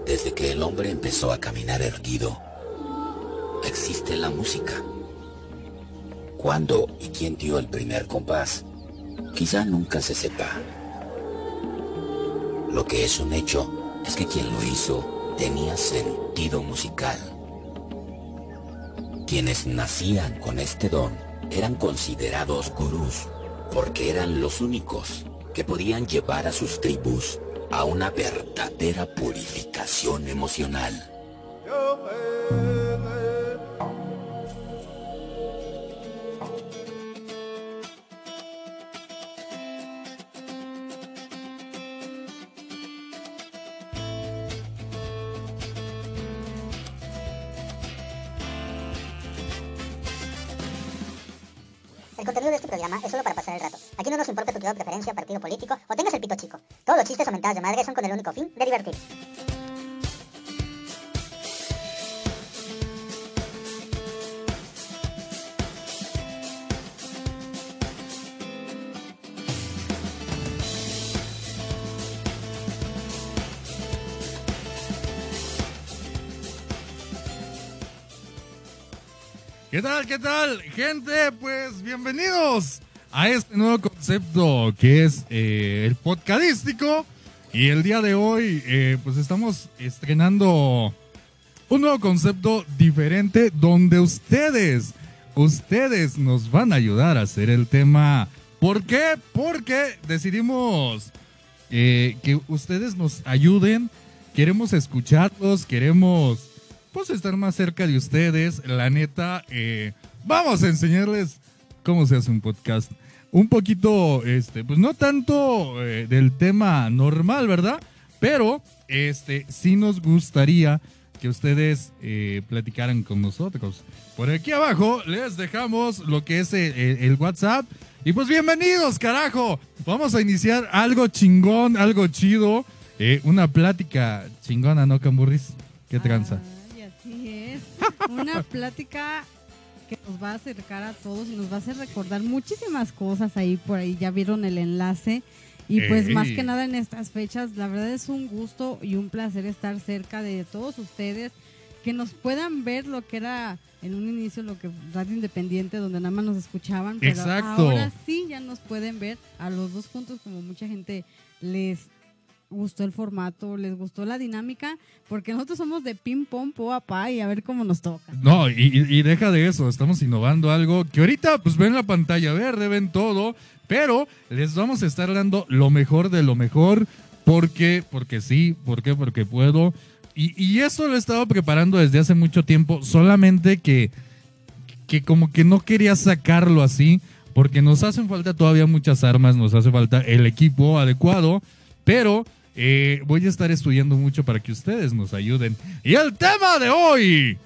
Desde que el hombre empezó a caminar erguido, existe la música. ¿Cuándo y quién dio el primer compás? Quizá nunca se sepa. Lo que es un hecho es que quien lo hizo tenía sentido musical. Quienes nacían con este don eran considerados gurús porque eran los únicos que podían llevar a sus tribus a una verdadera purificación emocional. El contenido de este programa es solo para pasar el rato. Aquí no nos importa tu preferencia, partido político o tengas el pito chico. Todos los chistes o mentadas de madre son con el único fin de divertir. ¿Qué tal, gente? Pues bienvenidos a este nuevo concepto que es el podcastístico. Y el día de hoy, pues estamos estrenando un nuevo concepto diferente donde ustedes nos van a ayudar a hacer el tema. ¿Por qué? Porque decidimos que ustedes nos ayuden. Queremos escucharlos, queremos pues estar más cerca de ustedes. La neta, vamos a enseñarles cómo se hace un podcast. Un poquito, pues no tanto del tema normal, ¿verdad? Pero, sí nos gustaría que ustedes platicaran con nosotros. Por aquí abajo les dejamos lo que es el WhatsApp. Y pues bienvenidos, carajo. Vamos a iniciar algo chingón, algo chido. Una plática chingona, ¿no, Camburris? ¿Qué tranza? Así es, una plática que nos va a acercar a todos y nos va a hacer recordar muchísimas cosas ahí por ahí, ya vieron el enlace y pues más que nada en estas fechas, la verdad es un gusto y un placer estar cerca de todos ustedes, que nos puedan ver lo que era en un inicio lo que Radio Independiente, donde nada más nos escuchaban, pero exacto, ahora sí ya nos pueden ver a los dos juntos, como mucha gente les gustó el formato, les gustó la dinámica, porque nosotros somos de ping pong, po pa, y a ver cómo nos toca. No, y deja de eso, estamos innovando algo que ahorita pues ven la pantalla verde, ven todo, pero les vamos a estar dando lo mejor de lo mejor, porque sí, porque puedo, y eso lo he estado preparando desde hace mucho tiempo, solamente que como que no quería sacarlo así, porque nos hacen falta todavía muchas armas, nos hace falta el equipo adecuado, pero voy a estar estudiando mucho para que ustedes nos ayuden. Y el tema de hoy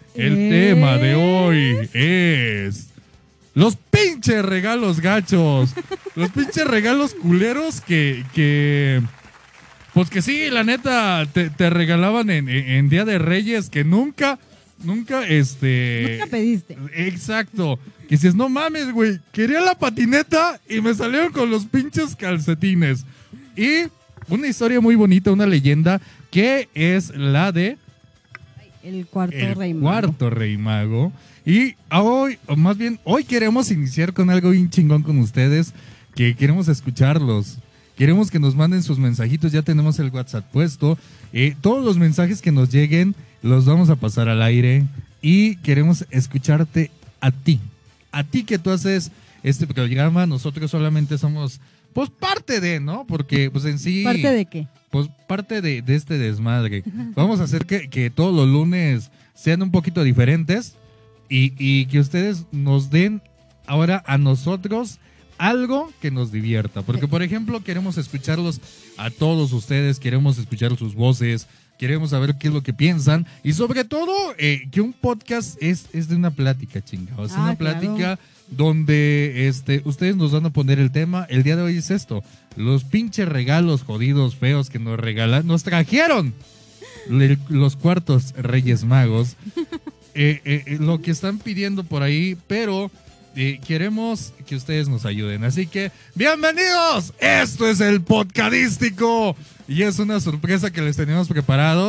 es los pinches regalos gachos, los pinches regalos culeros que pues que sí, la neta, te regalaban en Día de Reyes que nunca pediste. Exacto. Que dices, no mames, güey, quería la patineta y me salieron con los pinches calcetines. Y una historia muy bonita, una leyenda, que es la de el cuarto rey mago. Y hoy, o más bien, hoy queremos iniciar con algo bien chingón con ustedes, que queremos escucharlos. Queremos que nos manden sus mensajitos, ya tenemos el WhatsApp puesto. Todos los mensajes que nos lleguen los vamos a pasar al aire y queremos escucharte a ti. A ti que tú haces este programa, nosotros solamente somos pues parte de, ¿no? Porque pues en sí... ¿Parte de qué? Pues parte de este desmadre. Vamos a hacer que todos los lunes sean un poquito diferentes y que ustedes nos den ahora a nosotros algo que nos divierta. Porque, por ejemplo, queremos escucharlos a todos ustedes, queremos escuchar sus voces, queremos saber qué es lo que piensan y sobre todo que un podcast es de una plática, chingados. Es una plática... Claro. Donde ustedes nos van a poner el tema. El día de hoy es esto: los pinches regalos jodidos, feos que nos trajeron los cuartos Reyes Magos. Lo que están pidiendo por ahí, pero queremos que ustedes nos ayuden. Así que, ¡bienvenidos! Esto es el podcastístico y es una sorpresa que les tenemos preparados.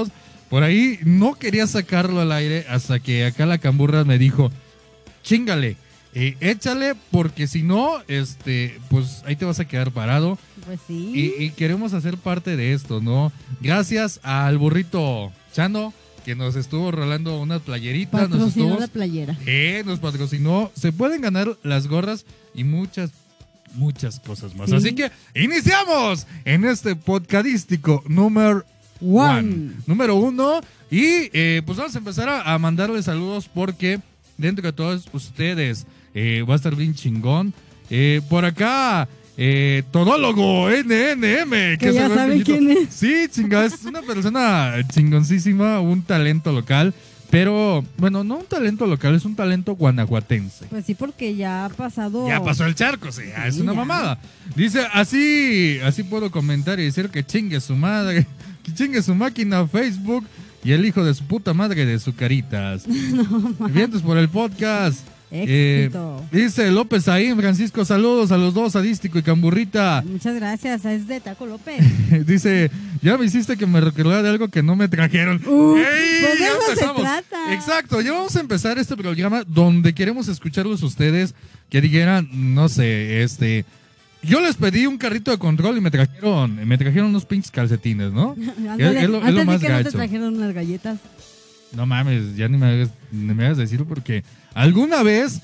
por ahí no quería sacarlo al aire hasta que acá la camburra me dijo, chíngale, échale, porque si no, pues ahí te vas a quedar parado. Pues sí. Y queremos hacer parte de esto, ¿no? Gracias al burrito Chano, que nos estuvo rolando unas playeritas. Patrocinó la playera. Nos patrocinó. Se pueden ganar las gorras y muchas cosas más. Sí. Así que iniciamos en este podcastístico número 1. Y pues vamos a empezar a mandarles saludos porque dentro de todos ustedes va a estar bien chingón. Por acá, Todólogo NNM. Que ya saben quién es. Sí, chinga, es una persona chingoncísima, un talento local. Pero, bueno, no un talento local, es un talento guanajuatense. Pues sí, porque ya ha pasado. Ya pasó el charco, sí, es una mamada. Dice, así puedo comentar y decir que chingue su madre, que chingue su máquina Facebook y el hijo de su puta madre de su caritas. Vientos por el podcast. Éxito. Dice López ahí, Francisco, saludos a los dos, Sadístico y Camburrita. Muchas gracias, es de Taco López. Dice, ya me hiciste que me recordara de algo que no me trajeron. ¡Ey! Pues de Ya eso se empezamos. trata. Exacto, ya vamos a empezar este programa donde queremos escucharlos ustedes que dijeran, no sé, yo les pedí un carrito de control y me trajeron unos pinches calcetines, ¿no? Ándale, es lo antes más de que no te gacho. trajeron unas galletas. No mames, ya ni me hagas decirlo porque alguna vez,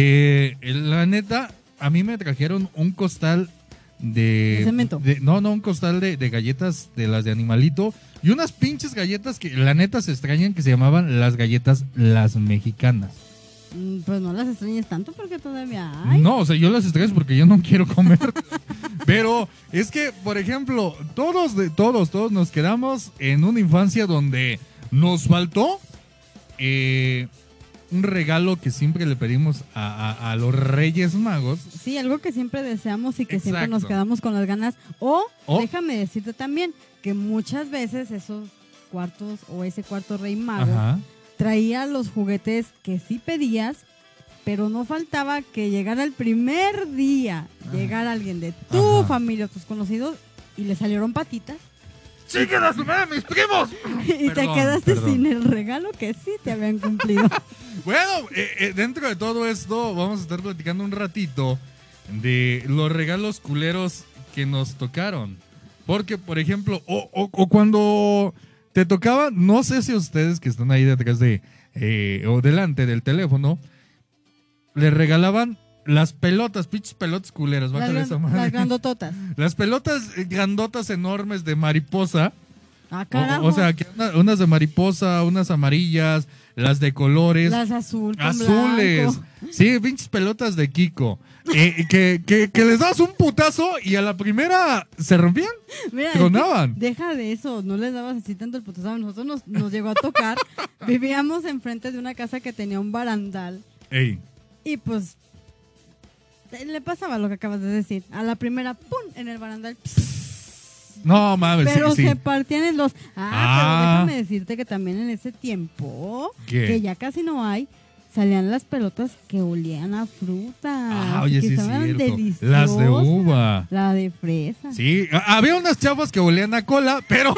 la neta, a mí me trajeron un costal de cemento. No, un costal de galletas de las de Animalito y unas pinches galletas que la neta se extrañan que se llamaban las galletas las mexicanas. Pues no las extrañes tanto porque todavía hay. No, o sea, yo las extraño porque yo no quiero comer. Pero es que, por ejemplo, todos nos quedamos en una infancia donde nos faltó un regalo que siempre le pedimos a los Reyes Magos. Sí, algo que siempre deseamos y que siempre Exacto. nos quedamos con las ganas. O O- déjame decirte también que muchas veces esos cuartos o ese cuarto Rey Mago Ajá. traía los juguetes que sí pedías, pero no faltaba que llegara el primer día, llegara alguien de tu Ajá. familia, tus conocidos, y le salieron patitas. ¡Chinguen a su madre, mis primos! Y te Perdón, quedaste perdón. sin el regalo que sí te habían cumplido. Bueno, dentro de todo esto vamos a estar platicando un ratito de los regalos culeros que nos tocaron. Porque, por ejemplo, o cuando te tocaba, no sé si ustedes que están ahí detrás o delante del teléfono, le regalaban las pelotas, pinches pelotas culeras, bájale esa madre. Las grandototas. Las pelotas grandotas enormes de mariposa. Ah, carajo. O sea, que unas de mariposa, unas amarillas, las de colores. Las azul con Azules. blanco. Sí, pinches pelotas de Kiko. Que les das un putazo y a la primera se rompían. Mira, es que Tronaban. deja de eso, no les dabas así tanto el putazo. A nosotros nos llegó a tocar. Vivíamos enfrente de una casa que tenía un barandal. Ey. Y pues le pasaba lo que acabas de decir. A la primera, ¡pum! En el barandal. No mames, Pero sí, sí. se partían en los... Ah. Pero déjame decirte que también en ese tiempo, ¿Qué? que ya casi no hay, salían las pelotas que olían a fruta. Oye, que sí, es estaban cierto. deliciosas. Las de uva. La de fresa. Sí, había unas chavas que olían a cola, pero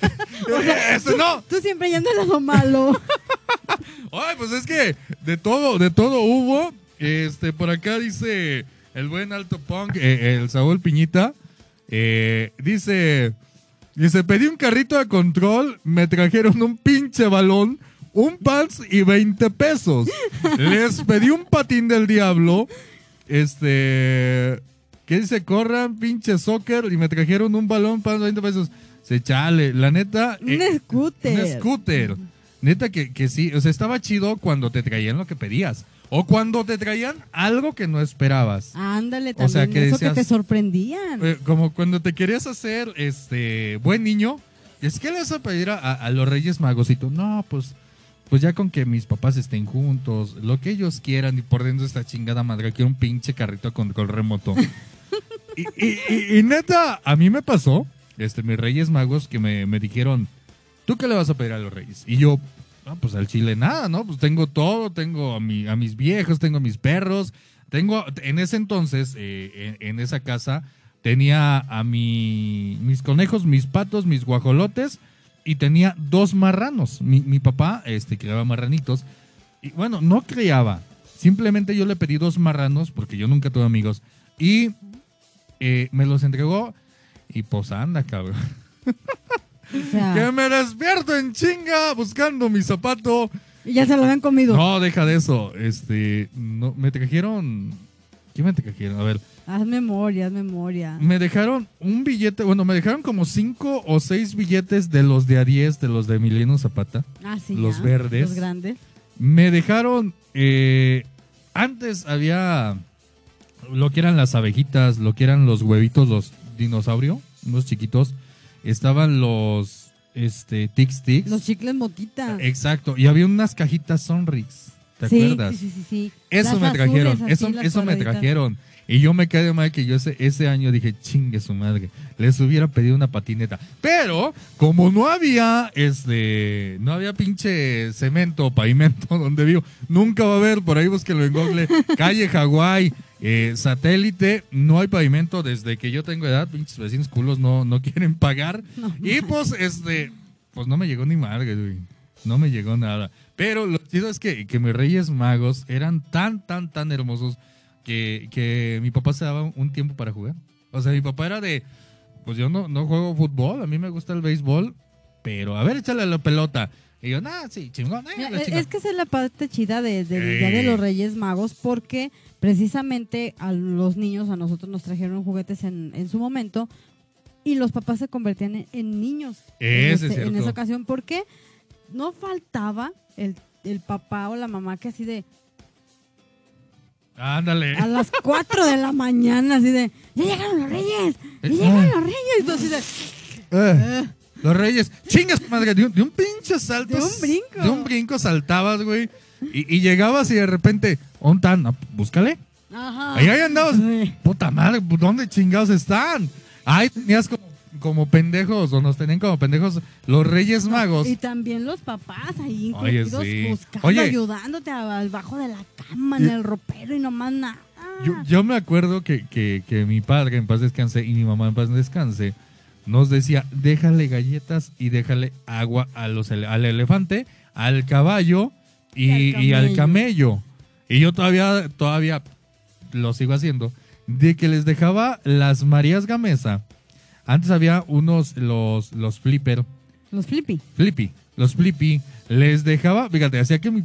no. Tú siempre yendo al lado malo. Ay, pues es que de todo hubo. Por acá dice el buen alto punk, el Saúl Piñita. Dice, pedí un carrito de control, me trajeron un pinche balón, un pants y 20 pesos. Les pedí un patín del diablo, que dice, corran, pinche soccer, y me trajeron un balón, pants, 20 pesos. Se chale, la neta. Un scooter. Un scooter. Neta que sí, o sea, estaba chido cuando te traían lo que pedías. O cuando te traían algo que no esperabas. Ándale, O sea, también que eso decías- que te sorprendían. Como cuando te querías hacer buen niño, es que le vas a pedir a los Reyes Magos y tú, no, pues ya con que mis papás estén juntos, lo que ellos quieran, y por dentro esta chingada madre, quiero un pinche carrito con control remoto. y neta, a mí me pasó, mis Reyes Magos que me dijeron, ¿tú qué le vas a pedir a los Reyes? Y yo, no, pues al chile nada, ¿no? Pues tengo todo, tengo a mis viejos, tengo a mis perros, en ese entonces, en esa casa, tenía a mis conejos, mis patos, mis guajolotes y tenía 2 marranos. Mi papá criaba marranitos. Y bueno, no criaba. Simplemente yo le pedí 2 marranos porque yo nunca tuve amigos. Y me los entregó y pues anda, cabrón. O sea, Que me despierto en chinga buscando mi zapato. y ya se lo habían comido. No, deja de eso. No, me trajeron... ¿Qué me trajeron? A ver. Haz memoria, haz memoria. Me dejaron un billete, bueno, me dejaron como 5 o 6 billetes de los de A10, de los de Emiliano Zapata. Ah, sí. Los ya, verdes. Los grandes. Me dejaron, antes había lo que eran las abejitas, lo que eran los huevitos, los dinosaurio, unos chiquitos. Estaban los, Tic Tics. Los chicles motita. Exacto, y había unas cajitas Sonrix, ¿te Sí, acuerdas? sí. Eso Las me trajeron, azules, así, las eso me cuadraditas. trajeron. Y yo me quedé mal que yo ese año dije, chingue su madre, les hubiera pedido una patineta. Pero, como no había pinche cemento o pavimento donde vivo, nunca va a haber, por ahí búsquelo en Google, calle Hawái, satélite, no hay pavimento desde que yo tengo edad, pinches vecinos culos no quieren pagar. No, Y pues, pues no me llegó ni madre, güey. No me llegó nada. Pero lo chido es que mis Reyes Magos eran tan hermosos que mi papá se daba un tiempo para jugar. O sea, mi papá era de, pues yo no juego fútbol, a mí me gusta el béisbol, pero a ver, échale la pelota. Y yo, sí, chingón. Mira, es que esa es la parte chida del Día de los Reyes Magos, porque precisamente a los niños, a nosotros nos trajeron juguetes en su momento, y los papás se convertían en niños Es en cierto. esa ocasión, porque no faltaba el papá o la mamá que así de Ándale. a las 4 de la mañana, así de ¡ya llegaron los Reyes! ¡Ya llegaron los Reyes! Y tú así de Los Reyes, chingas madre, de un pinche salto. De un brinco. De un brinco saltabas, güey. Y llegabas y de repente, ¿ontan? Búscale. ajá. Ahí andabas. Sí. Puta madre, ¿dónde chingados están? Ahí tenías como pendejos, o nos tenían como pendejos los Reyes Magos. Y también los papás ahí Oye, incluidos sí. buscando, Oye. ayudándote al bajo de la cama, en el ropero y nomás nada. Yo me acuerdo que mi padre en paz descanse y mi mamá en paz descanse nos decía, déjale galletas y déjale agua al elefante, al caballo y al camello. Y yo todavía lo sigo haciendo, de que les dejaba las Marías Gamesa. Antes había los flipper. Los flippy. Los flippy. Les dejaba, fíjate, hacía que mi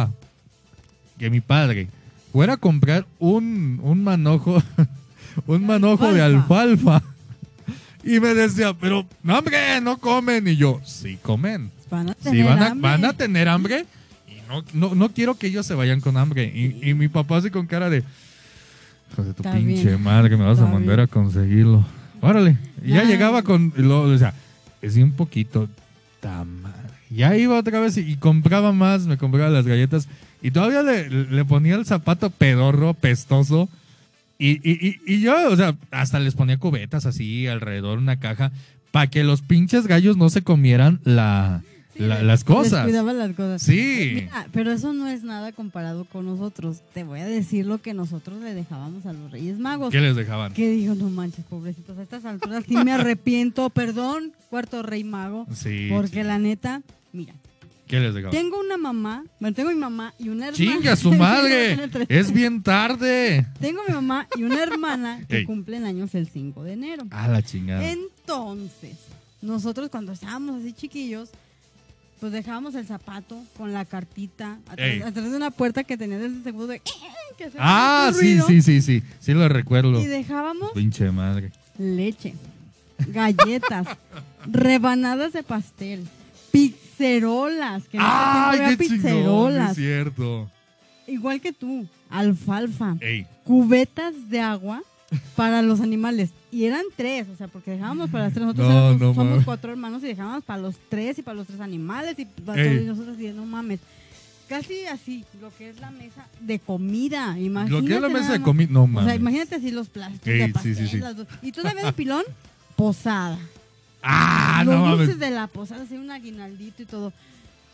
padre fuera a comprar un manojo, un manojo de alfalfa. Y me decía, pero, no, hombre, no comen. Y yo, sí comen. Van a Sí, tener hambre. van a tener hambre. Y no quiero que ellos se vayan con hambre. Y mi papá así con cara de, hijo de tu Está pinche bien. madre, me vas a Está mandar bien. a conseguirlo. Órale. Y ya Ya. llegaba o sea, es un poquito. Ta madre. Ya iba otra vez y compraba más, me compraba las galletas. Y todavía le ponía el zapato pedorro, pestoso. Y yo, o sea, hasta les ponía cubetas así alrededor de una caja para que los pinches gallos no se comieran las cosas. Les cuidaban las cosas. Sí. Mira, pero eso no es nada comparado con nosotros. Te voy a decir lo que nosotros le dejábamos a los Reyes Magos. ¿Qué les dejaban? Que digo, no manches, pobrecitos, a estas alturas sí me arrepiento. Perdón, cuarto Rey Mago. Sí. Porque la neta, mira, ¿Qué les dejaban? tengo mi mamá y una hermana. ¡Chinga su madre! ¡Es bien tarde! Tengo mi mamá y una hermana que Ey. cumplen años el 5 de enero. Ah, la chingada. Entonces, nosotros cuando estábamos así chiquillos, pues dejábamos el zapato con la cartita Ey. atrás de una puerta que tenía desde el segundo de que hacía Ah, mucho sí, ruido, sí. Sí lo recuerdo. Y dejábamos Pinche madre. leche, galletas, rebanadas de pastel, pizzerolas, que en ese ¡Ay, tiempo había qué chingón! Es pizzerolas, cierto. igual que tú, alfalfa, Ey. cubetas de agua para los animales. Y eran 3, o sea, porque dejábamos para las 3. Nosotros No, no somos mames. 4 hermanos y dejábamos para los 3 y para los 3 animales. Y para Ey. todos, y nosotros así, de, no mames. Casi así, lo que es la mesa de comida. Imagínate Lo que es la mesa nada de más. comida, no O mames. sea, imagínate así los plásticos Ey, de sí, pastel. sí. Y todavía de pilón, posada. Ah, los no dulces mames. de la posada, así un aguinaldito y todo.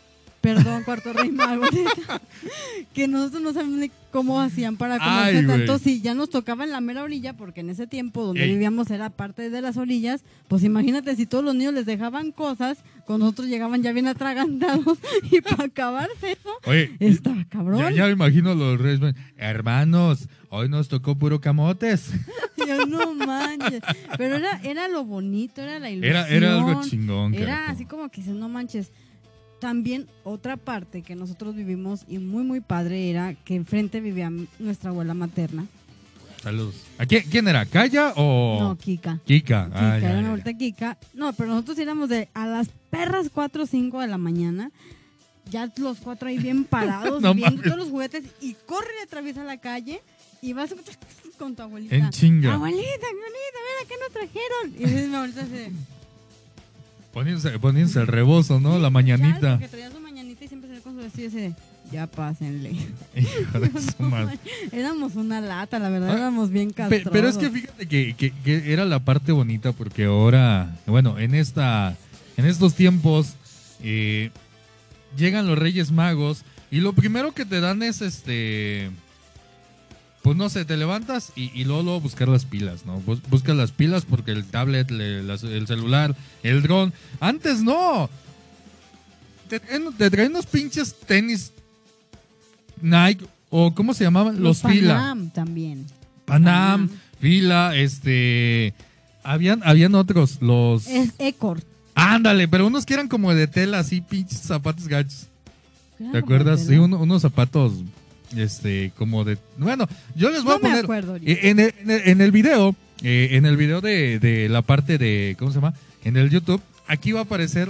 Perdón, cuarto rey mago. Neta. Que nosotros no sabemos ni cómo hacían para comerse Ay, tanto. güey. Si ya nos tocaba en la mera orilla, porque en ese tiempo donde Ey. vivíamos era parte de las orillas, pues imagínate si todos los niños les dejaban cosas, con nosotros llegaban ya bien atragantados y para acabarse eso, Oye, estaba cabrón. ya me imagino los reyes. Hermanos, hoy nos tocó puro camotes. Yo no manches. Pero era lo bonito, era la ilusión. Era algo chingón. Era carajo. así como que dices, no manches. También otra parte que nosotros vivimos y muy muy padre era que enfrente vivía nuestra abuela materna. Saludos. ¿A quién era? ¿Calla o...? No, Kika. Kika. Kika, Ah, ya, era ya, una ya. abuelita Kika. No, pero nosotros éramos de a las perras 4 o 5 de la mañana. Ya los 4 ahí bien parados, No viendo mames. todos los juguetes y corre y atraviesa la calle y vas con tu abuelita. En chinga. Abuelita, mira, ¿qué nos trajeron? Y dice mi abuelita así, Poniéndose el rebozo, ¿no? La mañanita. Porque traía su mañanita y siempre salía con su vestido así de, ya pásenle. Hijo de su madre. Éramos una lata, la verdad, Ah, éramos bien castrosos. Pero es que fíjate que era la parte bonita porque ahora, bueno, en estos tiempos llegan los Reyes Magos y lo primero que te dan es pues no sé, te levantas y luego buscar las pilas, ¿no? Buscas las pilas porque el tablet, el celular, el dron. Antes no. Te traen unos pinches tenis Nike o ¿cómo se llamaban? Los Fila. Panam también. Panam, Fila, habían otros, los... Es Ecor. Ándale, pero unos que eran como de tela, así, pinches zapatos gachos. ¿Te acuerdas? Sí, unos zapatos, como de... Bueno, yo les voy No a poner... me acuerdo ahorita. En el video, de la parte de... ¿Cómo se llama? En el YouTube, aquí va a aparecer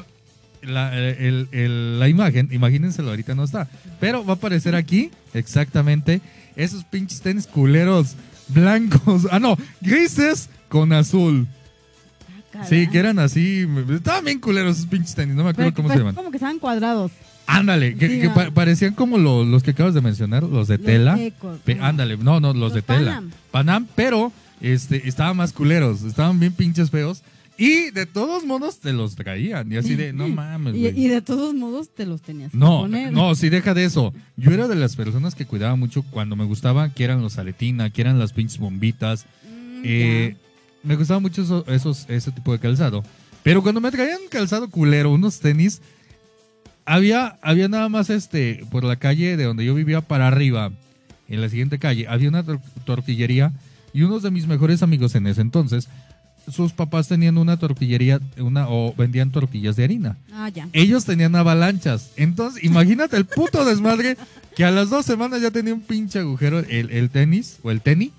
la imagen. Imagínenselo, ahorita no está. Pero va a aparecer aquí, exactamente, esos pinches tenis culeros blancos. Ah, no, grises con azul. Sí, que eran así. Estaban bien culeros esos pinches tenis. No me acuerdo cómo se llaman. Como que estaban cuadrados. Ándale, que Sí, parecían como los que acabas de mencionar, los de tela. Ecor. Ándale, no, los de tela. Panam. Panam, pero estaban más culeros, estaban bien pinches feos. Y de todos modos te los traían. Y así de, no mames, Y güey. de todos modos te los tenías que No, poner. no, sí, deja de eso. Yo era de las personas que cuidaba mucho cuando me gustaba, que eran los Aletina, que eran las pinches bombitas. Ya. Me gustaba mucho ese tipo de calzado. Pero cuando me traían calzado culero, unos tenis, había nada más por la calle de donde yo vivía para arriba, en la siguiente calle, había una tortillería y unos de mis mejores amigos en ese entonces, sus papás tenían una tortillería, o vendían tortillas de harina. Ah, ya. Ellos tenían avalanchas. Entonces, imagínate el puto desmadre que a las 2 semanas ya tenía un pinche agujero el tenis o el tenis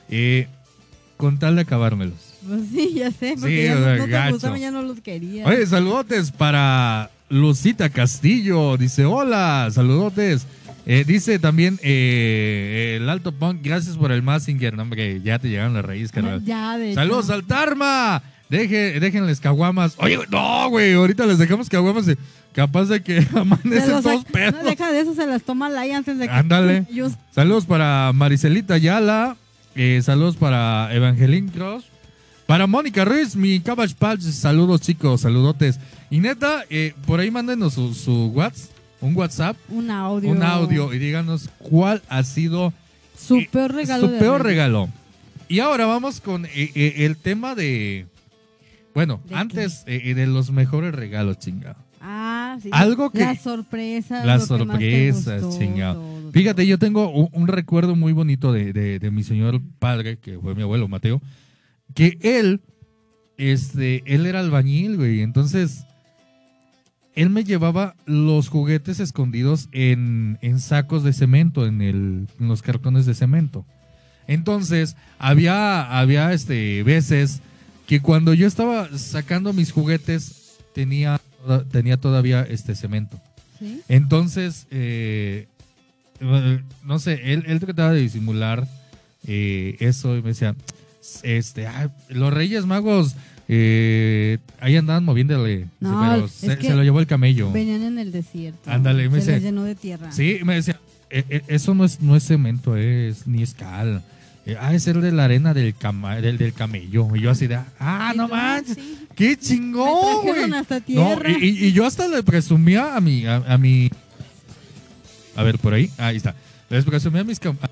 con tal de acabármelos. Pues sí, ya sé. Sí, Porque ya o sea, no te gacho. gustaban, ya no los quería. Oye, saludotes para Lucita Castillo. Dice, hola, saludotes. Dice también el Alto Punk, gracias por el Mazinger. No, hombre, ya te llegaron las raíces, carnal. Ya, de Saludos hecho. al Tarma. Déjenles caguamas. Oye, no, güey, ahorita les dejamos caguamas. Capaz de que Se amanecen los todos sac- pedos. No, deja de eso, se las toma Lai antes de que Ándale. ellos. Saludos para Maricelita Ayala. Saludos para Evangeline Cross. Para Mónica Ruiz, mi Cabbage Patch. Saludos, chicos, saludotes. Y neta, por ahí mándenos su WhatsApp, Un audio. un audio y díganos cuál ha sido Su peor regalo. su de peor Reyes. regalo. Y ahora vamos con el tema de... Bueno, ¿De antes de los mejores regalos, chingado. Ah, sí. Algo que- Las sorpresas. Las lo que más te sorpresas, gustó, chingado. todo. Fíjate, yo tengo un recuerdo muy bonito de mi señor padre, que fue mi abuelo Mateo, que él era albañil, güey. Entonces, él me llevaba los juguetes escondidos en sacos de cemento, en los cartones de cemento. Entonces, había veces que cuando yo estaba sacando mis juguetes, tenía todavía cemento. ¿Sí? Entonces, no sé, él trataba de disimular eso y me decía, los Reyes Magos ahí andaban moviéndole, No, pero es se que lo llevó el camello. Venían en el desierto. Ándale, me se dice- les llenó de tierra. Sí, me decía, eso no es cemento, ni es cal. Es ser de la arena del camello. Y yo así de, Y no tú, manches, sí. qué Me chingón, trajeron güey. hasta No, tierra. y yo hasta le presumía a mi A ver, por ahí. Ahí está. La explicación a mis compañeros.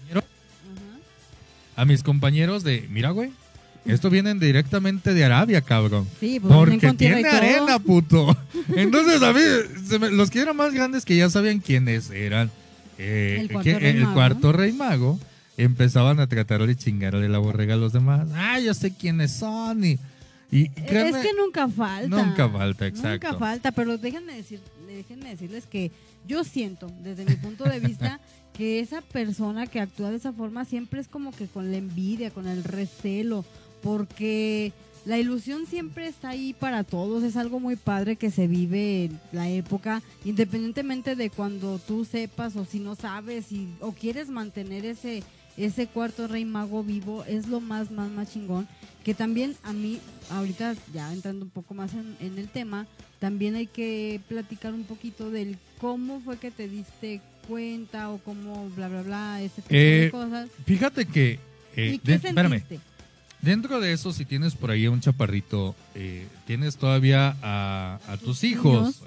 A mis compañeros de, mira, güey, esto vienen directamente de Arabia, cabrón. Sí, pues vienen Porque con tierra y tiene todo. arena, puto. Entonces, a mí, los que eran más grandes que ya sabían quiénes eran el cuarto rey mago, empezaban a tratar de chingarle la borrega a los demás. Ah, yo sé quiénes son. Y créanme, es que nunca falta. Nunca falta, exacto. Nunca falta, pero déjenme decirles que yo siento, desde mi punto de vista, que esa persona que actúa de esa forma siempre es como que con la envidia, con el recelo, porque la ilusión siempre está ahí para todos. Es algo muy padre que se vive en la época, independientemente de cuando tú sepas o si no sabes o quieres mantener ese cuarto rey mago vivo. Es lo más chingón. Que también a mí, ahorita ya entrando un poco más en el tema, también hay que platicar un poquito del cómo fue que te diste cuenta o cómo bla bla bla, ese tipo de cosas. Fíjate que ¿Y qué sentiste? espérame, dentro de eso, si tienes por ahí a un chaparrito, tienes todavía a tus hijos,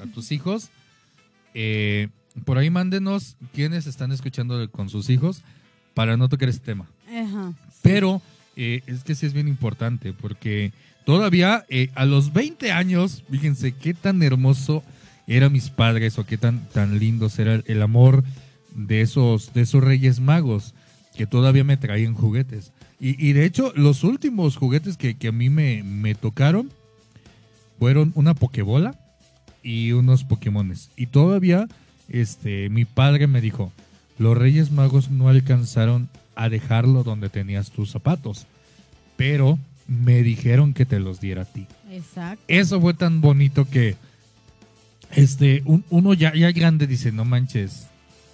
por ahí mándenos quiénes están escuchando con sus hijos para no tocar este tema. Ajá, sí. Pero es que sí es bien importante porque todavía a los 20 años, fíjense qué tan hermoso eran mis padres o qué tan lindos era el amor de esos Reyes Magos que todavía me traían juguetes. Y de hecho, los últimos juguetes que a mí me tocaron fueron una pokebola y unos Pokémones. Y todavía mi padre me dijo, los Reyes Magos no alcanzaron a dejarlo donde tenías tus zapatos, pero me dijeron que te los diera a ti. Exacto. Eso fue tan bonito que uno ya grande dice, no manches,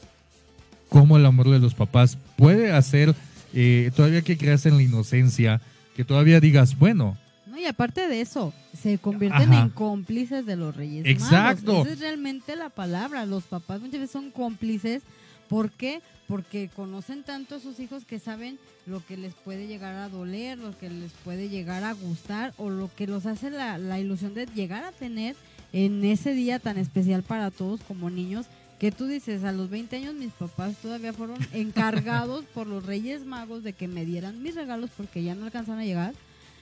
cómo el amor de los papás puede hacer todavía que creas en la inocencia, que todavía digas, bueno. No, y aparte de eso, se convierten en cómplices de los Reyes Magos. Exacto. Esa es realmente la palabra. Los papás muchas veces son cómplices. ¿Por qué? Porque conocen tanto a sus hijos que saben lo que les puede llegar a doler, lo que les puede llegar a gustar o lo que los hace la ilusión de llegar a tener en ese día tan especial para todos como niños. Que tú dices, a los 20 años mis papás todavía fueron encargados por los Reyes Magos de que me dieran mis regalos porque ya no alcanzaron a llegar.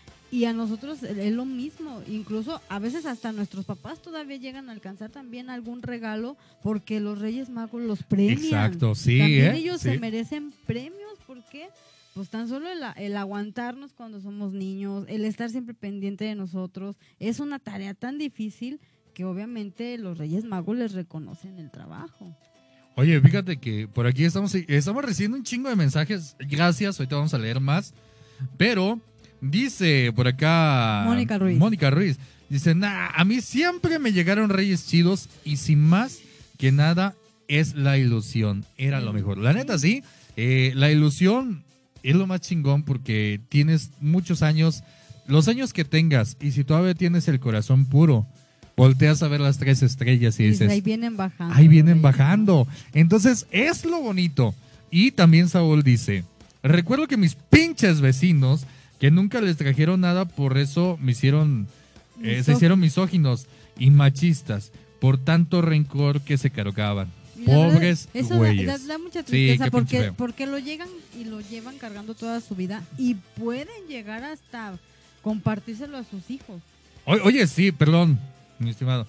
Y a nosotros es lo mismo, incluso a veces hasta nuestros papás todavía llegan a alcanzar también algún regalo porque los Reyes Magos los premian. Exacto, sí. También ellos sí. se merecen premios, ¿por qué? Pues tan solo el aguantarnos cuando somos niños, el estar siempre pendiente de nosotros, es una tarea tan difícil que obviamente los Reyes Magos les reconocen el trabajo. Oye, fíjate que por aquí estamos recibiendo un chingo de mensajes, gracias, ahorita vamos a leer más, pero... Dice por acá Mónica Ruiz. Dice, a mí siempre me llegaron Reyes chidos y sin más que nada es la ilusión. Era lo mejor. La neta, sí. La ilusión es lo más chingón porque tienes muchos años, los años que tengas, y si todavía tienes el corazón puro, volteas a ver las 3 estrellas y dices, ahí vienen bajando. Ahí vienen bajando. Entonces, es lo bonito. Y también Saúl dice, recuerdo que mis pinches vecinos que nunca les trajeron nada, por eso se hicieron misóginos y machistas, por tanto rencor que se cargaban. Pobres güeyes. Eso da mucha tristeza sí, porque lo llevan cargando toda su vida y pueden llegar hasta compartírselo a sus hijos. Oye, sí, perdón, mi estimado,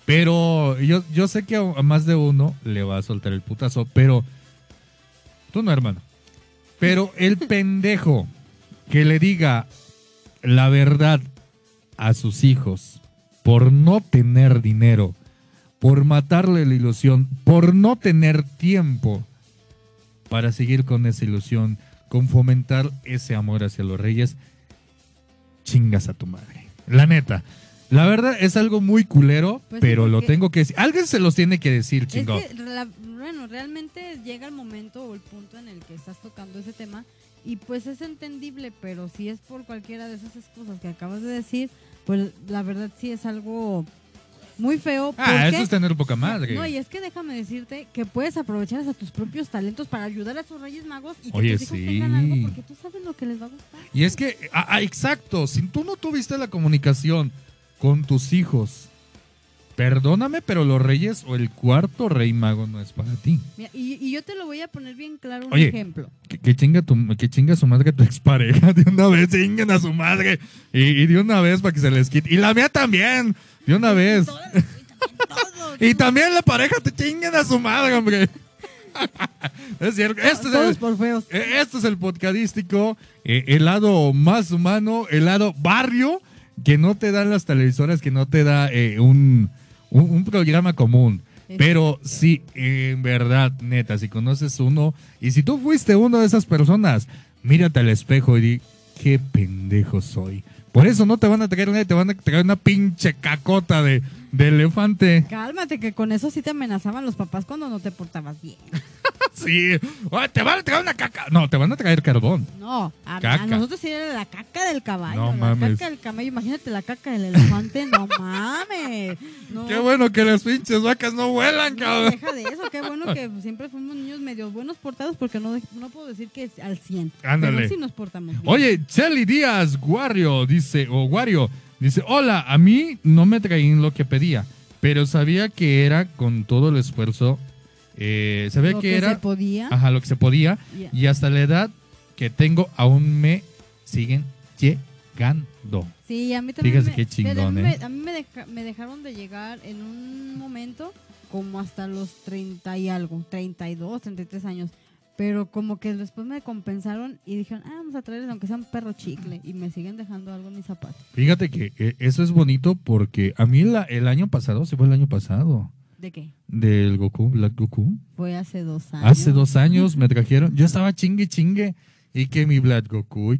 pero yo sé que a más de uno le va a soltar el putazo, pero tú no, hermano. Pero el pendejo que le diga la verdad a sus hijos por no tener dinero, por matarle la ilusión, por no tener tiempo para seguir con esa ilusión, con fomentar ese amor hacia los reyes, chingas a tu madre. La neta, la verdad es algo muy culero, pues pero sí, lo tengo que decir. Alguien se los tiene que decir, chingón. Es que, realmente llega el momento o el punto en el que estás tocando ese tema. Y pues es entendible, pero si es por cualquiera de esas cosas que acabas de decir, pues la verdad sí es algo muy feo. Eso es tener poca madre. No, y es que déjame decirte que puedes aprovechar hasta tus propios talentos para ayudar a tus Reyes Magos y que tus hijos tengan algo porque tú sabes lo que les va a gustar. Y es que, exacto, si tú no tuviste la comunicación con tus hijos Perdóname, pero los reyes o el cuarto rey mago no es para ti. Mira, y yo te lo voy a poner bien claro un Oye, ejemplo. Que chinga su madre tu expareja. De una vez, chinguen a su madre. Y de una vez para que se les quite. Y la mía también. De una vez. Y también la pareja te chinguen a su madre, hombre. Es cierto. Todos por feos. Este es el podcastístico. El lado más humano. El lado barrio. Que no te dan las televisoras. Que no te da un programa común. Pero sí, en verdad, neta, si conoces uno, y si tú fuiste uno de esas personas, mírate al espejo y di, qué pendejo soy. Por eso no te van a traer una, te van a traer una pinche cacota de elefante. Cálmate, que con eso sí te amenazaban los papás cuando no te portabas bien. Sí, te van a traer una caca. No, te van a traer carbón. No, a Caca. nosotros sí era la caca del caballo. No la mames. caca del camello. Imagínate la caca del elefante. No mames. No, Qué bueno que las pinches vacas no vuelan, no, cabrón. deja de eso. Qué bueno que siempre fuimos niños medio buenos portados, porque no puedo decir que es al 100. Ándale. Pero sí nos portamos bien. Oye, Chelly Díaz, Wario, dice, hola, a mí no me traían lo que pedía, pero sabía que era con todo el esfuerzo, sabía Lo que era, se podía. ajá, lo que se podía, Yeah. y hasta la edad que tengo aún me siguen llegando. Sí, a mí también. Fíjate qué chingón, a mí me dejaron de llegar en un momento como hasta los 30 y algo, 32, 33 años. Pero como que después me compensaron y dijeron, vamos a traerles aunque sea un perro chicle. Y me siguen dejando algo en mis zapatos. Fíjate que eso es bonito porque a mí el año pasado, se fue el año pasado, ¿De qué? del Goku, Black Goku. Fue hace 2 años. Hace 2 años me trajeron, yo estaba chingue, y que mi Black Goku,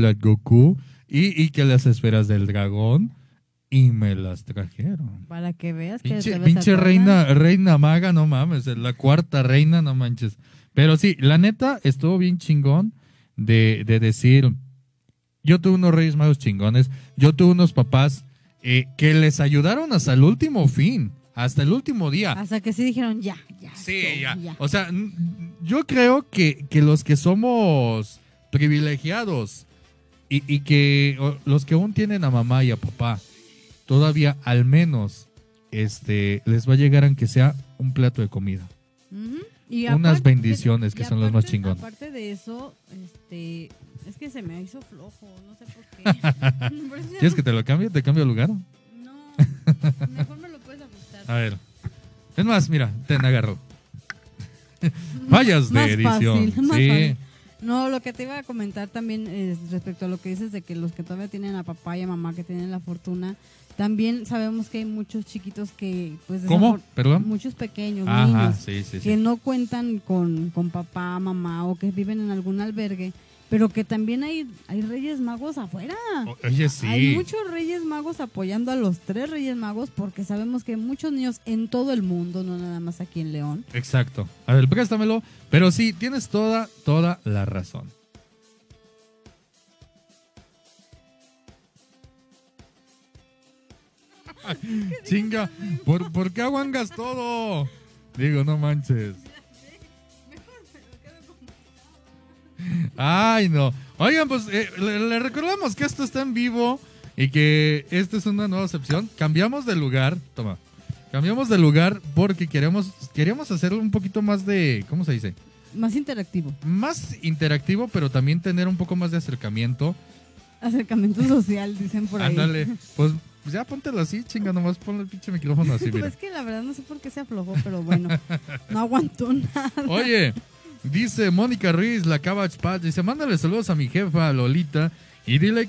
y que las esferas del dragón, y me las trajeron. Para que veas que Pinche reina maga, no mames, la cuarta reina, no manches. Pero sí, la neta, estuvo bien chingón de decir, yo tuve unos reyes magos chingones, yo tuve unos papás que les ayudaron hasta el último fin, hasta el último día. Hasta que sí dijeron, ya. Sí, estuvo, ya. O sea, yo creo que los que somos privilegiados y que los que aún tienen a mamá y a papá, todavía al menos les va a llegar aunque sea un plato de comida. Ujú. Y Unas aparte- bendiciones que y son los más aparte- chingones. Aparte de eso, es que se me hizo flojo, no sé por qué. Por eso ya ¿Quieres no- que te lo cambie? ¿Te cambio de lugar? No, mejor me lo puedes ajustar. A ver. Es más, mira, te agarro. Fallas de Más edición. fácil, más Sí. fácil. No, lo que te iba a comentar también es respecto a lo que dices de que los que todavía tienen a papá y a mamá que tienen la fortuna, también sabemos que hay muchos chiquitos que, pues, ¿Cómo? ¿Perdón? muchos pequeños, Ajá, niños, sí. que no cuentan con papá, mamá o que viven en algún albergue, pero que también hay reyes magos afuera. Oye, sí. Hay muchos reyes magos apoyando a los 3 reyes magos porque sabemos que hay muchos niños en todo el mundo, no nada más aquí en León. Exacto. A ver, préstamelo. Pero sí, tienes toda la razón. Chinga, ¿por qué aguangas todo? Digo, no manches. Ay, no. Oigan, pues le recordamos que esto está en vivo y que esta es una nueva sección. Cambiamos de lugar. Toma. Cambiamos de lugar porque queremos hacerlo un poquito más de, ¿cómo se dice? Más interactivo. Más interactivo, pero también tener un poco más de acercamiento. Acercamiento social, dicen por ahí. Ándale. Pues ya póntelo así, chinga, nomás ponle el pinche micrófono así, mira. Pues que la verdad no sé por qué se aflojó, pero bueno, no aguantó nada. Oye, dice Mónica Ruiz, la Cabbage Patch, dice, mándale saludos a mi jefa, Lolita, y dile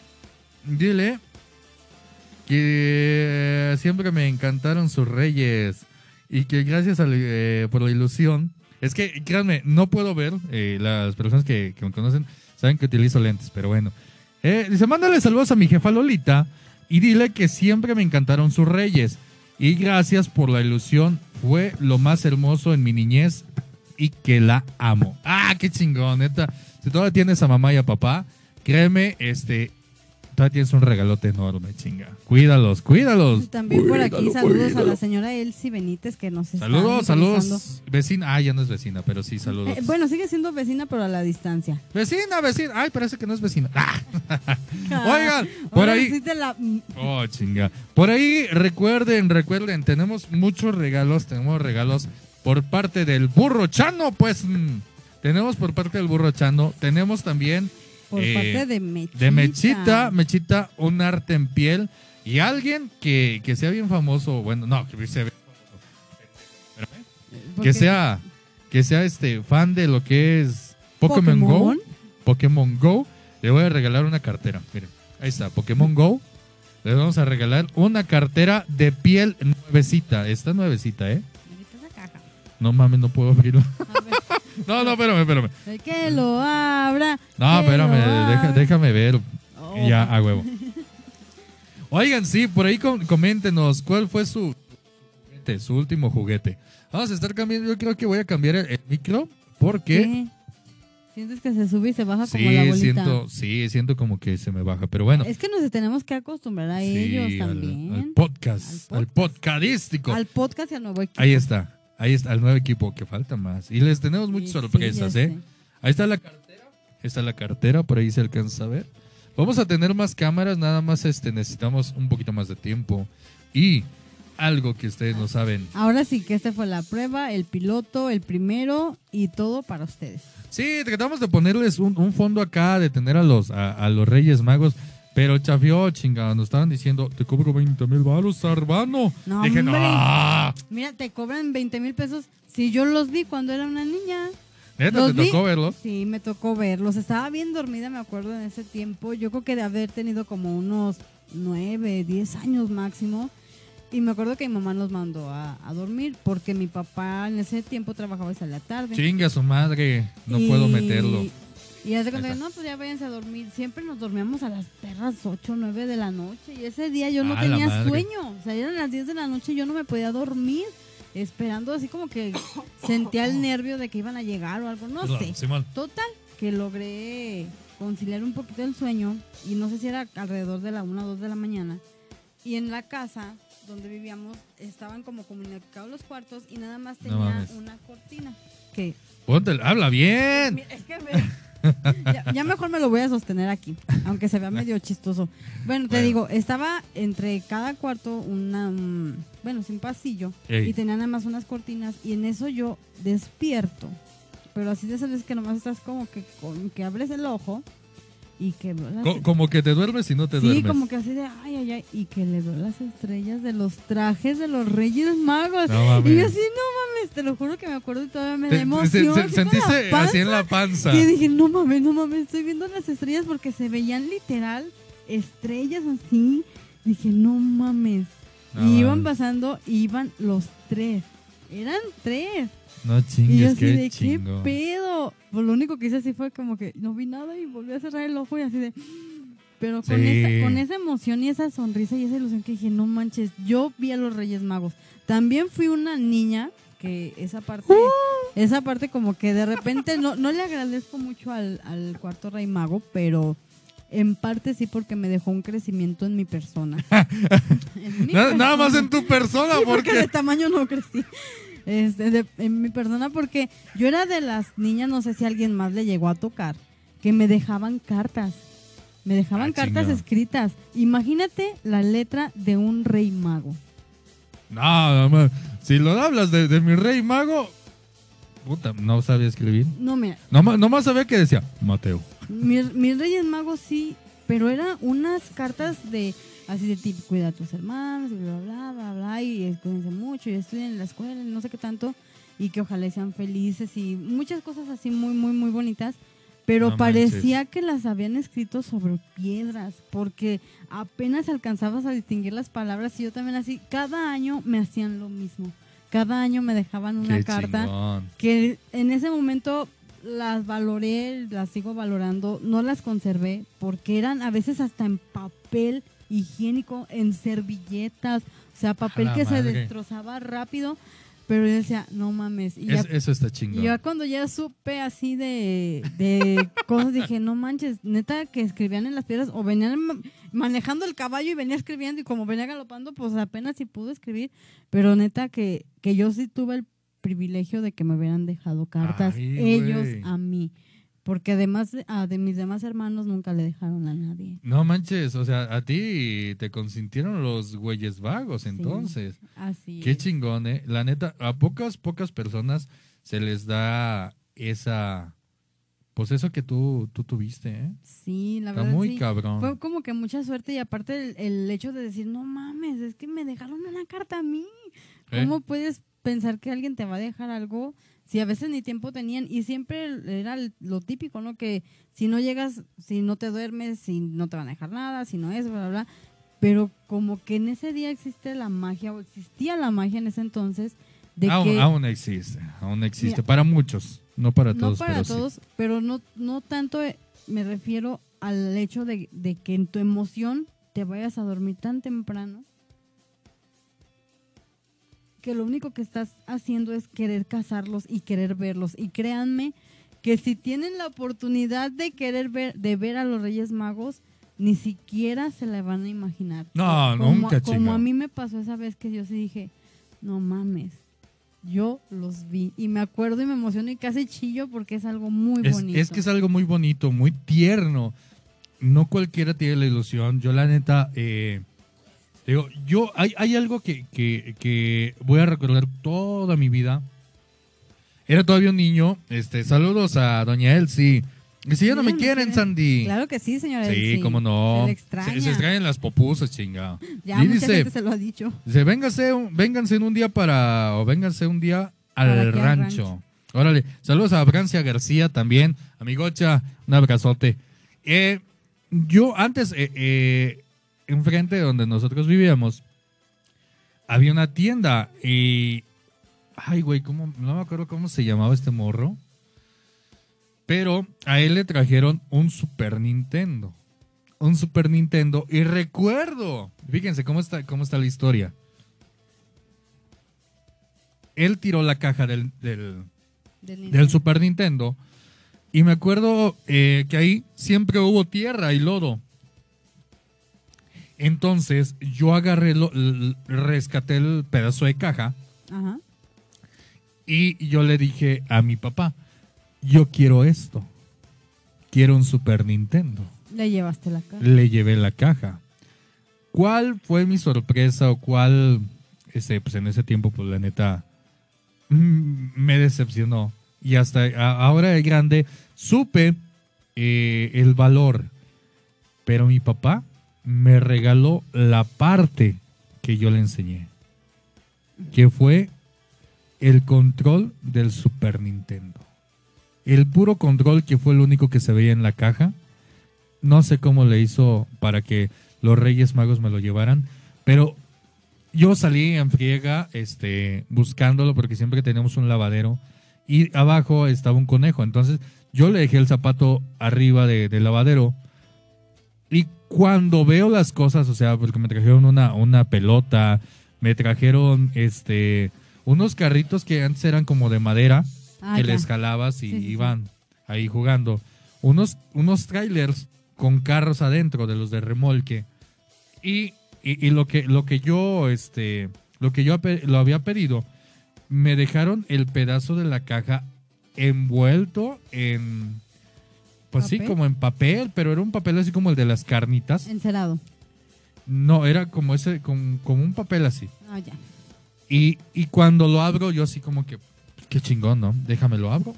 que siempre me encantaron sus reyes y que gracias por la ilusión. Es que, créanme, no puedo ver, las personas que me conocen saben que utilizo lentes, pero bueno. Dice, mándale saludos a mi jefa Lolita y dile que siempre me encantaron sus reyes y gracias por la ilusión, fue lo más hermoso en mi niñez y que la amo. ¡Ah, qué chingón, neta! Si todavía tienes a mamá y a papá, créeme, todavía tienes un regalote enorme, chinga. Cuídalos. También por aquí saludos a la señora Elsie Benítez que nos está Saludos. Vecina, ya no es vecina, pero sí, saludos. Bueno, sigue siendo vecina, pero a la distancia. Vecina. Ay, parece que no es vecina. Oigan, por ahí. Sí Oh, chinga. Por ahí, recuerden, tenemos muchos regalos, por parte del Burro Chano, pues. Tenemos por parte del Burro Chano, tenemos también por parte de Mechita. De Mechita, un arte en piel y alguien que sea bien famoso, bueno, no, que sea bien famoso. Que sea fan de lo que es Pokémon Go. Le voy a regalar una cartera. Miren, ahí está, Pokémon Go. Le vamos a regalar una cartera de piel nuevecita. Está nuevecita, ¿eh? No mames, no puedo abrirla. No, espérame. Que lo abra. No, espérame, déjame ver. Oh. Ya, a huevo. Oigan, sí, por ahí coméntenos cuál fue su último juguete. Vamos a estar cambiando, yo creo que voy a cambiar el micro porque... ¿Qué? ¿Sientes que se sube y se baja como la bolita? Siento como que se me baja, pero bueno. Es que nos tenemos que acostumbrar a ellos también. Al podcast, al podcadístico. Al podcast y al nuevo equipo. Ahí está, al nuevo equipo, que falta más. Y les tenemos muchas sorpresas, ¿eh? Ahí está la cartera, por ahí se alcanza a ver. Vamos a tener más cámaras, nada más necesitamos un poquito más de tiempo. Y algo que ustedes no saben. Ahora sí que esta fue la prueba, el piloto, el primero y todo para ustedes. Sí, tratamos de ponerles un fondo acá, de tener a los Reyes Magos, pero chafió, chingada, nos estaban diciendo, te cobro 20,000 varos, Sarbano. No, dije, hombre. No. Mira, te cobran 20,000 pesos si yo los vi cuando era una niña. ¿Neta te tocó verlos? Sí, me tocó verlos. Estaba bien dormida, me acuerdo, en ese tiempo. Yo creo que de haber tenido como unos 9, 10 años máximo. Y me acuerdo que mi mamá nos mandó a dormir porque mi papá en ese tiempo trabajaba hasta la tarde. Chinga su madre, no puedo meterlo. Y hace cuenta que no, pues ya váyanse a dormir. Siempre nos dormíamos a las perras 8, 9 de la noche. Y ese día yo no tenía sueño. O sea, eran las 10 de la noche y yo no me podía dormir. Esperando así como que sentía el nervio de que iban a llegar o algo. No sé. Simón. Total, que logré conciliar un poquito el sueño. Y no sé si era alrededor de la 1 o 2 de la mañana. Y en la casa donde vivíamos estaban como comunicados los cuartos y nada más tenía una cortina. ¿Qué? Habla bien. Es que ya mejor me lo voy a sostener aquí, aunque se vea medio chistoso. Bueno, te digo, estaba entre cada cuarto sin pasillo. Ey. Y tenía nada más unas cortinas y en eso yo despierto. Pero así de esas veces que nomás estás como que abres el ojo y que veo como que te duermes y no te duermes. Sí, como que así de ay, y que le veo las estrellas de los trajes de los Reyes Magos. No, y yo así, no mames, te lo juro que me acuerdo y todavía me da emoción. Sentiste así en la panza. Y dije, no mames, estoy viendo las estrellas porque se veían literal estrellas así. Dije, no mames. Y iban pasando, iban los 3. Eran 3. No chingues, y yo así de, chingo. ¿qué pedo? Pues lo único que hice así fue como que no vi nada y volví a cerrar el ojo y así de... Pero con esa emoción y esa sonrisa y esa ilusión que dije, no manches, yo vi a los Reyes Magos. También fui una niña que esa parte como que de repente no le agradezco mucho al cuarto Rey Mago, pero... En parte sí, porque me dejó un crecimiento en mi persona. Nada más en tu persona, sí, porque de tamaño no crecí. En mi persona, porque yo era de las niñas, no sé si a alguien más le llegó a tocar, que me dejaban cartas. Me dejaban cartas escritas. Imagínate la letra de un rey mago. No, si lo hablas de mi rey mago, puta, no sabía escribir. No, mira. Nomás sabía que decía Mateo. Mis Reyes Magos sí, pero eran unas cartas de así de tipo, cuida a tus hermanos, y bla, y cuídense mucho, y estudien en la escuela, y no sé qué tanto, y que ojalá sean felices, y muchas cosas así muy, muy, muy bonitas, pero no parecía manches. Que las habían escrito sobre piedras, porque apenas alcanzabas a distinguir las palabras, y yo también así, cada año me hacían lo mismo, cada año me dejaban una carta, chingón. Que en ese momento... Las valoré, las sigo valorando, no las conservé porque eran a veces hasta en papel higiénico, en servilletas, o sea, papel que se destrozaba rápido, Pero yo decía, no mames. Y Eso está y chingón. ya cuando ya supe así de cosas, dije, no manches, neta que escribían en las piedras o venían manejando el caballo y venía escribiendo y como venía galopando, pues apenas si pudo escribir. Pero neta que yo sí tuve el privilegio de que me hubieran dejado cartas Ay, ellos güey. a mí. Porque además de mis demás hermanos nunca le dejaron a nadie. No manches, o sea, a ti te consintieron los güeyes vagos, entonces. Así Qué es. chingón, ¿eh? La neta, a pocas personas se les da pues eso que tú tuviste, ¿eh? Sí, la Está verdad muy sí. cabrón. Fue como que mucha suerte y aparte el hecho de decir, no mames, es que me dejaron una carta a mí. ¿Eh? ¿Cómo puedes pensar que alguien te va a dejar algo si a veces ni tiempo tenían? Y siempre era lo típico, ¿no? Que si no llegas, si no te duermes, si no te van a dejar nada, si no es, bla, bla, bla. Pero como que en ese día existe la magia, o existía la magia en ese entonces, de que... Aún existe. Mira, Para muchos, no para no todos, para pero todos, pero no tanto me refiero al hecho de que en tu emoción te vayas a dormir tan temprano que lo único que estás haciendo es querer cazarlos y querer verlos. Y créanme que si tienen la oportunidad de de ver a los Reyes Magos, ni siquiera se la van a imaginar. No, Como- nunca, Como chingado. a mí me pasó esa vez que yo sí dije, no mames, yo los vi. Y me acuerdo y me emociono y casi chillo porque es algo muy bonito. Es que es algo muy bonito, muy tierno. No cualquiera tiene la ilusión. Yo la neta, digo, hay algo que voy a recordar toda mi vida. Era todavía un niño. Saludos a doña Elsie. Y si ya no me quieren, Sandy. Claro que sí, señora. Sí, Elsie. cómo no. Se le extraña. Se extrañan las popusas, chingado. Ya Y mucha dice, gente se lo ha dicho. dice, vénganse un día vénganse un día Para al aquí al rancho. rancho. Órale, saludos a Francia García también, amigocha, un abrazote. Yo antes, enfrente de donde nosotros vivíamos, había una tienda y, ay güey, no me acuerdo cómo se llamaba este morro, pero a él le trajeron un Super Nintendo. Y recuerdo, fíjense cómo está la historia. Él tiró la caja del Super Nintendo y me acuerdo que ahí siempre hubo tierra y lodo. Entonces yo agarré, rescaté el pedazo de caja. Ajá. Y yo le dije a mi papá, yo quiero esto. Quiero un Super Nintendo. Le llevaste la cara. Le llevé la caja. ¿Cuál fue mi sorpresa o cuál, pues en ese tiempo, pues la neta, me decepcionó? Y hasta ahora de grande supe el valor. Pero mi papá me regaló la parte que yo le enseñé. Que fue el control del Super Nintendo. El puro control, que fue el único que se veía en la caja. No sé cómo le hizo para que los Reyes Magos me lo llevaran, pero yo salí en friega buscándolo porque siempre teníamos un lavadero y abajo estaba un conejo. Entonces yo le dejé el zapato arriba del lavadero y cuando veo las cosas, o sea, porque me trajeron una pelota, me trajeron unos carritos que antes eran como de madera, que ya. les jalabas y Sí, sí, iban ahí jugando. Unos trailers con carros adentro de los de remolque. Y lo que yo lo había pedido, me dejaron el pedazo de la caja envuelto en, pues sí, ¿Papel? como en papel, pero era un papel así como el de las carnitas. Encerado. No, era como como un papel así. Ah, ya. Y cuando lo abro, yo así como que, qué chingón, ¿no? Déjame lo abro.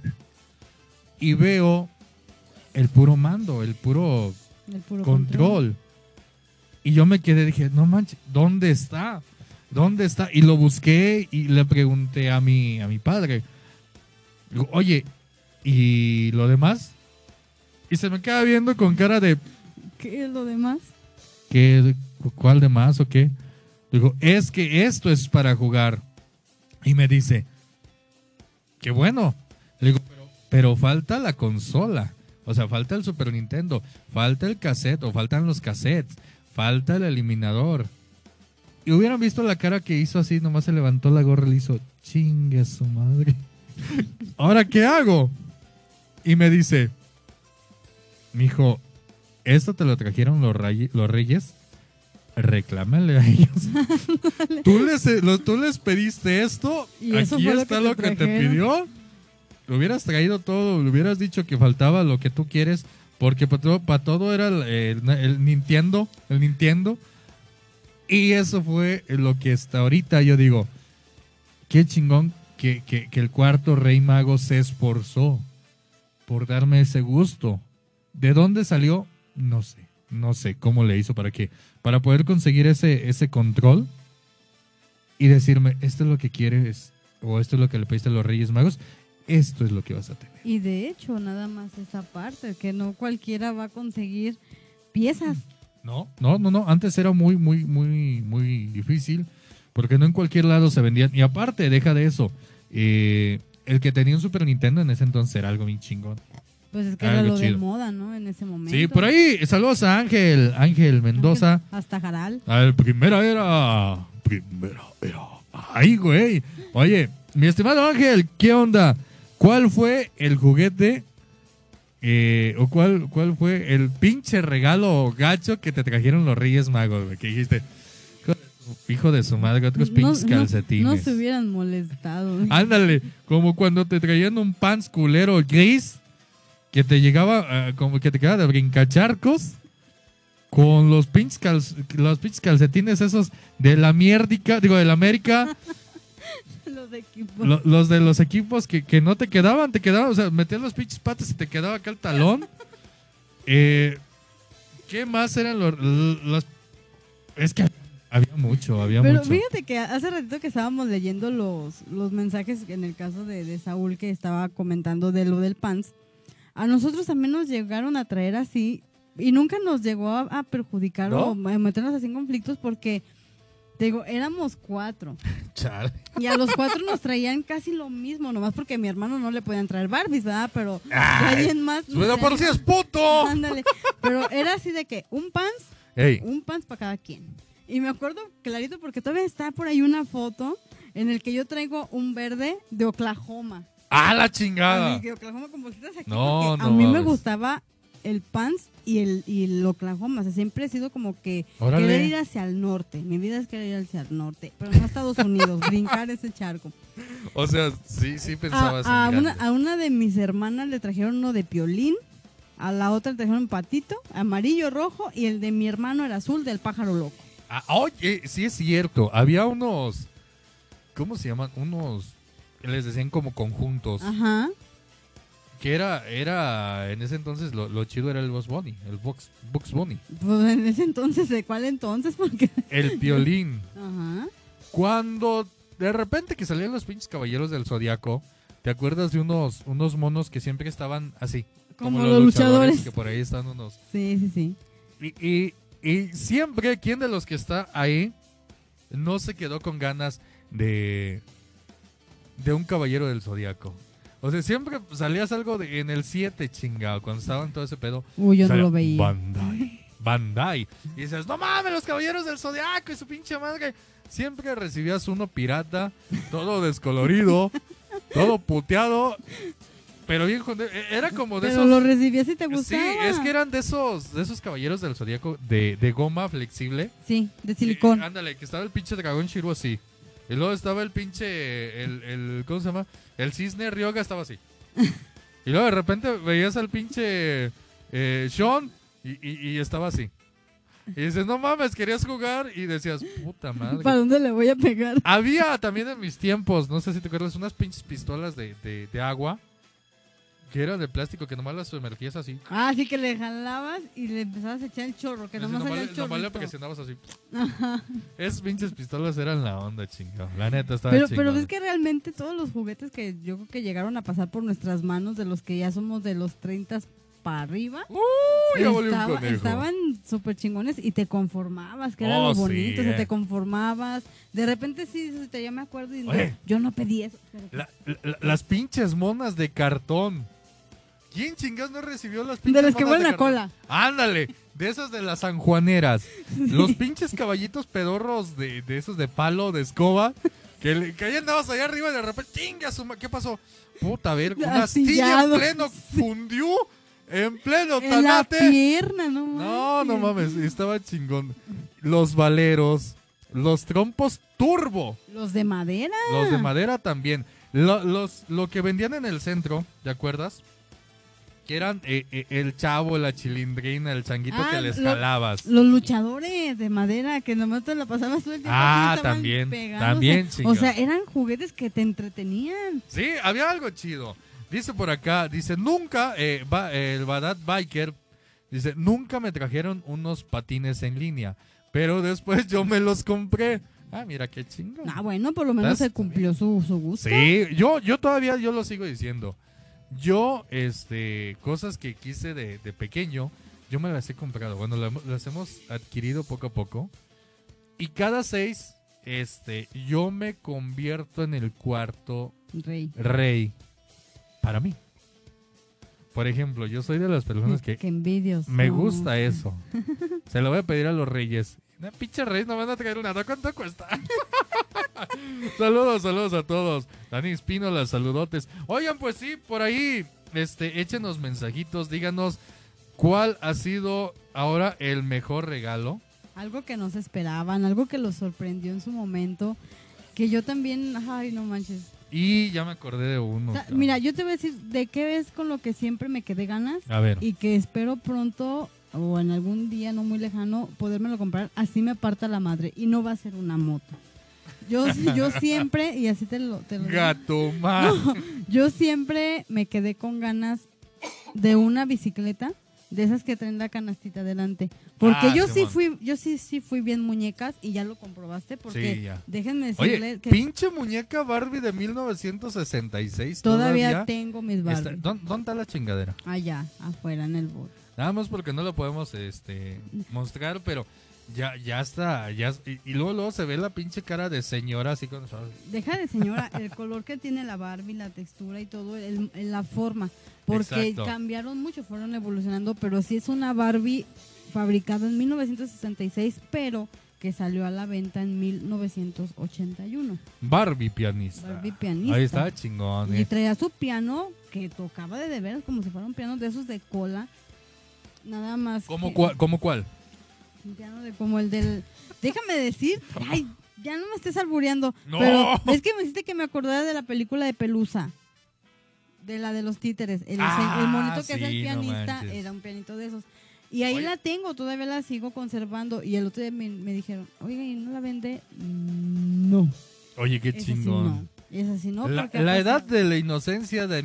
Y veo el puro mando, el puro El puro control. Y yo me quedé, dije, no manches, ¿dónde está? ¿Dónde está? Y lo busqué y le pregunté a mi padre. Digo, oye, ¿y lo demás? Y se me queda viendo con cara de, ¿Qué es lo demás? ¿cuál demás o qué? Digo, es que esto es para jugar. Y me dice, qué bueno. Le digo, pero falta la consola. O sea, falta el Super Nintendo, falta el cassette o faltan los cassettes, falta el eliminador. Y hubieran visto la cara que hizo así, nomás se levantó la gorra y le hizo, chingue su madre. ¿Ahora qué hago? Y me dice, mijo, esto te lo trajeron los reyes, reclámale a ellos. Tú les pediste esto, Y eso aquí fue lo está que lo te que te trajeron. pidió. Le hubieras traído todo, le hubieras dicho que faltaba lo que tú quieres, porque para todo era el Nintendo, Y eso fue lo que hasta ahorita yo digo, qué chingón que el cuarto rey mago se esforzó por darme ese gusto. ¿De dónde salió? No sé cómo le hizo para poder conseguir ese control y decirme, esto es lo que quieres o esto es lo que le pediste a los Reyes Magos, esto es lo que vas a tener. Y de hecho, nada más esa parte, que no cualquiera va a conseguir piezas. No. Antes era muy difícil porque no en cualquier lado se vendían. Y aparte, deja de eso, el que tenía un Super Nintendo en ese entonces era algo bien chingón. Pues es que era lo de chido. moda, ¿no? En ese momento. Sí, por ahí, saludos a Ángel Mendoza. Hasta Jaral. Al primera era. Ay, güey. Oye, mi estimado Ángel, ¿qué onda? ¿Cuál fue el juguete o cuál fue el pinche regalo gacho que te trajeron los Reyes Magos, güey? Que dijiste, hijo de su madre, otros pinches calcetines. No se hubieran molestado. Ándale, como cuando te traían un pants culero gris que te llegaba, como que te quedaba de brincacharcos con los pinches calcetines esos de la mierdica, digo, de la América. Los equipos. Los de los equipos que no te quedaban, o sea, metías los pinches patas y te quedaba acá el talón. ¿Qué más eran los? Es que había mucho. Pero fíjate que hace ratito que estábamos leyendo los mensajes, en el caso de Saúl, que estaba comentando de lo del pants, a nosotros también nos llegaron a traer así, y nunca nos llegó a perjudicar, ¿no? O a meternos así en conflictos, porque te digo, éramos 4. Chale. Y a los 4 nos traían casi lo mismo, nomás porque a mi hermano no le podían traer Barbies, ¿verdad? Pero alguien más. ¡Suena por si es puto! Ándale. Pero era así de que un pants para cada quien. Y me acuerdo clarito porque todavía está por ahí una foto en el que yo traigo un verde de Oklahoma. ¡Ah, la chingada! De Oklahoma con bolsitas aquí. No, a mí me gustaba el pants y el Oklahoma. O sea, siempre he sido como que querer ir hacia el norte. Mi vida es querer ir hacia el norte, pero no a Estados Unidos, brincar ese charco. O sea, sí pensabas a una de mis hermanas le trajeron uno de Piolín, a la otra le trajeron un patito, amarillo, rojo, y el de mi hermano era azul, del pájaro loco. Oye, sí es cierto. Había unos, ¿cómo se llaman? Unos, les decían como conjuntos. Ajá. Que era en ese entonces lo chido era el Bugs Bunny, el Bugs Bunny. Pues en ese entonces, ¿de cuál entonces? Porque el Piolín. Ajá. Cuando de repente que salían los pinches caballeros del Zodiaco, ¿te acuerdas de unos monos que siempre estaban así? Como los luchadores. Que por ahí están unos. Sí. Y siempre, ¿quién de los que está ahí no se quedó con ganas de un caballero del Zodiaco? O sea, siempre salías algo en el 7, chingado, cuando estaban todo ese pedo. Uy, yo no lo veía. Bandai. Y dices, no mames, los caballeros del Zodiaco y su pinche madre. Siempre recibías uno pirata, todo descolorido, todo puteado. Pero bien, era como de pero esos. Pero lo recibías y te gustaba. Sí, es que eran de esos caballeros del Zodiaco de goma flexible. Sí, de silicón. Ándale, que estaba el pinche dragón Shiru así. Y luego estaba el pinche, ¿cómo se llama? El cisne Ryoga estaba así. Y luego de repente veías al pinche Sean y estaba así. Y dices, no mames, querías jugar y decías, puta madre. ¿Para dónde le voy a pegar? Había también en mis tiempos, no sé si te acuerdas, unas pinches pistolas de agua que eran de plástico que nomás las sumergías así. Ah, sí, que le jalabas y le empezabas a echar el chorro, que nomás salía el chorrito. Nomás le presionabas así. Ajá. Esas pinches pistolas eran la onda, chingado. La neta estaba chingado. Pero es que realmente todos los juguetes que yo creo que llegaron a pasar por nuestras manos, de los que ya somos de los 30 para arriba, estaban súper chingones y te conformabas, que era lo bonito, o sea, te conformabas. De repente sí, ya me acuerdo y yo no pedí eso. Las pinches monas de cartón ¿Quién chingados no recibió las De pinches las que bolas huelen de a cola. Ándale, de esas de las sanjuaneras. Los pinches caballitos pedorros de esos de palo, de escoba, que ahí andabas allá arriba y de repente, chinga su ¿qué pasó? Puta, a ver, una astilla en Asillado. pleno fundió, en pleno En la tanate. pierna, no No, no manches. mames, estaba chingón. Los valeros, los trompos turbo, Los de madera. los de madera también. Lo que vendían en el centro, ¿te acuerdas? Que eran el chavo, la chilindrina, el changuito que les jalabas. Los luchadores de madera que nomás te la pasabas todo el tiempo. Ah, así, estaban también, pegándose. también, chingón. O sea, eran juguetes que te entretenían. Sí, había algo chido. Dice por acá, dice, nunca, el Badat Biker, dice, nunca me trajeron unos patines en línea, pero después yo me los compré. Ah, mira qué chingón. Ah, bueno, por lo menos se cumplió su gusto. Sí, yo todavía, yo lo sigo diciendo. Yo, cosas que quise de pequeño, yo me las he comprado. Bueno, las hemos adquirido poco a poco. Y cada 6, yo me convierto en el cuarto rey para mí. Por ejemplo, yo soy de las personas que envidios. me gusta eso. Se lo voy a pedir a los reyes. Una pinche reyes no van a traer nada. ¿Cuánto cuesta? Saludos a todos. Dani Espínola, saludotes. Oigan, pues sí, por ahí, échenos mensajitos, díganos cuál ha sido ahora el mejor regalo. Algo que no se esperaban, algo que los sorprendió en su momento, que yo también, ay, no manches. Y ya me acordé de uno. O sea, mira, yo te voy a decir de qué es con lo que siempre me quedé ganas A ver. y que espero pronto o en algún día no muy lejano podérmelo comprar, así me parta la madre y no va a ser una moto. Yo siempre, y así te lo digo, Gato man. no, yo siempre me quedé con ganas de una bicicleta, de esas que traen la canastita delante. Porque Ah, yo Simón. sí fui bien muñecas y ya lo comprobaste porque Sí, ya. déjenme decirles Oye, que pinche muñeca Barbie de 1966. todavía tengo mis está- Barbie. ¿Dónde está la chingadera? Allá, afuera en el bote. Nada más porque no lo podemos mostrar, pero ya está. Y luego se ve la pinche cara de señora así con... Deja de señora, el color que tiene la Barbie, la textura y todo, la forma. Porque Exacto. cambiaron mucho, fueron evolucionando, pero sí es una Barbie fabricada en 1966, pero que salió a la venta en 1981. Barbie pianista. Barbie pianista. Ahí está chingón. Y traía su piano que tocaba de veras como si fuera un piano de esos de cola. Nada más. ¿Cómo que- cuál? Un piano de como el del... Déjame decir, ay, ya no me estés albureando. No. Pero es que me hiciste que me acordara de la película de Pelusa. De la de los títeres. El monito que es el sí, no pianista manches. era un pianito de esos. Y ahí Oye. la tengo, todavía la sigo conservando. Y el otro día me dijeron, oiga, ¿y no la vende? No. Oye, qué Esa sí chingón. no. Esa sí no. La porque ha edad pasado- de la inocencia de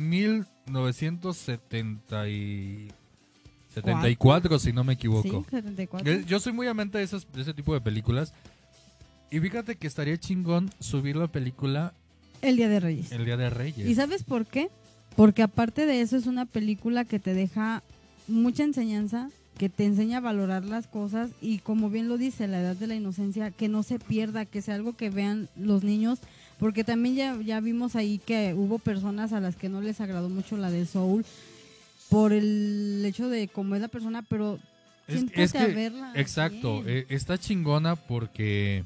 1974, si no me equivoco. Sí, 74. Yo soy muy amante de ese tipo de películas. Y fíjate que estaría chingón subir la película El Día de Reyes. el Día de Reyes. ¿Y sabes por qué? Porque aparte de eso es una película que te deja mucha enseñanza, que te enseña a valorar las cosas y como bien lo dice, la edad de la inocencia, que no se pierda, que sea algo que vean los niños, porque también ya vimos ahí que hubo personas a las que no les agradó mucho la de Soul por el hecho de cómo es la persona, pero siéntate a verla. exacto, bien. está chingona porque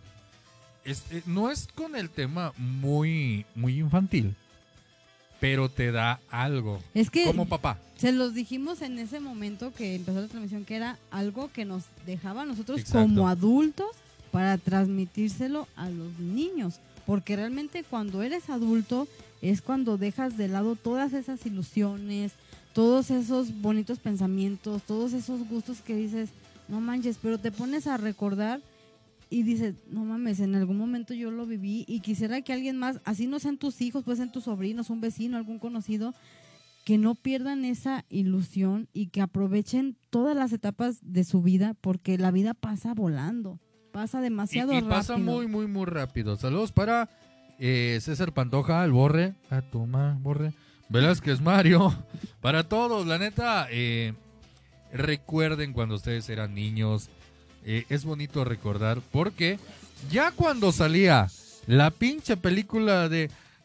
no es con el tema muy, muy infantil, pero te da algo. Es que Como papá. se los dijimos en ese momento que empezó la transmisión, que era algo que nos dejaba a nosotros Exacto. como adultos para transmitírselo a los niños. Porque realmente cuando eres adulto es cuando dejas de lado todas esas ilusiones, todos esos bonitos pensamientos, todos esos gustos que dices, no manches, pero te pones a recordar y dices, no mames, en algún momento yo lo viví y quisiera que alguien más, así no sean tus hijos, pues sean tus sobrinos, un vecino, algún conocido, que no pierdan esa ilusión y que aprovechen todas las etapas de su vida, porque la vida pasa volando, pasa demasiado Y rápido. pasa muy, muy, muy rápido. Saludos para César Pantoja, el Borre, a toma, Borre, Velázquez Mario, para todos, la neta, recuerden cuando ustedes eran niños, es bonito recordar, porque ya cuando salía la pinche película de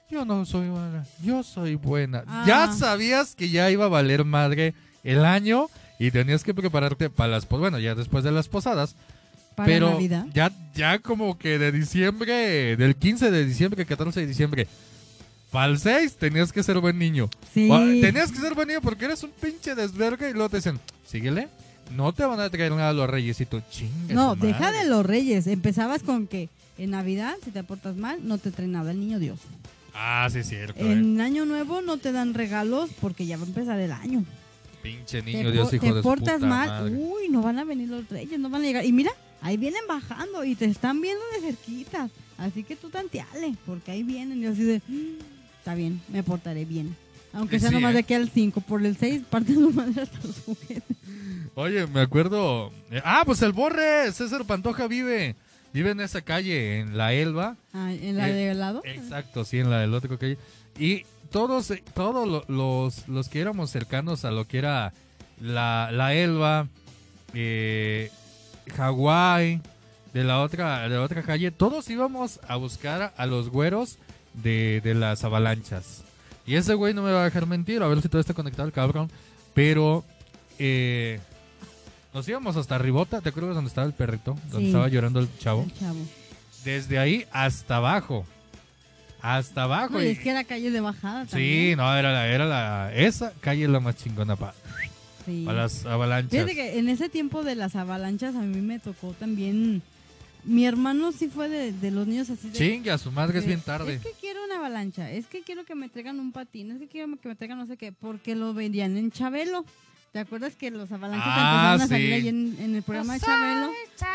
yo no soy mala, yo soy buena. Ah. Ya sabías que ya iba a valer madre el año y tenías que prepararte para las, bueno, ya después de las posadas. Para Pero Navidad. ya como que de diciembre, del 15 de diciembre, 14 de diciembre, para el 6 tenías que ser buen niño. Sí. Tenías que ser buen niño porque eres un pinche desverga y luego te dicen, síguele, no te van a traer nada los reyes y tú chingas. No, deja de los reyes. Empezabas con que en Navidad, si te portas mal, no te trae nada el niño Dios. Ah, sí, es cierto. En Año Nuevo no te dan regalos porque ya va a empezar el año. Pinche Te, niño Dios, hijo de te su portas puta mal, madre. uy, no van a venir los reyes, no van a llegar. Y mira, ahí vienen bajando y te están viendo de cerquita. Así que tú tanteale, porque ahí vienen. Y yo así de, está bien, me portaré bien. Aunque sea Sí, nomás de aquí al 5, por el 6, parte de su madre hasta los juguetes. Oye, me acuerdo. Pues el Borre, César Pantoja vive en esa calle, en la Elba. Ah, ¿en la de al lado? Exacto, sí, en la del otro calle. Y todos los que éramos cercanos a lo que era la Elba, Hawái, de la otra calle, todos íbamos a buscar a los güeros de las avalanchas. Y ese güey no me va a dejar mentir, a ver si todo está conectado el cabrón. Pero nos íbamos hasta Ribota, ¿te acuerdas donde estaba el perrito? Donde Sí. estaba llorando el chavo. El chavo. Desde ahí hasta abajo. Hasta abajo. No, y y- es que era calle de bajada Sí, también. no, esa calle es la más chingona para Sí. las avalanchas. Fíjate que en ese tiempo de las avalanchas a mí me tocó también. Mi hermano sí fue de los niños así de. Chingue, a su madre es de, bien tarde. Es que quiero una avalancha, es que quiero que me traigan un patín, es que quiero que me traigan no sé qué, porque lo vendían en Chabelo. ¿Te acuerdas que los avalanchas Ah, empezaron a salir sí. ahí en el programa de Chabelo?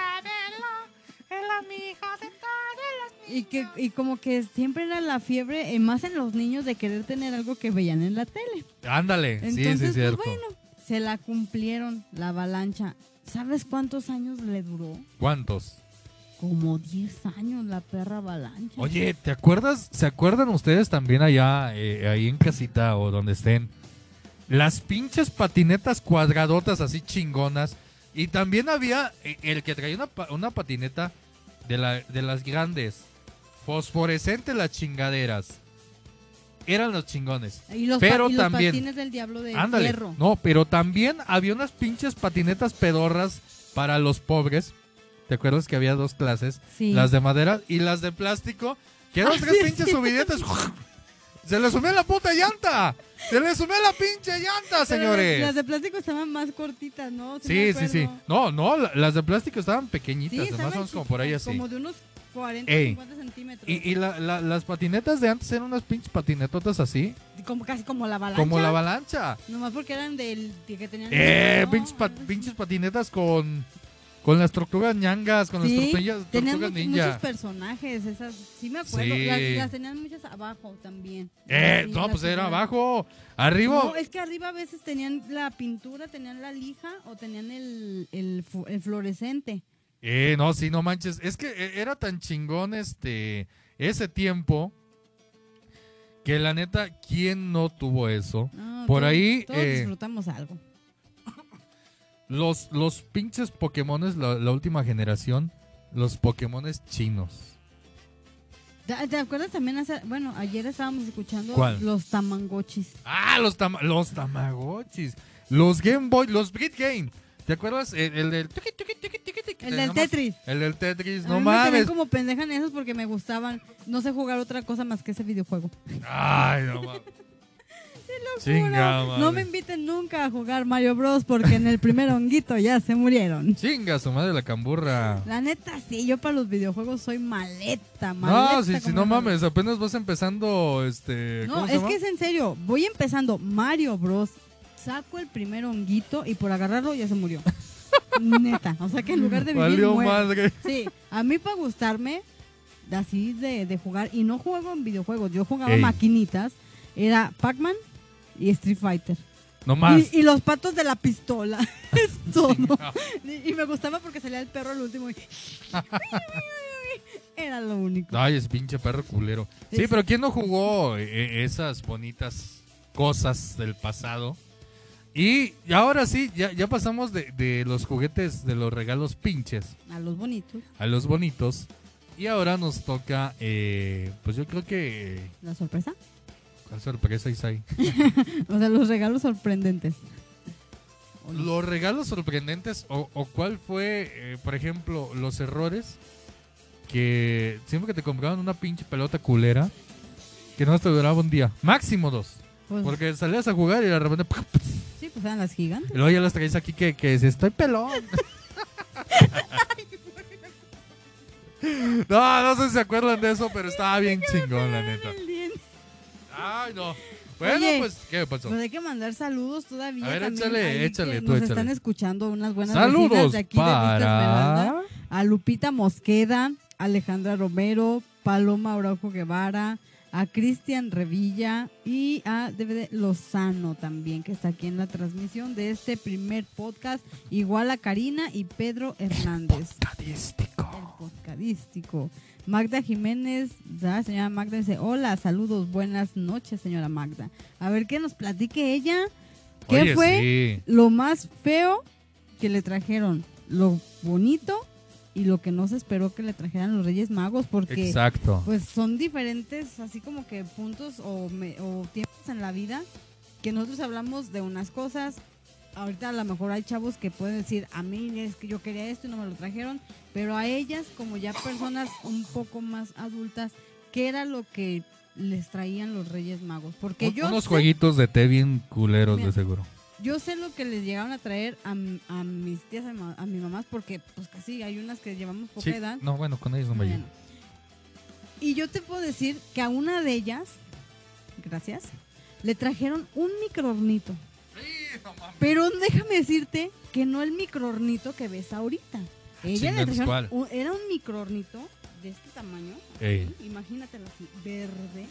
Y como que siempre era la fiebre, más en los niños, de querer tener algo que veían en la tele. Ándale, sí, Entonces, sí, cierto. pues bueno, se la cumplieron la avalancha. ¿Sabes cuántos años le duró? ¿Cuántos? Como 10 años la perra avalancha. Oye, ¿se acuerdan ustedes también allá, ahí en casita o donde estén? Las pinches patinetas cuadradotas así chingonas. Y también había el que traía una patineta de las grandes. Fosforescente las chingaderas. Eran los chingones. Y los, pero y los también, patines del diablo de ándale, hierro. no, pero también había unas pinches patinetas pedorras para los pobres. ¿Te acuerdas que había dos clases? Sí. Las de madera y las de plástico. Que eran tres sí, pinches sí. subidetas. ¡Se le sumió la puta llanta! ¡Se le sumió la pinche llanta, Pero señores! Las de plástico estaban más cortitas, ¿no? Sí, me sí, sí. acuerdo. No, las de plástico estaban pequeñitas, Sí, más estaban o menos como por ahí chiquitas, así. Como de unos 40, Ey. 50 centímetros. Y las patinetas de antes eran unas pinches patinetotas así, Casi como la avalancha. como la avalancha. Nomás porque eran del que tenían. No, Pinches patinetas con las tortugas ñangas, con Sí, las tenían tortugas muchos ninja. personajes, esas, sí me acuerdo. Sí. Las tenían muchas abajo también. Sí, No, las pues era tenían. abajo. Arriba. No, es que arriba a veces tenían la pintura, tenían la lija o tenían el fluorescente. No, sí, no manches. Es que era tan chingón ese tiempo que la neta, ¿quién no tuvo eso? No, Por todos- ahí, Todos disfrutamos algo. los pinches Pokémones, la última generación, los Pokémones chinos. ¿Te acuerdas también? Bueno, ayer estábamos escuchando ¿Cuál? los Tamagotchis. Ah, los Tamagotchis. Los Game Boy, los Brit Game. ¿Te acuerdas? El del... El del Tetris. El del Tetris, A no mí me tenían mames. como pendeja en esos porque me gustaban. No sé jugar otra cosa más que ese videojuego. Ay, no mames. Chinga, Juro, no me madre. inviten nunca a jugar Mario Bros. Porque en el primer honguito ya se murieron. Chinga, su madre la camburra. La neta, sí, yo para los videojuegos soy maleta. No, si como no la- mames, apenas vas empezando, No, ¿cómo se es llama? que es en serio. Voy empezando Mario Bros. Saco el primer honguito y por agarrarlo ya se murió. Neta. O sea que en lugar de vivir, Valió muere. madre. Sí, a mí para gustarme así de jugar, y no juego en videojuegos, yo jugaba Ey. maquinitas, era Pac-Man y Street Fighter. No más. Y los patos de la pistola, es todo. Y me gustaba porque salía el perro al último y... Era lo único. Ay, es pinche perro culero. Sí, Es- pero ¿quién no jugó esas bonitas cosas del pasado? Y ahora sí, ya pasamos de los juguetes, de los regalos pinches A los bonitos. a los bonitos. Y ahora nos toca, pues yo creo que... ¿La sorpresa? ¿Cuál sorpresa, Isai? O sea, los regalos sorprendentes. Los regalos sorprendentes o cuál fue, por ejemplo, los errores que siempre que te compraban una pinche pelota culera que no te duraba un día, máximo 2. Pues, Porque salías a jugar y de repente... sí, pues eran las gigantes. Y luego ya las traes aquí que dices, estoy pelón. No sé si se acuerdan de eso, pero estaba bien chingón, la neta. Ay, no. Bueno, Oye, pues, ¿qué pasó? Pues hay que mandar saludos todavía. A ver, también échale, ahí échale, que tú nos échale. están escuchando unas buenas Saludos vecinas de aquí de Vista para... Esmeralda. A Lupita Mosqueda, Alejandra Romero, Paloma Araujo Guevara, a Cristian Revilla y a DVD Lozano también, que está aquí en la transmisión de este primer podcast, igual a Karina y Pedro Hernández. Podcadístico. El podcadístico. Magda Jiménez, la señora Magda dice, hola, saludos, buenas noches, señora Magda. A ver, que nos platique ella. ¿Qué Oye, fue sí. lo más feo que le trajeron? Lo bonito y lo que no se esperó que le trajeran los Reyes Magos, porque Exacto. pues son diferentes, así como que puntos o tiempos en la vida, que nosotros hablamos de unas cosas. Ahorita a lo mejor hay chavos que pueden decir, a mí es que yo quería esto y no me lo trajeron, pero a ellas, como ya personas un poco más adultas, ¿qué era lo que les traían los Reyes Magos? Porque Unos jueguitos de té bien culeros, Mira, de seguro. yo sé lo que les llegaron a traer a mis tías, a mi mamá, porque pues casi hay unas que llevamos poca Sí. edad. No, bueno, con ellos no me Bueno. llevo. Y yo te puedo decir que a una de ellas, gracias, le trajeron un microhornito. Pero déjame decirte que no el microhornito que ves ahorita. Ella le Chingados, trajeron ¿cuál? era un microhornito de este tamaño. Ey. Imagínatelo así, verde.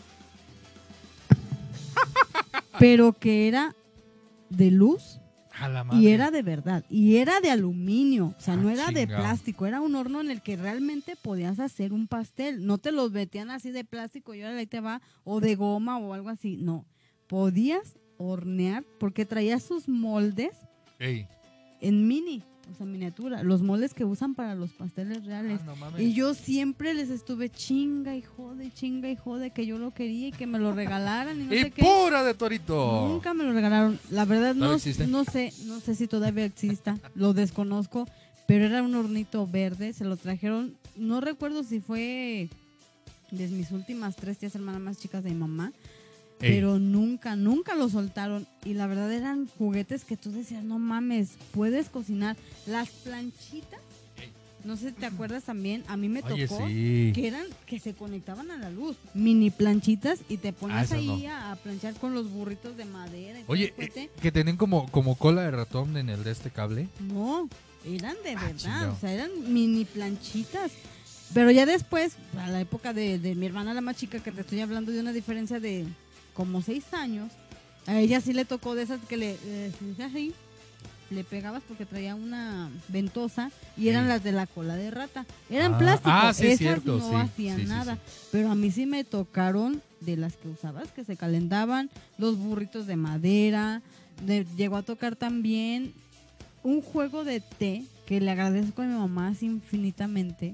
Pero que era de luz A la madre. y era de verdad. Y era de aluminio. O sea, no era de chingado. plástico. Era un horno en el que realmente podías hacer un pastel. No te los metían así de plástico y ahora ahí te va. O de goma o algo así. No. Podías hornear porque traía sus moldes Ey. en mini. O sea, miniatura. Los moldes que usan para los pasteles reales. Ah, no mames. Y yo siempre les estuve chinga y jode que yo lo quería y que me lo regalaran y no Y sé qué. pura de torito. Nunca me lo regalaron. La verdad ¿Todavía no, existe? no sé si todavía exista. Lo desconozco. Pero era un hornito verde. Se lo trajeron. No recuerdo si fue de mis últimas 3 tías hermanas más chicas de mi mamá. Ey. Pero nunca lo soltaron. Y la verdad eran juguetes que tú decías, no mames, puedes cocinar. Las planchitas, no sé si te acuerdas también, a mí me Oye, tocó sí. que se conectaban a la luz. Mini planchitas y te ponías eso ahí no. a planchar con los burritos de madera. Y todo Oye, el cohete. que tenían como cola de ratón en el de este cable. No, eran de verdad, chingado. o sea, eran mini planchitas. Pero ya después, a la época de mi hermana la más chica, que te estoy hablando de una diferencia de como 6 años, a ella sí le tocó de esas que le así, le pegabas porque traía una ventosa y eran Sí. las de la cola de rata. Eran Ah, plástico, sí, esas cierto, no sí, hacían sí, sí, nada. sí. Pero a mí sí me tocaron de las que usabas, que se calentaban, los burritos de madera. Llegó a tocar también un juego de té que le agradezco a mi mamá así infinitamente,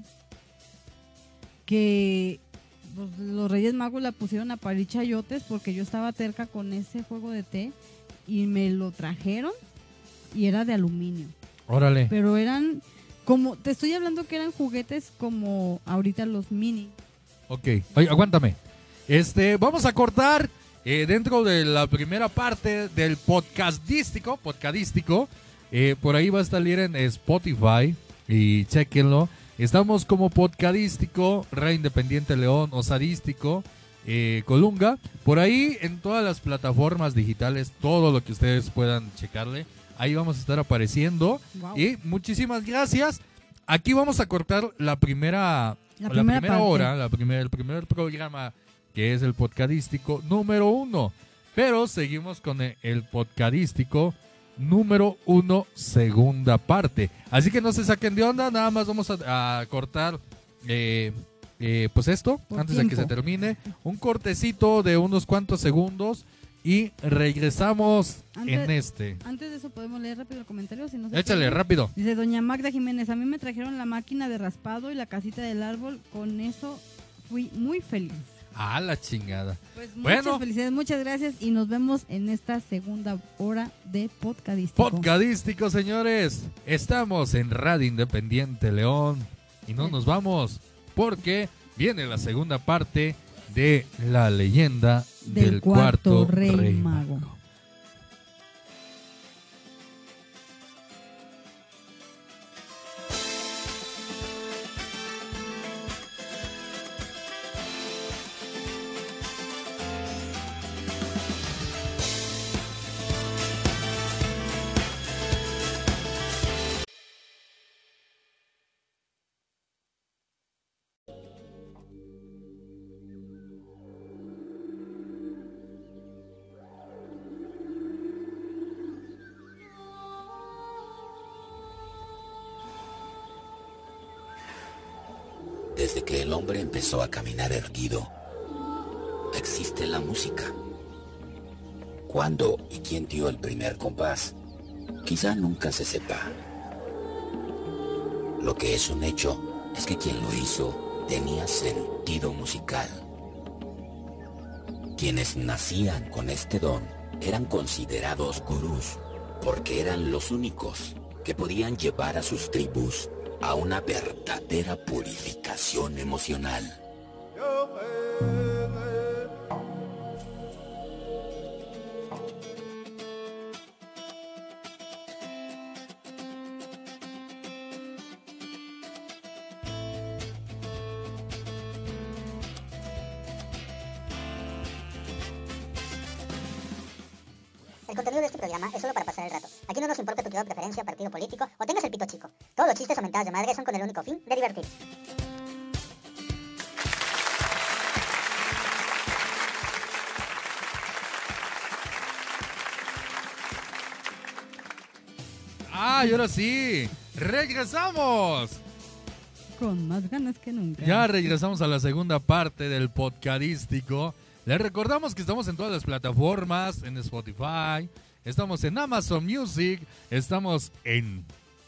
que pues, los Reyes Magos la pusieron a parir chayotes porque yo estaba terca con ese juego de té y me lo trajeron y era de aluminio. Órale. Pero eran como, te estoy hablando que eran juguetes como ahorita los mini. Ok. Oye, aguántame. Vamos a cortar dentro de la primera parte del podcadístico. Por ahí va a salir en Spotify y chequenlo. Estamos como Podcadístico, Rey Independiente León, Osadístico, Colunga. Por ahí en todas las plataformas digitales, todo lo que ustedes puedan checarle. Ahí vamos a estar apareciendo. Wow. Y muchísimas gracias. Aquí vamos a cortar la primera parte. hora, el primer programa, que es el Podcadístico número 1. Pero seguimos con el Podcadístico número 1, segunda parte. Así que no se saquen de onda, nada más vamos a cortar pues esto, Por antes de que tiempo. se termine. Un cortecito de unos cuantos segundos y regresamos en Antes de eso, ¿podemos leer rápido el comentario? Si no se Échale, puede. rápido. Dice doña Magda Jiménez, a mí me trajeron la máquina de raspado y la casita del árbol, con eso fui muy feliz. Ah, la chingada. Pues muchas Bueno, felicidades, muchas gracias y nos vemos en esta segunda hora de Podcadístico. Podcadístico, señores. Estamos en Radio Independiente León y no nos vamos porque viene la segunda parte de la leyenda del cuarto rey mago. Desde que el hombre empezó a caminar erguido, existe la música. ¿Cuándo y quién dio el primer compás? Quizá nunca se sepa. Lo que es un hecho es que quien lo hizo tenía sentido musical. Quienes nacían con este don eran considerados gurús porque eran los únicos que podían llevar a sus tribus a una verdadera purificación emocional. El contenido de este programa es solo para pasar el rato. Aquí no nos importa tu credo, preferencia, partido político o tengas el pito chico. Todos los chistes o mentadas de madre son con el único fin de divertir. ¡Ah, y ahora sí! ¡Regresamos! Con más ganas que nunca. Ya regresamos a la segunda parte del podcadístico. Les recordamos que estamos en todas las plataformas, en Spotify, estamos en Amazon Music, estamos en...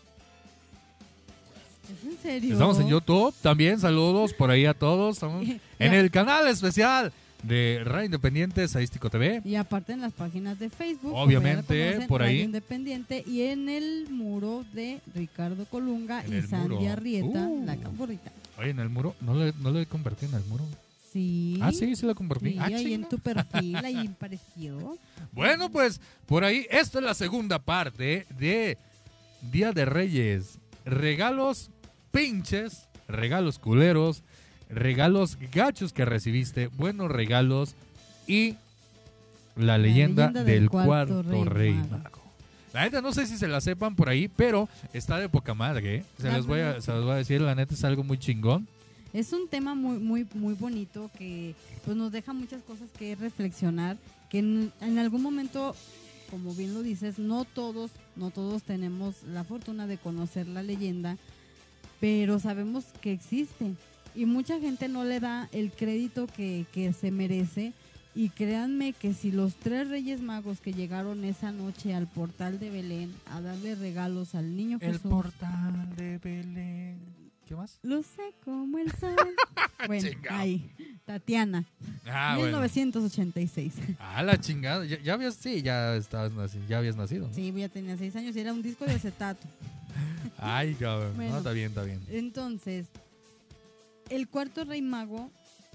¿Es en serio? Estamos en YouTube también, saludos por ahí a todos. Estamos en el canal especial de Radio Independiente Estadístico TV. Y aparte en las páginas de Facebook. Obviamente, como ya la conocen, por ahí. Radio Independiente, y en el muro de Ricardo Colunga En y el Sandy muro. Arrieta, la camborrita. Oye, en el muro, no le convertí en el muro. Sí. Ah, sí lo convertí. Sí, Ah, ahí chinga. en tu perfil, ahí pareció. Bueno, pues por ahí, esta es la segunda parte de Día de Reyes. Regalos pinches, regalos culeros, regalos gachos que recibiste, buenos regalos y la leyenda del cuarto rey mago. La neta no sé si se la sepan por ahí, pero está de poca madre, ¿eh? Se los voy a decir, la neta es algo muy chingón. Es un tema muy bonito que pues nos deja muchas cosas que reflexionar, que en algún momento, como bien lo dices, no todos tenemos la fortuna de conocer la leyenda, pero sabemos que existe y mucha gente no le da el crédito que se merece. Y créanme que si los 3 Reyes Magos que llegaron esa noche al portal de Belén a darle regalos al niño Jesús, El portal de Belén. ¿Qué más? luce como el sol. Bueno, Chingao. ahí, Tatiana, Ah, bueno. 1986. Ah, la chingada. Ya habías, sí, ya habías nacido. Sí, ya tenía 6 años y era un disco de acetato. Ay, cabrón. Bueno. No, está bien. Entonces, el cuarto rey mago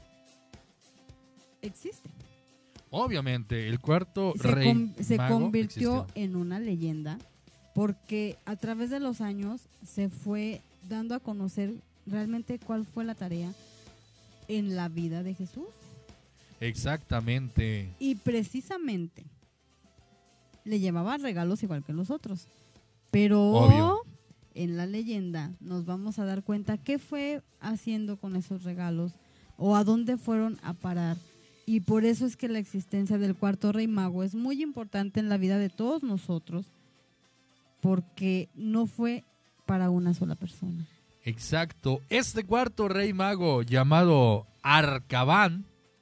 existe. Obviamente, el cuarto Se rey se mago convirtió existió. en una leyenda porque a través de los años se fue dando a conocer realmente cuál fue la tarea en la vida de Jesús. Exactamente. Y precisamente le llevaba regalos igual que los otros. Pero Obvio. en la leyenda nos vamos a dar cuenta qué fue haciendo con esos regalos o a dónde fueron a parar. Y por eso es que la existencia del cuarto rey mago es muy importante en la vida de todos nosotros, porque no fue para una sola persona. Exacto. Este cuarto rey mago llamado Arcabán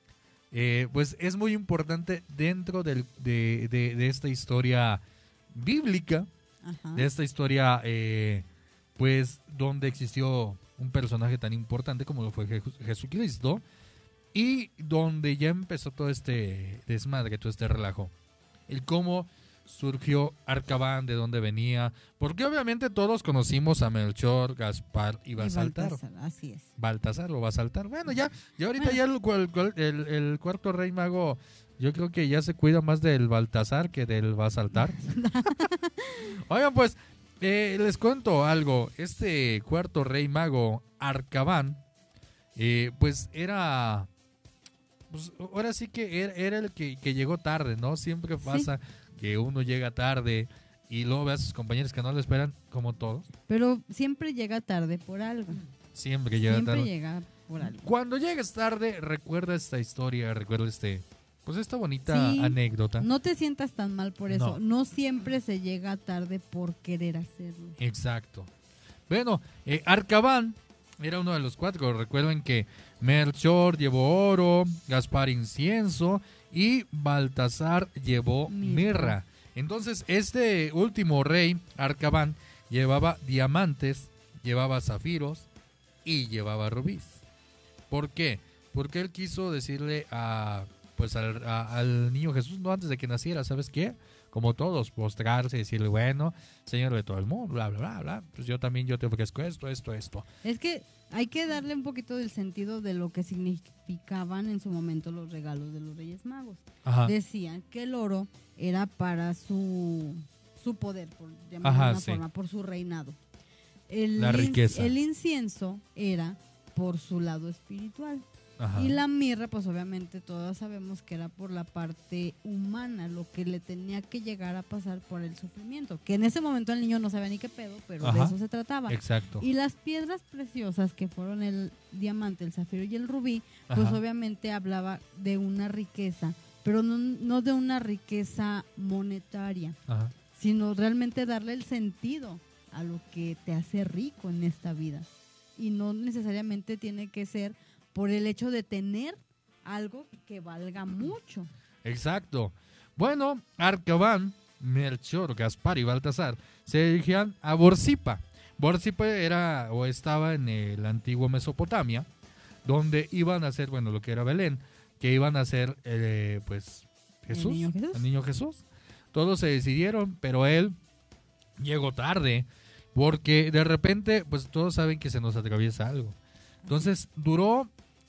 pues es muy importante dentro de esta historia bíblica, Ajá. de esta historia, pues donde existió un personaje tan importante como lo fue Jesucristo, y donde ya empezó todo este desmadre, todo este relajo. El cómo surgió Arcabán, de dónde venía, porque obviamente todos conocimos a Melchor, Gaspar y Baltasar. Así es. Baltasar o Basaltar. Bueno, ya ahorita ya el cuarto rey mago, yo creo que ya se cuida más del Baltasar que del Basaltar. Oigan, pues, les cuento algo. Este cuarto rey mago, Arcabán, pues era... Pues ahora sí que era el que llegó tarde, ¿no? Siempre pasa que uno llega tarde y luego ve a sus compañeros que no lo esperan, como todos. Pero siempre llega tarde por algo. Siempre llega Siempre tarde. llega por algo. Cuando llegues tarde, recuerda esta historia, recuerda pues esta bonita Sí, anécdota. No te sientas tan mal por eso. No. No siempre se llega tarde por querer hacerlo. Exacto. Bueno, Arcabán era uno de los 4. Recuerden que Melchor llevó oro, Gaspar incienso y Baltasar llevó mirra. Entonces, este último rey, Arcabán, llevaba diamantes, llevaba zafiros y llevaba rubíes. ¿Por qué? Porque él quiso decirle al niño Jesús, no antes de que naciera, ¿sabes qué? Como todos, postrarse y decirle, bueno, Señor de todo el mundo, bla, bla, bla, bla. Pues yo te ofrezco esto. Es que hay que darle un poquito del sentido de lo que significaban en su momento los regalos de los Reyes Magos. Ajá. Decían que el oro era para su poder, por llamarlo Ajá, de una sí. forma, por su reinado. La riqueza. El incienso era por su lado espiritual. Ajá. Y la mirra, pues obviamente todos sabemos que era por la parte humana, lo que le tenía que llegar a pasar por el sufrimiento. Que en ese momento el niño no sabía ni qué pedo, pero de Ajá. eso se trataba. Exacto. Y las piedras preciosas que fueron el diamante, el zafiro y el rubí, pues Ajá. obviamente hablaba de una riqueza, pero no de una riqueza monetaria, Ajá. sino realmente darle el sentido a lo que te hace rico en esta vida. Y no necesariamente tiene que ser por el hecho de tener algo que valga mucho. Exacto. Bueno, Arcabán, Melchor, Gaspar y Baltasar se dirigían a Borsipa. Borsipa estaba en el antiguo Mesopotamia, donde iban a hacer, bueno, lo que era Belén, que iban a hacer, pues, Jesús, el niño Jesús. Todos se decidieron, pero él llegó tarde, porque de repente, pues todos saben que se nos atraviesa algo. Entonces, duró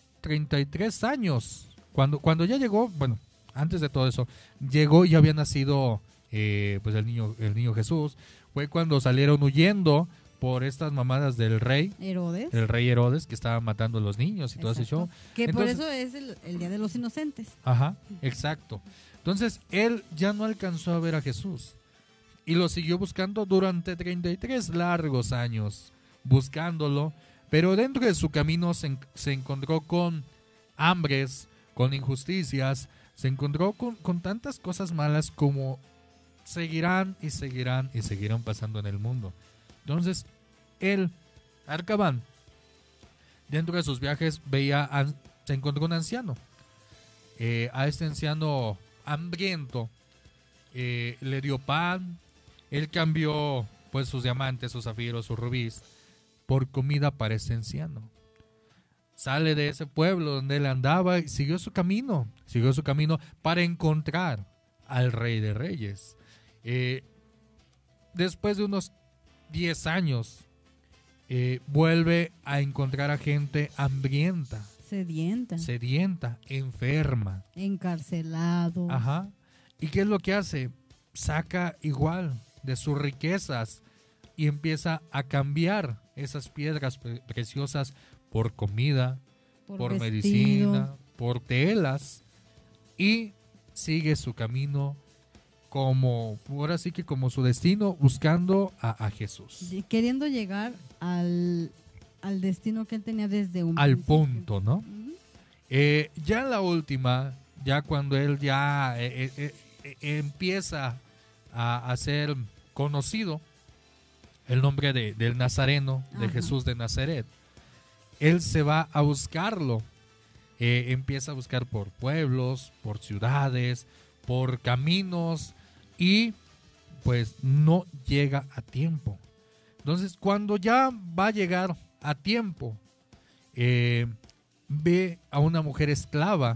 33 años. Cuando ya llegó, bueno, antes de todo eso, llegó y ya había nacido pues el niño Jesús. Fue cuando salieron huyendo por estas mamadas del rey Herodes. el rey Herodes, que estaba matando a los niños y todo ese show. Que Entonces, por eso es el Día de los Inocentes. Ajá, exacto. Entonces, él ya no alcanzó a ver a Jesús y lo siguió buscando durante 33 largos años, buscándolo, pero dentro de su camino se encontró con hambres, con injusticias, se encontró con tantas cosas malas como seguirán pasando en el mundo. Entonces, él, Arcabán, dentro de sus viajes se encontró un anciano. A este anciano hambriento le dio pan. Él cambió pues sus diamantes, sus zafiros, sus rubíes por comida para este anciano. Sale de ese pueblo donde él andaba y siguió su camino para encontrar al Rey de Reyes. Después de unos 10 años, vuelve a encontrar a gente hambrienta, sedienta, enferma, encarcelado. Ajá. ¿Y qué es lo que hace? Saca igual de sus riquezas y empieza a cambiar esas piedras preciosas por comida, por medicina, por telas, y sigue su camino ahora sí que como su destino, buscando a Jesús. Queriendo llegar al destino que él tenía desde un al principio. punto, ¿no? Uh-huh. Ya en la última, ya cuando él ya empieza a ser conocido, el nombre del Nazareno, de Ajá. Jesús de Nazaret, él se va a buscarlo empieza a buscar por pueblos, por ciudades, por caminos y pues no llega a tiempo. Entonces cuando ya va a llegar a tiempo, ve a una mujer esclava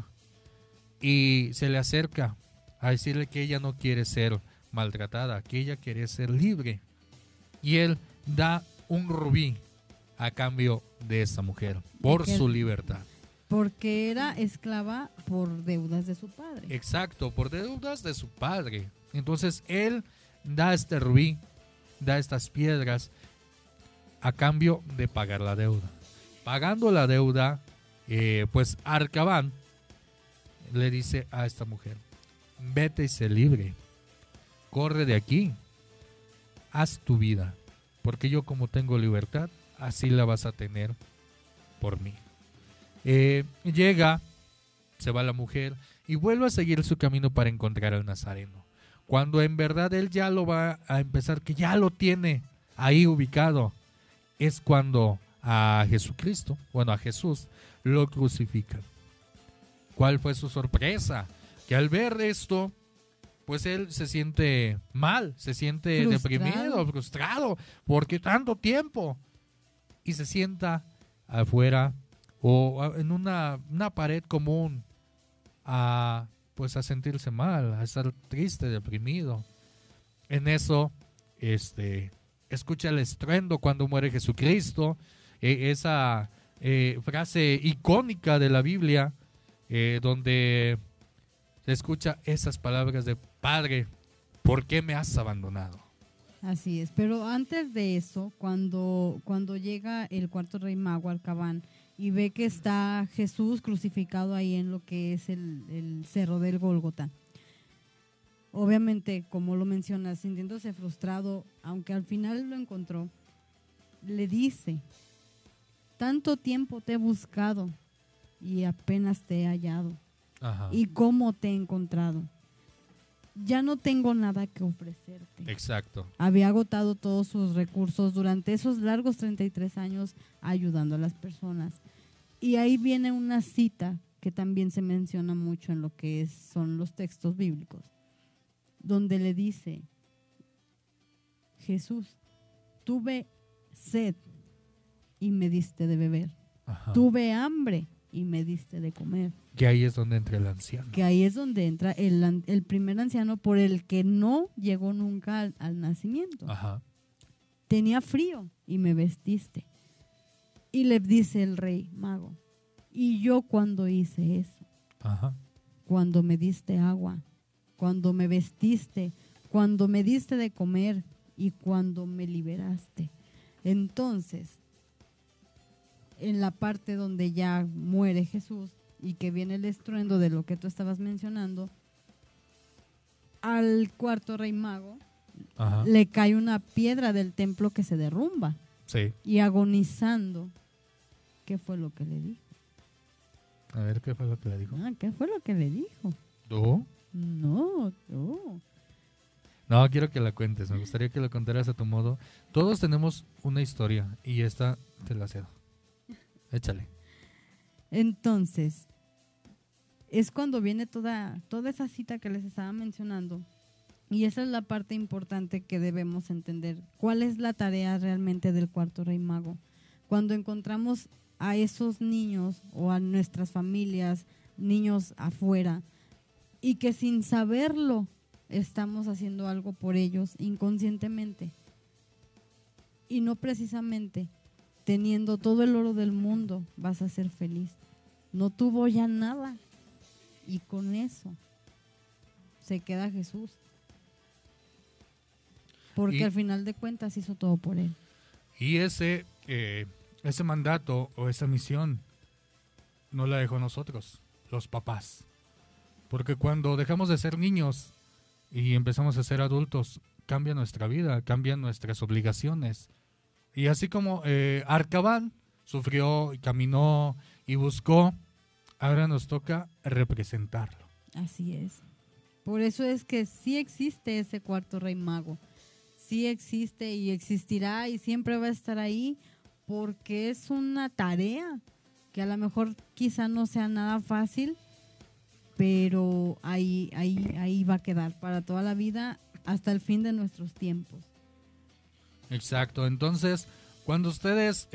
y se le acerca a decirle que ella no quiere ser maltratada, que ella quiere ser libre. Y él da un rubí a cambio de esa mujer, por su libertad. Porque era esclava por deudas de su padre. Exacto, por deudas de su padre. Entonces él da este rubí, da estas piedras a cambio de pagar la deuda. Pagando la deuda, pues Arcabán le dice a esta mujer: vete y sé libre, corre de aquí, haz tu vida, porque yo como tengo libertad, así la vas a tener por mí. Llega, se va la mujer y vuelve a seguir su camino para encontrar al Nazareno. Cuando en verdad él ya lo va a empezar, que ya lo tiene ahí ubicado, es cuando a Jesucristo, bueno, a Jesús, lo crucifican. ¿Cuál fue su sorpresa? Que al ver esto, pues él se siente mal, se siente deprimido, frustrado, porque tanto tiempo. Y se sienta afuera o en una pared común pues a sentirse mal, a estar triste, deprimido. En eso, escucha el estruendo cuando muere Jesucristo, esa frase icónica de la Biblia, donde se escucha esas palabras de: Padre, ¿por qué me has abandonado? Así es, pero antes de eso, cuando llega el cuarto rey mago, Arcabán, y ve que está Jesús crucificado ahí en lo que es el cerro del Gólgota, obviamente, como lo mencionas, sintiéndose frustrado, aunque al final lo encontró, le dice: tanto tiempo te he buscado y apenas te he hallado. Ajá. ¿Y cómo te he encontrado? Ya no tengo nada que ofrecerte. Exacto. Había agotado todos sus recursos durante esos largos 33 años ayudando a las personas. Y ahí viene una cita que también se menciona mucho en lo que son los textos bíblicos, donde le dice: Jesús, tuve sed y me diste de beber. Ajá. Tuve hambre y me diste de comer. Que ahí es donde entra el anciano. Que ahí es donde entra el primer anciano por el que no llegó nunca al nacimiento. Ajá. Tenía frío y me vestiste. Y le dice el rey mago: ¿y yo cuando hice eso? Ajá. Cuando me diste agua, cuando me vestiste, cuando me diste de comer y cuando me liberaste. Entonces, en la parte donde ya muere Jesús y que viene el estruendo de lo que tú estabas mencionando, al cuarto rey mago Ajá. le cae una piedra del templo que se derrumba. Sí. Y agonizando, ¿qué fue lo que le dijo? A ver, ¿qué fue lo que le dijo? ¿Qué fue lo que le dijo? ¿Tú? No. No, quiero que la cuentes. Me gustaría que la contaras a tu modo. Todos tenemos una historia y esta te la cedo. Échale. Entonces, es cuando viene toda esa cita que les estaba mencionando. Y esa es la parte importante que debemos entender. ¿Cuál es la tarea realmente del cuarto rey mago? Cuando encontramos a esos niños o a nuestras familias, niños afuera, y que sin saberlo estamos haciendo algo por ellos inconscientemente. Y no precisamente teniendo todo el oro del mundo vas a ser feliz. No tuvo ya nada y con eso se queda Jesús. Porque al final de cuentas hizo todo por él. Y ese mandato o esa misión no la dejó nosotros, los papás. Porque cuando dejamos de ser niños y empezamos a ser adultos, cambia nuestra vida, cambian nuestras obligaciones. Y así como Arcabán sufrió y caminó y buscó, ahora nos toca representarlo. Así es. Por eso es que sí existe ese cuarto rey mago. Sí existe y existirá y siempre va a estar ahí porque es una tarea que a lo mejor quizá no sea nada fácil, pero ahí va a quedar para toda la vida hasta el fin de nuestros tiempos. Exacto, entonces cuando ustedes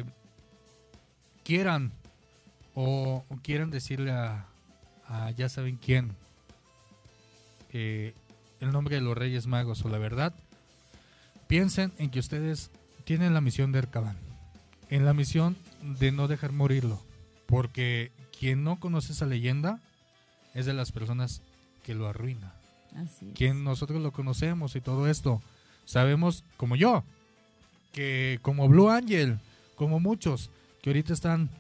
quieran o quieran decirle a ya saben quién el nombre de los Reyes Magos o la verdad, piensen en que ustedes tienen la misión de Ercabán, en la misión de no dejar morirlo, porque quien no conoce esa leyenda es de las personas que lo arruina. Así es. Quien nosotros lo conocemos y todo esto, sabemos, como yo, que como Blue Angel, como muchos, que ahorita están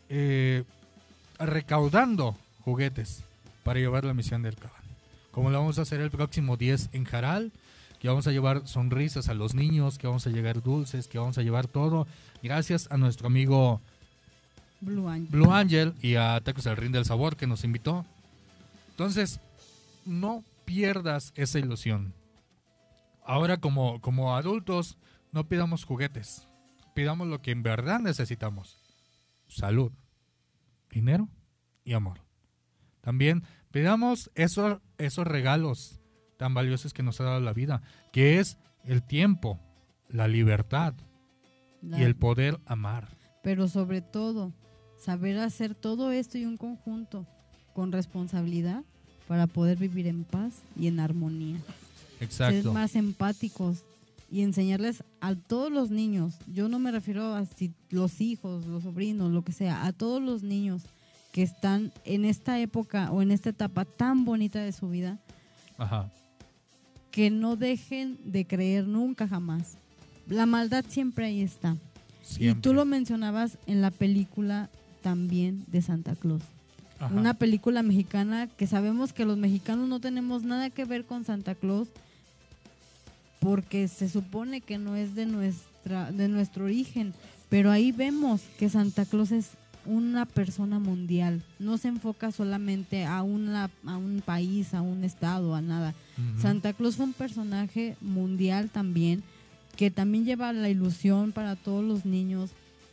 recaudando juguetes para llevar la misión del Ercabán. Como lo vamos a hacer el próximo 10 en Jaral, que vamos a llevar sonrisas a los niños, que vamos a llevar dulces, que vamos a llevar todo, gracias a nuestro amigo Blue Angel y a Tacos El Rin del Sabor que nos invitó. Entonces, no pierdas esa ilusión. Ahora como adultos, no pidamos juguetes, pidamos lo que en verdad necesitamos: salud, dinero y amor. También pidamos esos regalos tan valiosos que nos ha dado la vida, que es el tiempo, la libertad y el poder amar. Pero sobre todo, saber hacer todo esto y un conjunto con responsabilidad para poder vivir en paz y en armonía. Exacto. Ser más empáticos y enseñarles a todos los niños. Yo no me refiero a si los hijos, los sobrinos, lo que sea, a todos los niños que están en esta época o en esta etapa tan bonita de su vida. Ajá. Que no dejen de creer nunca jamás. La maldad siempre ahí está. Siempre. Y tú lo mencionabas en la película también de Santa Claus. Ajá. Una película mexicana que sabemos que los mexicanos no tenemos nada que ver con Santa Claus porque se supone que no es de nuestro origen, pero ahí vemos que Santa Claus es una persona mundial, no se enfoca solamente a un país, a un estado, a nada. Uh-huh. Santa Claus fue un personaje mundial también, que también lleva la ilusión para todos los niños,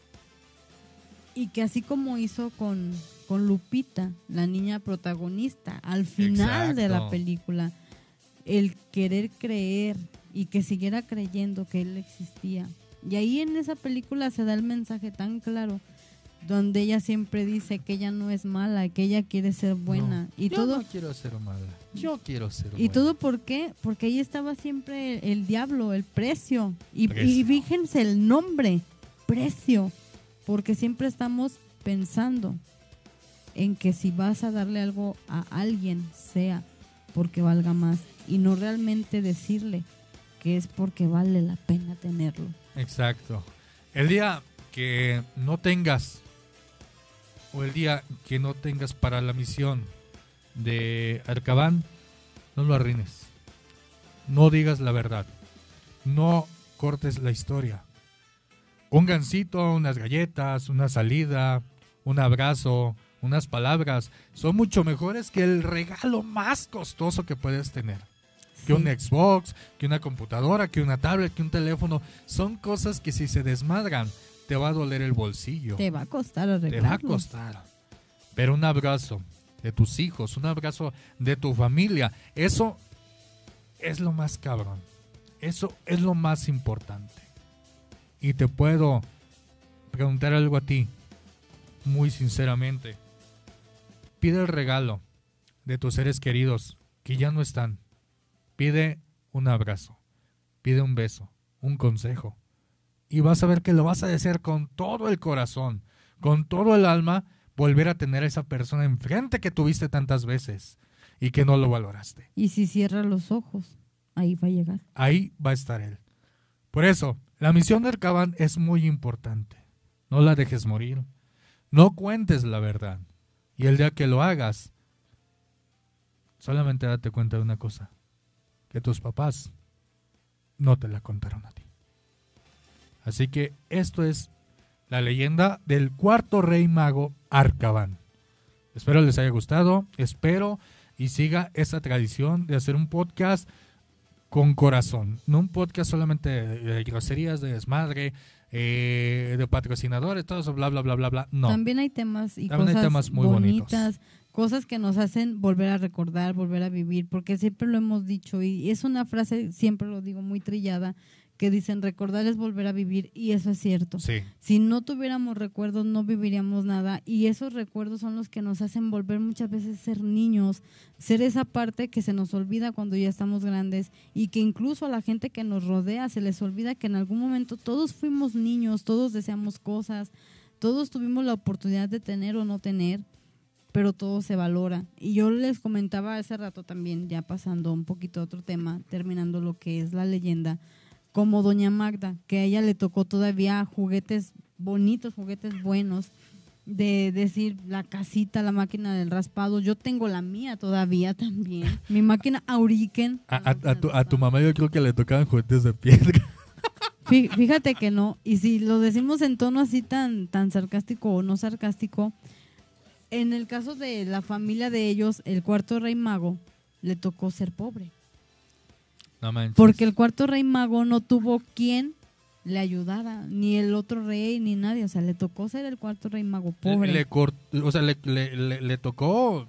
y que así como hizo con Lupita, la niña protagonista, al final de la película, el querer creer y que siguiera creyendo que él existía. Y ahí en esa película se da el mensaje tan claro, donde ella siempre dice que ella no es mala, que ella quiere ser buena. No, y yo todo, no quiero ser mala, yo quiero ser buena. ¿Y todo por qué? Porque ahí estaba siempre el diablo, el precio. Y fíjense el nombre, precio. Porque siempre estamos pensando en que si vas a darle algo a alguien, sea porque valga más. Y no realmente decirle que es porque vale la pena tenerlo. Exacto. El día que no tengas, o el día que no tengas para la misión de Ercabán, no lo arruines. No digas la verdad. No cortes la historia. Un gansito, unas galletas, una salida, un abrazo, unas palabras, son mucho mejores que el regalo más costoso que puedes tener. Sí. Que un Xbox, que una computadora, que una tablet, que un teléfono. Son cosas que si se desmadran, te va a doler el bolsillo. Te va a costar arreglarlos. Te va a costar. Pero un abrazo de tus hijos, un abrazo de tu familia, eso es lo más cabrón. Eso es lo más importante. Y te puedo preguntar algo a ti, muy sinceramente. Pide el regalo de tus seres queridos que ya no están. Pide un abrazo, pide un beso, un consejo. Y vas a ver que lo vas a desear con todo el corazón, con todo el alma, volver a tener a esa persona enfrente que tuviste tantas veces y que no lo valoraste. Y si cierras los ojos, ahí va a llegar. Ahí va a estar él. Por eso, la misión de Ercabán es muy importante. No la dejes morir. No cuentes la verdad. Y el día que lo hagas, solamente date cuenta de una cosa. Que tus papás no te la contaron a ti. Así que esto es la leyenda del cuarto rey mago Ercabán. Espero les haya gustado. Espero y siga esta tradición de hacer un podcast con corazón. No un podcast solamente de groserías, de desmadre, de patrocinadores, todo eso, bla, bla, bla, bla, bla. No. También hay temas y También hay cosas temas muy bonitas, cosas que nos hacen volver a recordar, volver a vivir, porque siempre lo hemos dicho y es una frase, siempre lo digo, muy trillada, que dicen recordar es volver a vivir y eso es cierto. Sí. Si no tuviéramos recuerdos no viviríamos nada y esos recuerdos son los que nos hacen volver muchas veces ser niños, ser esa parte que se nos olvida cuando ya estamos grandes y que incluso a la gente que nos rodea se les olvida que en algún momento todos fuimos niños, todos deseamos cosas, todos tuvimos la oportunidad de tener o no tener, pero todo se valora. Y yo les comentaba hace rato también, ya pasando un poquito a otro tema, terminando lo que es la leyenda, como Doña Magda, que a ella le tocó todavía juguetes bonitos, juguetes buenos, de decir la casita, la máquina del raspado. Yo tengo la mía todavía también. Mi máquina Auriken. A tu mamá yo creo que le tocaban juguetes de piedra. Fíjate que no. Y si lo decimos en tono así tan sarcástico o no sarcástico, en el caso de la familia de ellos, el cuarto rey mago le tocó ser pobre. No manches. Porque el cuarto rey mago no tuvo quien le ayudara, ni el otro rey, ni nadie. O sea, le tocó ser el cuarto rey mago pobre. Le tocó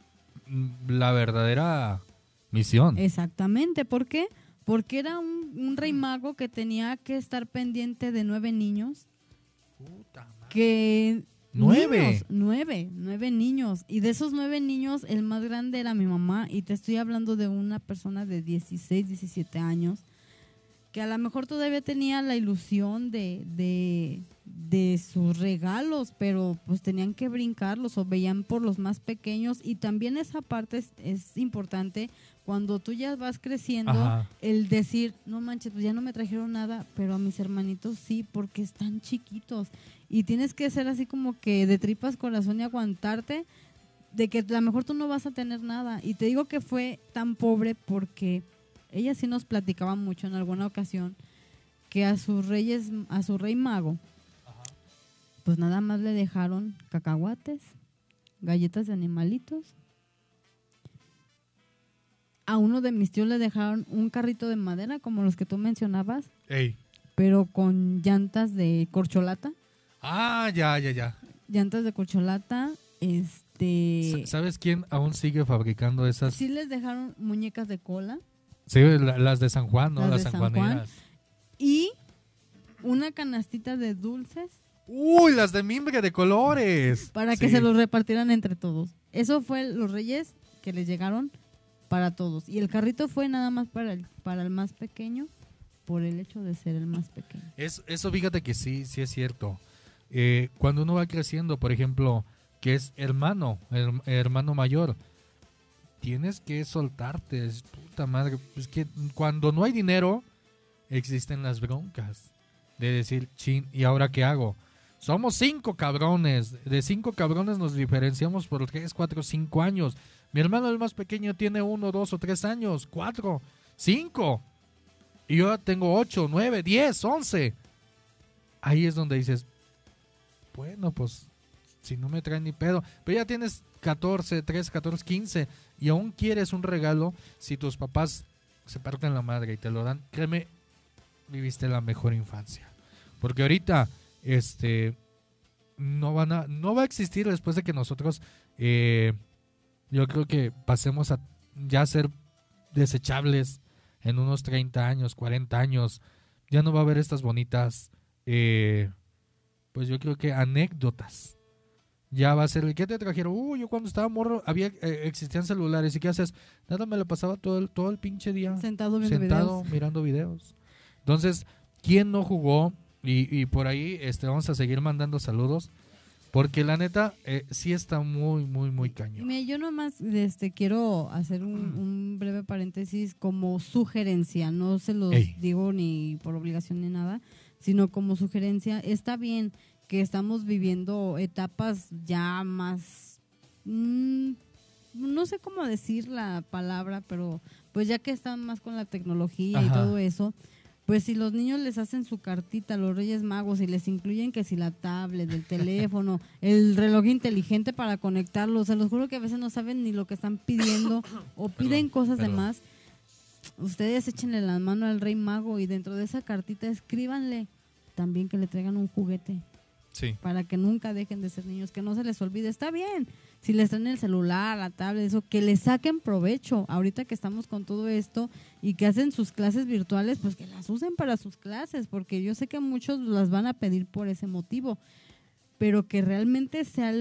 la verdadera misión. Exactamente. ¿Por qué? Porque era un rey mago que tenía que estar pendiente de 9 niños. Puta madre. Que... ¿9? Nueve niños. Y de esos 9 niños, el más grande era mi mamá. Y te estoy hablando de una persona de 16, 17 años. Que a lo mejor todavía tenía la ilusión de sus regalos. Pero pues tenían que brincarlos o veían por los más pequeños. Y también esa parte es importante. Cuando tú ya vas creciendo, Ajá. el decir, no manches, pues ya no me trajeron nada, pero a mis hermanitos sí, porque están chiquitos. Y tienes que ser así como que de tripas corazón y aguantarte de que a lo mejor tú no vas a tener nada. Y te digo que fue tan pobre porque ella sí nos platicaba mucho en alguna ocasión que a su rey mago, pues nada más le dejaron cacahuates, galletas de animalitos. A uno de mis tíos le dejaron un carrito de madera, como los que tú mencionabas, Ey. pero con llantas de corcholata. Ah, ya. Llantas de corcholata, ¿Sabes quién aún sigue fabricando esas? sí les dejaron muñecas de cola Sí, las de San Juan, ¿no? Las Las de San sanjuaneras. y una canastita de dulces Uy, las de mimbre de colores. para que Sí. se los repartieran entre todos. Eso fue los reyes que les llegaron para todos. Y el carrito fue nada más para el más pequeño, por el hecho de ser el más pequeño. Eso fíjate que sí es cierto. Cuando uno va creciendo, por ejemplo, que es hermano mayor, tienes que soltarte. Puta madre, es que cuando no hay dinero, existen las broncas. De decir, chin, ¿y ahora qué hago? Somos 5 cabrones. De 5 cabrones nos diferenciamos por 3, 4, 5 años. Mi hermano el más pequeño tiene 1, 2 o 3 años. 4, 5. Y yo tengo 8, 9, 10, 11. Ahí es donde dices, bueno, pues, si no me traen ni pedo. Pero ya tienes 14, 13, 14, 15. Y aún quieres un regalo. Si tus papás se parten la madre y te lo dan, créeme, viviste la mejor infancia. Porque ahorita, no va a existir después de que nosotros, yo creo que pasemos a ya ser desechables en unos 30 años, 40 años. Ya no va a haber estas bonitas, pues yo creo que anécdotas. Ya va a ser, ¿qué te trajeron? Yo cuando estaba morro existían celulares. ¿Y qué haces? Nada, me lo pasaba todo el pinche día Sentado viendo videos. mirando videos. Entonces, ¿quién no jugó? Y por ahí vamos a seguir mandando saludos. Porque la neta, sí está muy, muy, muy cañón. Mira, yo nomás quiero hacer un breve paréntesis como sugerencia. No se los digo ni por obligación ni nada, sino como sugerencia. Está bien que estamos viviendo etapas ya más... no sé cómo decir la palabra, pero pues ya que están más con la tecnología y todo eso, pues si los niños les hacen su cartita a los Reyes Magos y les incluyen que si la tablet, el teléfono, el reloj inteligente para conectarlos, se los juro que a veces no saben ni lo que están pidiendo o piden cosas de más. Ustedes échenle la mano al Rey Mago y dentro de esa cartita escríbanle también que le traigan un juguete. Sí. Para que nunca dejen de ser niños, que no se les olvide. Está bien, si les traen el celular, la tablet, eso, que les saquen provecho. Ahorita que estamos con todo esto y que hacen sus clases virtuales, pues que las usen para sus clases, porque yo sé que muchos las van a pedir por ese motivo, pero que realmente sea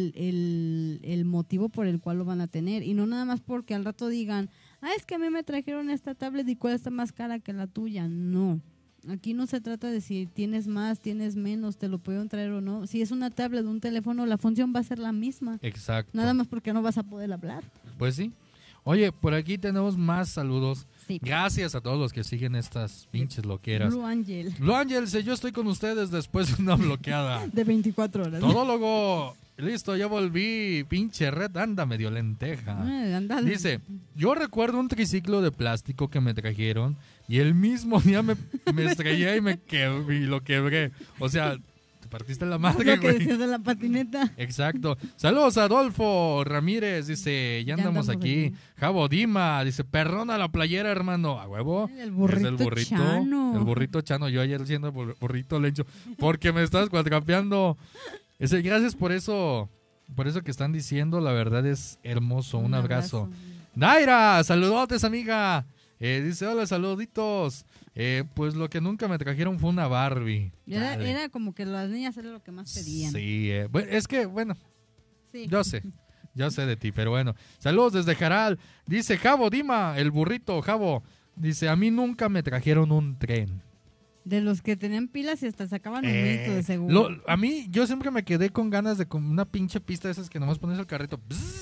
el motivo por el cual lo van a tener, y no nada más porque al rato digan, es que a mí me trajeron esta tablet y cuál está más cara que la tuya. No. Aquí no se trata de si tienes más, tienes menos, te lo pueden traer o no. Si es una tablet, un teléfono, la función va a ser la misma. Exacto. Nada más porque no vas a poder hablar. Pues sí. Oye, por aquí tenemos más saludos. Sí. Gracias a todos los que siguen estas pinches loqueras. Blue Angel. Blue Angel, yo estoy con ustedes después de una bloqueada. De 24 horas. Todólogo. Listo, ya volví. Pinche red anda medio lenteja. Ándale. Dice, yo recuerdo un triciclo de plástico que me trajeron y el mismo día me estrellé y lo quebré. O sea, te partiste la madre, Lo que güey. decías de la patineta. Exacto. Saludos a Adolfo Ramírez, dice, ya andamos aquí. Javo Dima, dice, perdona la playera, hermano. A huevo. El burrito, Es el burrito Chano. El burrito Chano. Yo ayer siendo burrito lencho. Porque me estás cuatrapeando. Gracias por eso que están diciendo. La verdad es hermoso. Un abrazo. Naira, saludotes, amiga. Dice, hola, saluditos. Pues lo que nunca me trajeron fue una Barbie. Era como que las niñas era lo que más pedían. Sí, es que, bueno, Sí. yo sé de ti, pero bueno. Saludos desde Jaral. Dice Javo Dima, el burrito Javo. Dice, a mí nunca me trajeron un tren. De los que tenían pilas y hasta sacaban un mito de seguro. A mí, yo siempre me quedé con ganas de con una pinche pista de esas que nomás pones el carrito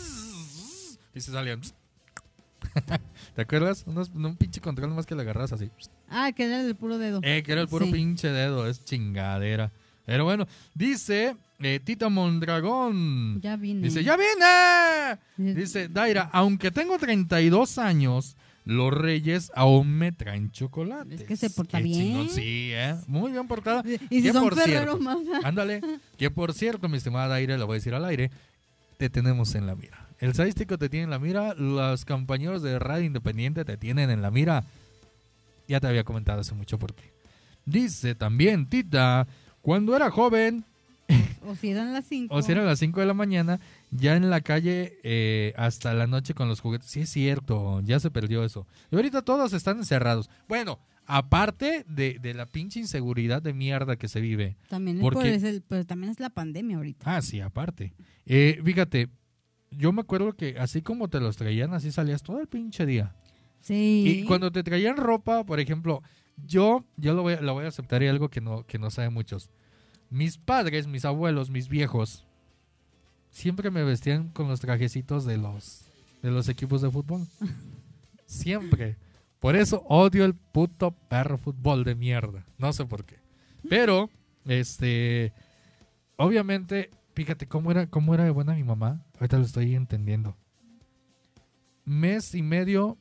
y se salían. ¿Te acuerdas? Un pinche control nomás que le agarras así. Que era el puro dedo. Que era el puro Sí. pinche dedo, es chingadera. Pero bueno, dice Tita Mondragón. Ya vine. Dice, ¡ya vine! Dice Daira, aunque tengo 32 años, los reyes aún me traen chocolates. Es que se porta Qué bien. chingón, sí, muy bien portada. Y si Que son por Ferrero cierto, más. ándale, que por cierto, mi estimada Daira, lo voy a decir al aire, te tenemos en la mira. El estadístico te tiene en la mira, los compañeros de Radio Independiente te tienen en la mira. Ya te había comentado hace mucho por qué. Dice también Tita, cuando era joven, O si eran las 5. o si eran las 5 de la mañana, ya en la calle hasta la noche con los juguetes. Sí es cierto, ya se perdió eso. Y ahorita todos están encerrados. Bueno, aparte de la pinche inseguridad de mierda que se vive. También Porque- pero también es la pandemia ahorita. Sí, aparte. Fíjate, yo me acuerdo que así como te los traían, así salías todo el pinche día. Sí. Y cuando te traían ropa, por ejemplo, yo lo voy a aceptar y algo que no saben muchos. Mis padres, mis abuelos, mis viejos, siempre me vestían con los trajecitos de los equipos de fútbol. Siempre. Por eso odio el puto perro fútbol de mierda. No sé por qué. Pero, obviamente, fíjate cómo era de buena mi mamá. Ahorita lo estoy entendiendo. Mes y medio,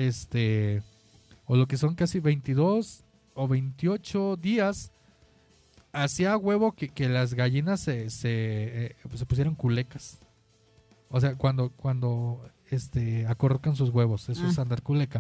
o lo que son casi 22 o 28 días, hacía huevo que las gallinas se pusieran culecas. O sea, cuando acorrocan sus huevos, eso es andar culeca.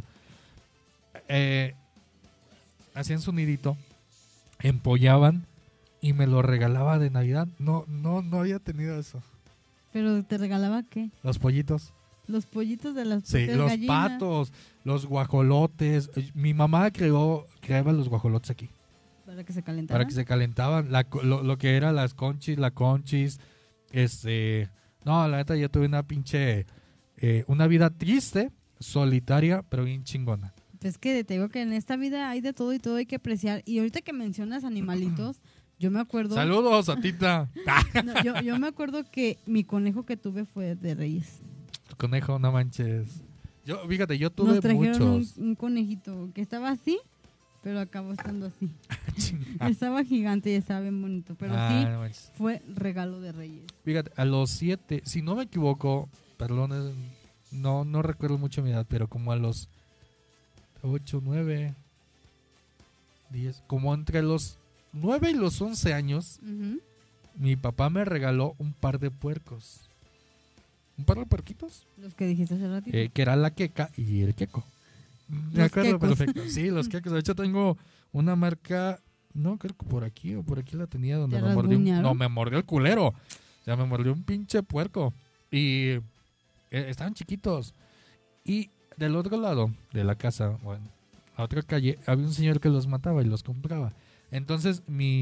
Hacían su nidito, empollaban y me lo regalaba de Navidad. No había tenido eso. ¿Pero te regalaba qué? Los pollitos. Los pollitos de las Sí, propias los gallinas. patos, los guajolotes. Mi mamá creaba los guajolotes aquí. Para que se calentaran. Para que se calentaban. Lo que era las conchis, la conchis. No, la neta, yo tuve una pinche... una vida triste, solitaria, pero bien chingona. Pues que te digo que en esta vida hay de todo y todo hay que apreciar. Y ahorita que mencionas animalitos, yo me acuerdo... Saludos a Tita. No, yo me acuerdo que mi conejo que tuve fue de Reyes. Conejo, no manches. Fíjate, yo tuve Nos trajeron muchos. un conejito que estaba así, pero acabó estando así. Chinga. Estaba gigante y estaba bien bonito, pero sí No manches. fue regalo de Reyes. Fíjate, a los 7, si no me equivoco, perdón, no recuerdo mucho mi edad, pero como a los 8, 9, 10, como entre los 9 y los 11 años, Ujú. mi papá me regaló un par de puercos. Un par de puerquitos, Los que dijiste hace ratito. que era la queca y el queco. Me Los acuerdo quecos. perfecto. Sí, los quecos. De hecho, tengo una marca No, creo que por aquí la tenía donde ¿Te me mordió. rasguñaron? No, me mordió el culero. O sea, me mordió un pinche puerco. Y estaban chiquitos. Y del otro lado de la casa, bueno, a otra calle, había un señor que los mataba y los compraba. Entonces,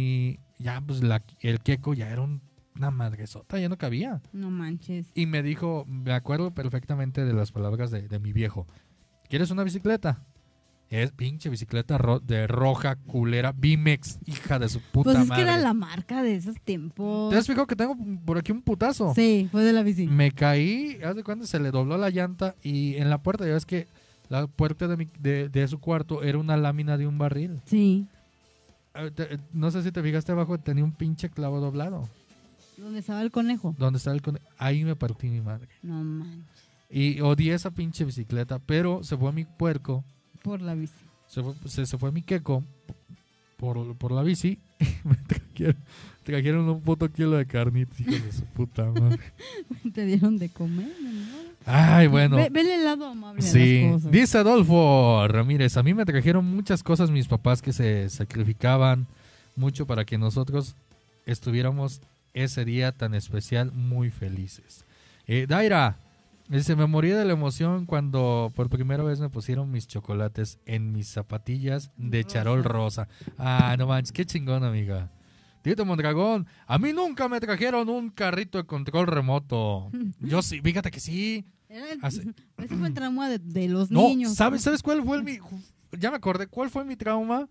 el queco ya era una madresota, ya no cabía. No manches. Y me dijo, me acuerdo perfectamente de las palabras de mi viejo. ¿Quieres una bicicleta? Es pinche bicicleta de roja, culera, Bimex, hija de su puta Pues es madre. que era la marca de esos tiempos. ¿Te has fijado que tengo por aquí un putazo? Sí, fue de la bici. Me caí, haz de cuenta, se le dobló la llanta y en la puerta, ya ves que la puerta de su cuarto era una lámina de un barril. Sí. No sé si te fijaste abajo, tenía un pinche clavo doblado. ¿Dónde estaba el conejo? ¿Dónde está el conejo? Ahí me partí mi madre. No manches. Y odié esa pinche bicicleta, pero se fue mi puerco, Por la bici. se fue mi queco por la bici y me trajeron un puto kilo de carnitas, hijo de su puta madre. Te dieron de comer, ¿no? Ay, bueno. Vele el lado amable a Sí, las cosas. dice Adolfo Ramírez, a mí me trajeron muchas cosas mis papás que se sacrificaban mucho para que nosotros estuviéramos ese día tan especial muy felices. Daira, dice, me morí de la emoción cuando por primera vez me pusieron mis chocolates en mis zapatillas de charol rosa. Ah, no manches, qué chingón, amiga. Tito Mondragón, a mí nunca me trajeron un carrito de control remoto. Yo sí, fíjate que sí. Ese fue el trauma de los No, niños. ¿sabes cuál fue ya me acordé, ¿cuál fue mi trauma?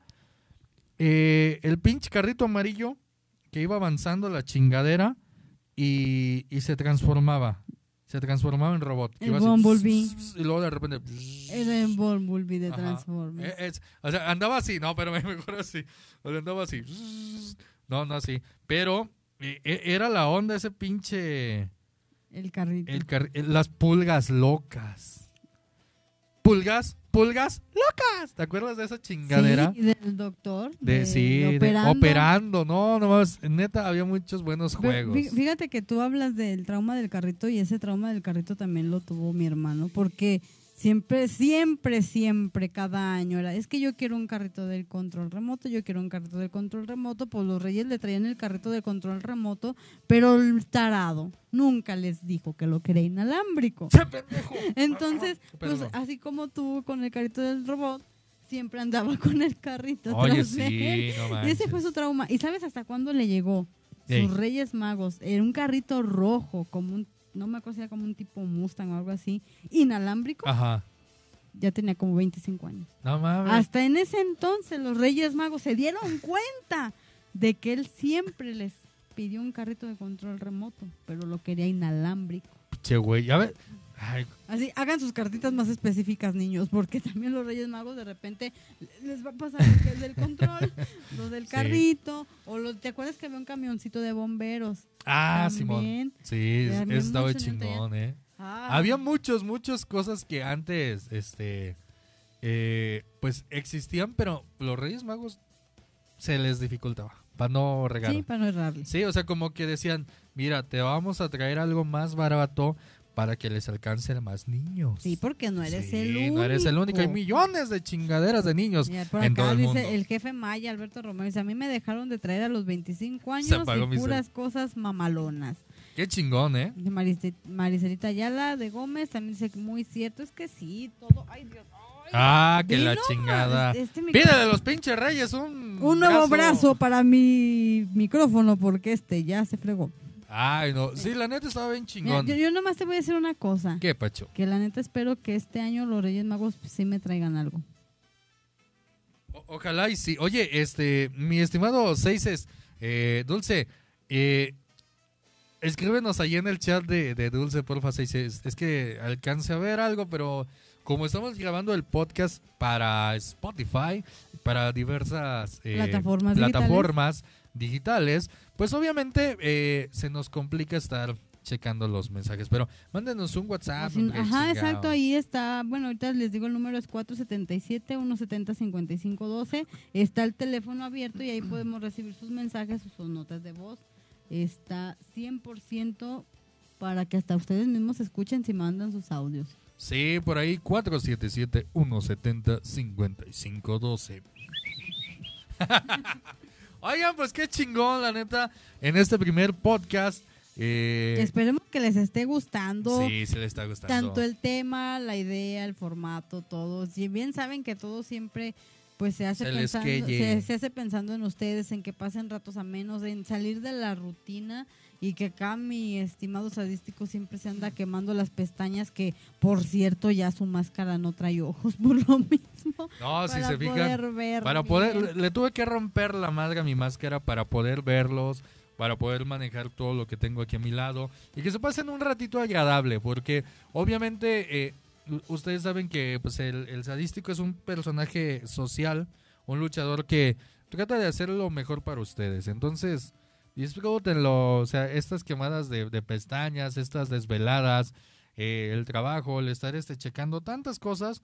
El pinche carrito amarillo que iba avanzando la chingadera y se transformaba. Se transformaba en robot. El Bumblebee. Y luego de repente... Era el Bumblebee de Ajá. Transformers. O sea, andaba así, no, pero mejor así. O sea, andaba así. No así. Pero era la onda ese pinche... El carrito. Las pulgas locas. Pulgas locas. ¿Te acuerdas de esa chingadera? Sí, del doctor. De operando. No más. Neta, había muchos buenos juegos. Fíjate que tú hablas del trauma del carrito y ese trauma del carrito también lo tuvo mi hermano, porque siempre, cada año era, es que yo quiero un carrito del control remoto, pues los reyes le traían el carrito del control remoto, pero el tarado nunca les dijo que lo quería inalámbrico. Entonces, pues así como tú con el carrito del robot, siempre andaba con el carrito atrás de él. No manches. Y ese fue su trauma. ¿Y sabes hasta cuándo le llegó? Ey. Sus Reyes Magos. Era un carrito rojo, no me acuerdo si era como un tipo Mustang o algo así, inalámbrico. Ajá. Ya tenía como 25 años. No mames. Hasta en ese entonces los Reyes Magos se dieron cuenta de que él siempre les pidió un carrito de control remoto, pero lo quería inalámbrico. Che, güey. A ver. Ay, Así, hagan sus cartitas más específicas, niños, porque también los Reyes Magos de repente les va a pasar lo que es del control, lo del carrito, ¿te acuerdas que había un camioncito de bomberos? Simón. Sí, estaba chingón, Había muchas cosas que antes, pues existían, pero los Reyes Magos se les dificultaba para no regalar. Sí, para no errarles. Sí, o sea, como que decían, mira, te vamos a traer algo más barato para que les alcance a más niños. Sí, porque no eres el único. No eres el único. Hay millones de chingaderas de niños Mira, por en acá todo el mundo. dice el jefe Maya, Alberto Romero, dice, a mí me dejaron de traer a los 25 años Se pagó y mi puras cosas mamalonas. Qué chingón, ¿eh? De Maricelita Ayala de Gómez también dice que muy cierto, es que sí, todo. Ay, Dios. Ay, Que la no, chingada. Pídele a los pinches reyes un nuevo brazo para mi micrófono porque ya se fregó. Ay, no. Sí, la neta estaba bien chingón. Mira, yo nomás te voy a decir una cosa. ¿Qué, Pacho? Que la neta espero que este año los Reyes Magos sí me traigan algo. Ojalá y sí. Oye, mi estimado Seises, Dulce, escríbenos ahí en el chat de Dulce, porfa, Seises. Es que alcance a ver algo, pero como estamos grabando el podcast para Spotify, para diversas plataformas digitales, pues obviamente se nos complica estar checando los mensajes, pero mándenos un WhatsApp. Ajá, exacto, ahí está. Bueno, ahorita les digo el número es 477-170-5512. Está el teléfono abierto y ahí podemos recibir sus mensajes o sus notas de voz. Está 100% para que hasta ustedes mismos escuchen si mandan sus audios. Sí, por ahí 477-170-5512. Oigan, pues qué chingón, la neta, en este primer podcast. Esperemos que les esté gustando. Sí, se les está gustando. Tanto el tema, la idea, el formato, todo. Si bien saben que todo siempre pues se hace se hace pensando en ustedes, en que pasen ratos amenos, en salir de la rutina, y que acá mi estimado sadístico siempre se anda quemando las pestañas, que por cierto ya su máscara no trae ojos por lo mismo. No, si se fijan, poder le tuve que romper la madre a mi máscara para poder verlos, para poder manejar todo lo que tengo aquí a mi lado y que se pasen un ratito agradable, porque obviamente ustedes saben que pues el sadístico es un personaje social, un luchador que trata de hacer lo mejor para ustedes. Entonces, disfrútenlo, o sea, estas quemadas de pestañas, estas desveladas, el trabajo, el estar checando tantas cosas,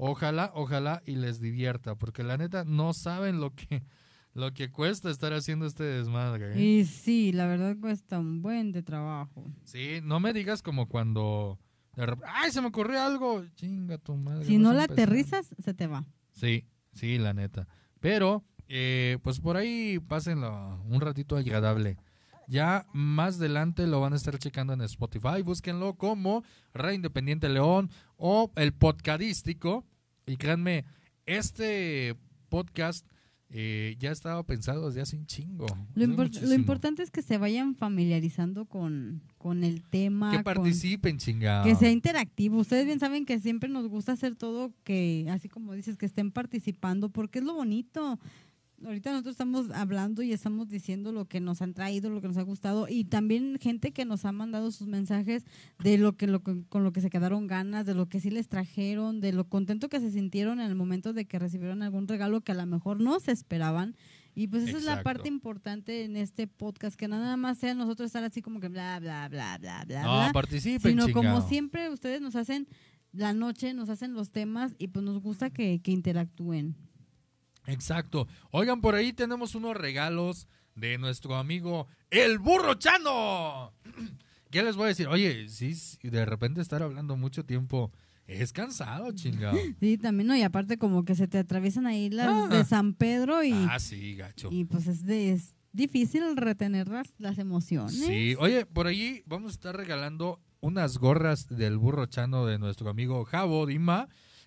ojalá y les divierta, porque la neta no saben lo que cuesta estar haciendo este desmadre. Y sí, la verdad cuesta un buen de trabajo. Sí, no me digas como cuando ¡ay, se me ocurrió algo! Chinga tu madre. Si no la aterrizas, se te va. Sí, la neta. Pero, pues por ahí pásenlo un ratito agradable. Ya más adelante lo van a estar checando en Spotify. Búsquenlo como Rey Independiente León o el Podcadístico. Y créanme, este podcast ya estaba pensado desde hace un chingo. Lo importante es que se vayan familiarizando con el tema. Que participen, chingado. Que sea interactivo. Ustedes bien saben que siempre nos gusta hacer todo, que así como dices, que estén participando, porque es lo bonito. Ahorita nosotros estamos hablando y estamos diciendo lo que nos han traído, lo que nos ha gustado, y también gente que nos ha mandado sus mensajes de con lo que se quedaron ganas, de lo que sí les trajeron, de lo contento que se sintieron en el momento de que recibieron algún regalo que a lo mejor no se esperaban. Y pues esa es la parte importante en este podcast, que nada más sea nosotros estar así como que bla, bla, bla, bla, bla, no, bla, participen, sino chingado. como siempre ustedes nos hacen la noche, nos hacen los temas, y pues nos gusta que interactúen. Exacto. Oigan, por ahí tenemos unos regalos de nuestro amigo El Burro Chano. ¿Qué les voy a decir? Oye, sí, de repente estar hablando mucho tiempo es cansado, chingado. Sí, también, no, y aparte como que se te atraviesan ahí las de San Pedro y... sí, gacho. Y pues es difícil retener las emociones. Sí, oye, por ahí vamos a estar regalando unas gorras del Burro Chano de nuestro amigo Javo Dima.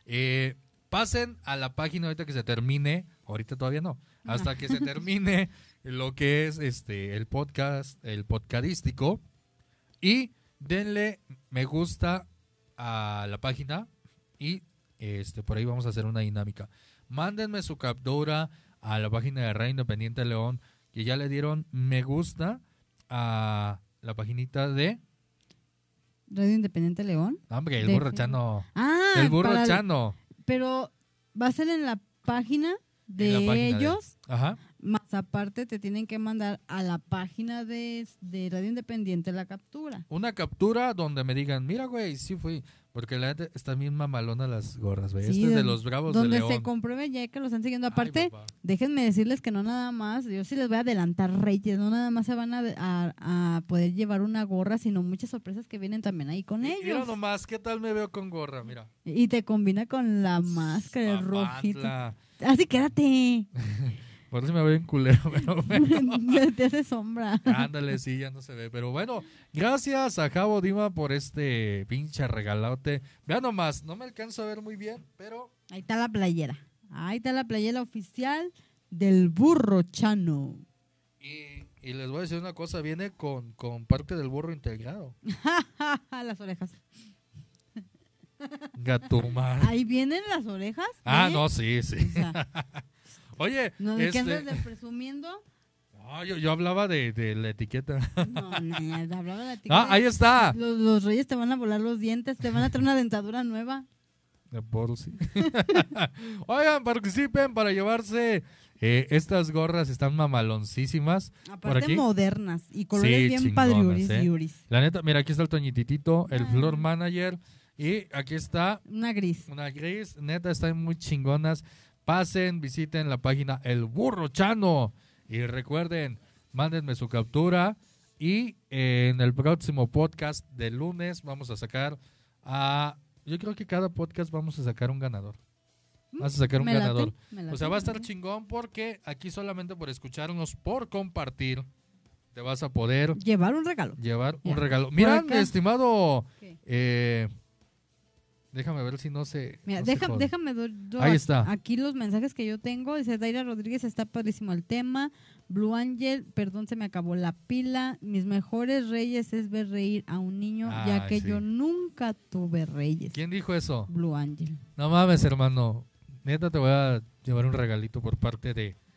Pasen a la página ahorita que se termine, ahorita todavía no, hasta que se termine lo que es el podcast, el podcadístico, y denle me gusta a la página y por ahí vamos a hacer una dinámica. Mándenme su captura a la página de Rey Independiente León, que ya le dieron me gusta a la paginita de Radio Independiente León. Hombre, el Burro Chano. El Burro Chano. Pero va a ser en la página de ellos. Ajá. Más aparte te tienen que mandar a la página de Radio Independiente la captura. Una captura donde me digan, mira, güey, sí fui. Porque la neta están bien mamalonas las gorras, güey. Sí, es de los Bravos de León. Donde se compruebe ya que lo están siguiendo. Aparte, déjenme decirles que no nada más, yo sí les voy a adelantar, reyes, no nada más se van a poder llevar una gorra, sino muchas sorpresas que vienen también ahí con ellos. Mira nomás, ¿qué tal me veo con gorra? Mira. Y te combina con la máscara, el rojito. Así quédate. Por eso me veo en culero, pero bueno. Te hace sombra. Ándale, sí, ya no se ve. Pero bueno, gracias a Javo Dima por este pinche regalote. Vean nomás, no me alcanzo a ver muy bien, pero... Ahí está la playera. Ahí está la playera oficial del Burro Chano. Y les voy a decir una cosa, viene con parte del burro integrado. Las orejas. Gatumar. Ahí vienen las orejas. No, sí. O sea, oye, no, ¿qué andas presumiendo? No, yo hablaba de la etiqueta. No, hablaba de la etiqueta. Ahí está. Los reyes te van a volar los dientes, te van a traer una dentadura nueva. Por sí. Oigan, participen para llevarse estas gorras, están mamaloncísimas. Aparte modernas y colores bien padriuris. La neta, mira, aquí está el Toñititito, el Floor Manager, y aquí está una gris, neta, están muy chingonas. Pasen, visiten la página El Burro Chano y recuerden, mándenme su captura y en el próximo podcast de lunes vamos a sacar yo creo que cada podcast vamos a sacar un ganador. Vas a sacar un Me late, ganador. me late, O sea, va a estar me late. chingón porque aquí solamente por escucharnos, por compartir, te vas a poder Llevar un regalo. llevar un Ya. regalo. Por Mira, acá. mi estimado, ¿Qué? déjame ver si no se... Mira, no se jode. déjame Ahí está. aquí los mensajes que yo tengo. Dice Daira Rodríguez, está padrísimo el tema. Blue Angel, perdón, se me acabó la pila. Mis mejores reyes es ver reír a un niño, ya Ay, que sí. yo nunca tuve reyes. ¿Quién dijo eso? Blue Angel. No mames, hermano. Neta, te voy a llevar un regalito por parte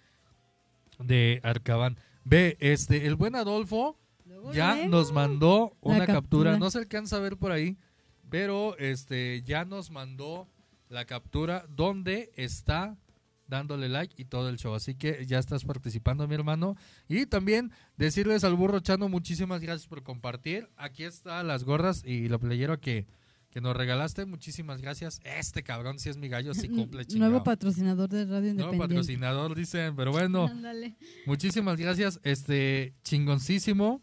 de Arcaban. Ve, el buen Adolfo Luego, ya luego. nos mandó La una captura. captura. No se alcanza a ver por ahí, pero ya nos mandó la captura donde está dándole like y todo el show. Así que ya estás participando, mi hermano. Y también decirles al burro Chano, muchísimas gracias por compartir. Aquí están las gorras y la playera que nos regalaste. Muchísimas gracias. Este cabrón sí es mi gallo, sí cumple chingado. Nuevo patrocinador de Radio Nuevo Independiente. patrocinador, dicen, pero bueno. Ándale. Muchísimas gracias, chingoncísimo.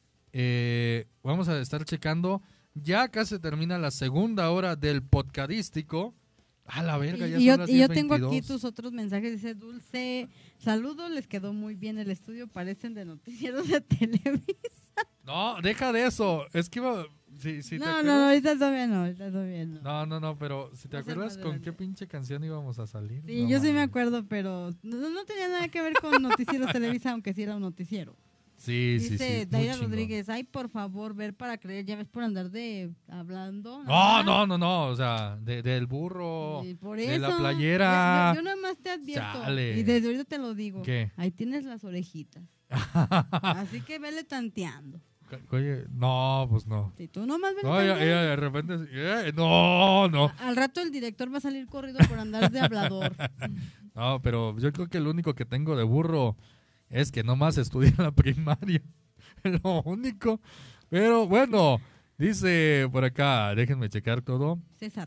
Vamos a estar checando. Ya casi termina la segunda hora del podcadístico. A la verga, ya Y son yo, las y yo tengo 10:22. aquí tus otros mensajes. Dice Dulce, saludos, les quedó muy bien el estudio, parecen de noticieros de Televisa. No, deja de eso. Es que iba... Si te No, acuerdas- ahorita todavía no, ahorita todavía no. No, pero si te Va a ser acuerdas más con adelante. qué pinche canción íbamos a salir. Sí, No yo sí me mames. acuerdo, pero no tenía nada que ver con Noticieros Televisa, aunque sí era un noticiero. Sí, sí, Dice sí. Daira muy chingón. Rodríguez, ay, por favor, ver para creer, ya ves por andar de hablando. No, o sea, del burro, Y por de la eso, playera. Yo nada más te advierto, Chale. y desde ahorita te lo digo, ¿Qué? ahí tienes las orejitas. Así que vele tanteando. Oye, no, pues no. Si tú nomás vele No, tanteando. ya de repente, no. Al rato el director va a salir corrido por andar de hablador. No, pero yo creo que lo único que tengo de burro es que nomás estudié en la primaria. Lo único. Pero bueno, dice por acá, déjenme checar todo. César.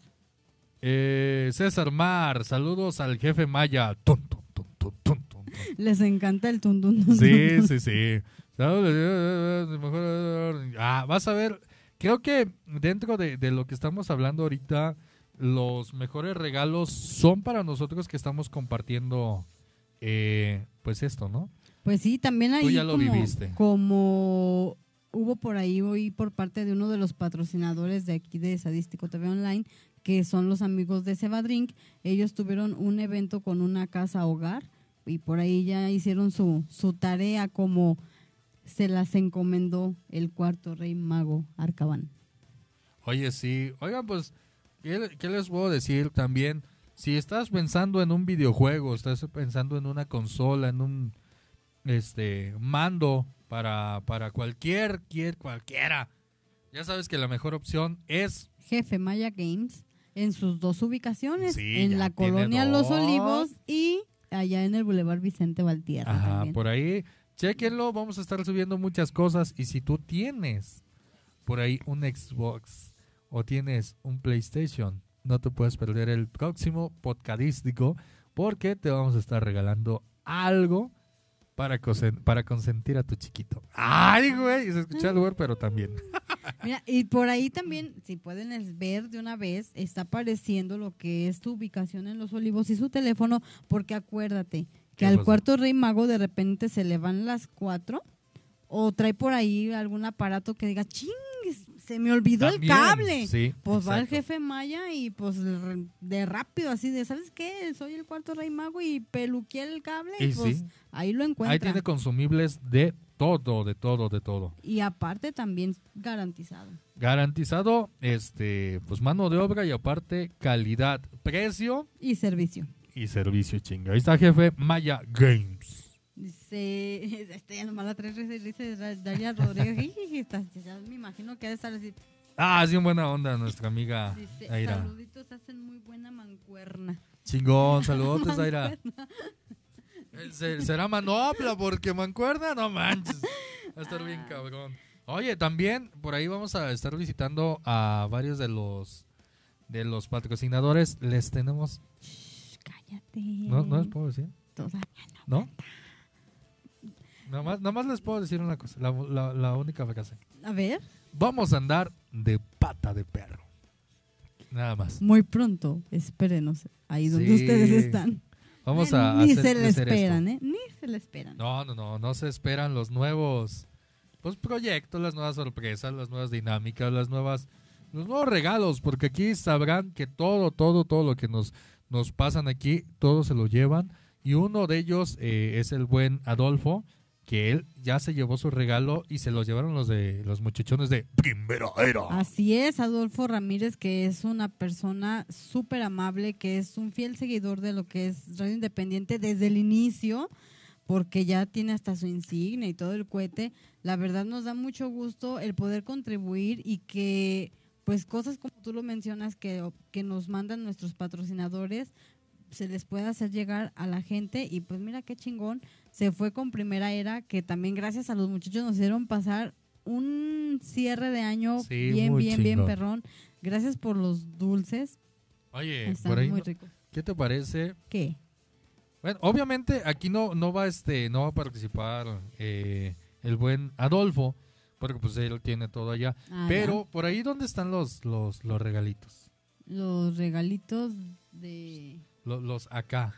César Mar, saludos al jefe Maya. Tun, tun, tun, tun, tun, tun. Les encanta el tundún. Sí. Vas a ver, creo que dentro de lo que estamos hablando ahorita, los mejores regalos son para nosotros que estamos compartiendo, pues esto, ¿no? Pues sí, también ahí ya lo viviste. como hubo por ahí hoy por parte de uno de los patrocinadores de aquí de Sadístico TV Online, que son los amigos de Sebadrink, ellos tuvieron un evento con una casa hogar y por ahí ya hicieron su tarea como se las encomendó el cuarto rey mago Arcaban. Oye, sí. Oigan, pues, ¿qué les puedo decir también? Si estás pensando en un videojuego, estás pensando en una consola, en un mando para cualquiera, ya sabes que la mejor opción es Jefe Maya Games en sus dos ubicaciones, Sí, en ya la tiene colonia Los dos. Olivos y allá en el Boulevard Vicente Valtierra. Ajá, también. por ahí, chéquenlo, vamos a estar subiendo muchas cosas y si tú tienes por ahí un Xbox o tienes un PlayStation, no te puedes perder el próximo podcadístico porque te vamos a estar regalando algo para consentir a tu chiquito. Ay, güey, se escucha el lugar, pero también. Mira, y por ahí también, si pueden ver de una vez, está apareciendo lo que es tu ubicación en Los Olivos y su teléfono, porque acuérdate que ¿Qué al pasó? cuarto rey mago de repente se le van las 4 o trae por ahí algún aparato que diga, ching, se me olvidó También, el cable. sí, Pues va el exacto. jefe Maya y pues de rápido así de, ¿sabes qué? Soy el cuarto rey mago y peluqueé el cable y, Y pues sí. ahí lo Ahí encuentra. tiene consumibles de todo. Y aparte también garantizado. Garantizado, pues mano de obra y aparte calidad, precio Y servicio. y servicio, chinga. Ahí está, jefe Maya Games. Dice, ya nomás la tres dice Daria Rodríguez, jiji, ya me imagino que ha de estar así. Ah, sí, buena onda nuestra amiga Dice, Aira. saluditos, hacen muy buena mancuerna. Chingón, saludos, Aira. Será manopla porque mancuerda, no manches. Va a estar bien cabrón. Oye, también por ahí vamos a estar visitando a varios de los patrocinadores. Les tenemos, Shh, cállate. no les puedo decir, Todavía ¿no? Nada más les puedo decir una cosa, la única frase. no. A ver, Vamos a andar de pata de perro. Nada más. Muy pronto, espérenos ahí donde Sí. ustedes están. Vamos a Ni hacer se le crecer esperan, esto. Ni se le esperan. No se esperan los nuevos proyectos, las nuevas sorpresas, las nuevas dinámicas, los nuevos regalos, porque aquí sabrán que todo lo que nos pasan aquí, todo se lo llevan, y uno de ellos es el buen Adolfo, que él ya se llevó su regalo y se lo llevaron los muchachones de Primera Era. Así es, Adolfo Ramírez, que es una persona súper amable, que es un fiel seguidor de lo que es Radio Independiente desde el inicio, porque ya tiene hasta su insignia y todo el cohete. La verdad nos da mucho gusto el poder contribuir y que pues cosas como tú lo mencionas que nos mandan nuestros patrocinadores se les pueda hacer llegar a la gente. Y pues mira qué chingón, se fue con Primera Era, que también gracias a los muchachos nos hicieron pasar un cierre de año Sí, bien muy chingón. perrón. Gracias por los dulces, Oye, están por ahí, muy ricos. ¿qué te parece? ¿Qué? Bueno, obviamente aquí no va a participar el buen Adolfo, porque pues él tiene todo allá. Ah, Pero por ahí, ¿dónde están los regalitos? los regalitos de Los acá.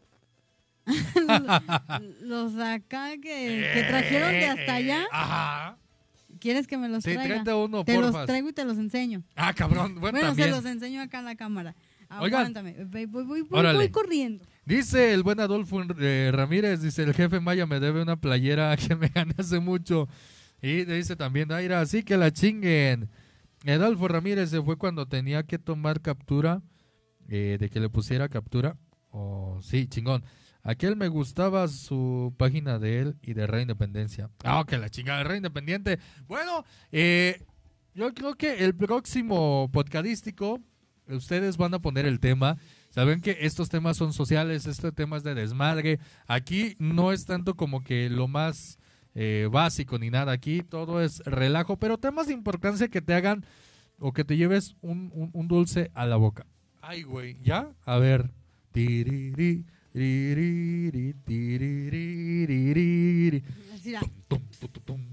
los acá que trajeron de hasta allá. Ajá. ¿Quieres que me los Sí, traiga? tráete uno, Te porfas. los traigo y te los enseño. Ah, cabrón. Bueno, también. se los enseño acá en la cámara. Oigan. Aguántame. Voy Órale. corriendo. Dice el buen Adolfo Ramírez, dice, el jefe Maya me debe una playera que me gané hace mucho. Y dice también, Aira, así que la chinguen. Adolfo Ramírez se fue cuando tenía que tomar captura, de que le pusiera captura. Oh, sí, chingón. Aquel me gustaba su página de él y de Radio Independencia. Ah, que la chingada de Radio Independiente. Bueno, yo creo que el próximo podcastístico, ustedes van a poner el tema. Saben que estos temas son sociales, este tema es de desmadre. Aquí no es tanto como que lo más básico ni nada. Aquí todo es relajo, pero temas de importancia que te hagan o que te lleves un dulce a la boca. Ay, güey, ¿ya? A ver. Tiriri, tiriri, tiriri. Así la- Tum, tum, tum, tum.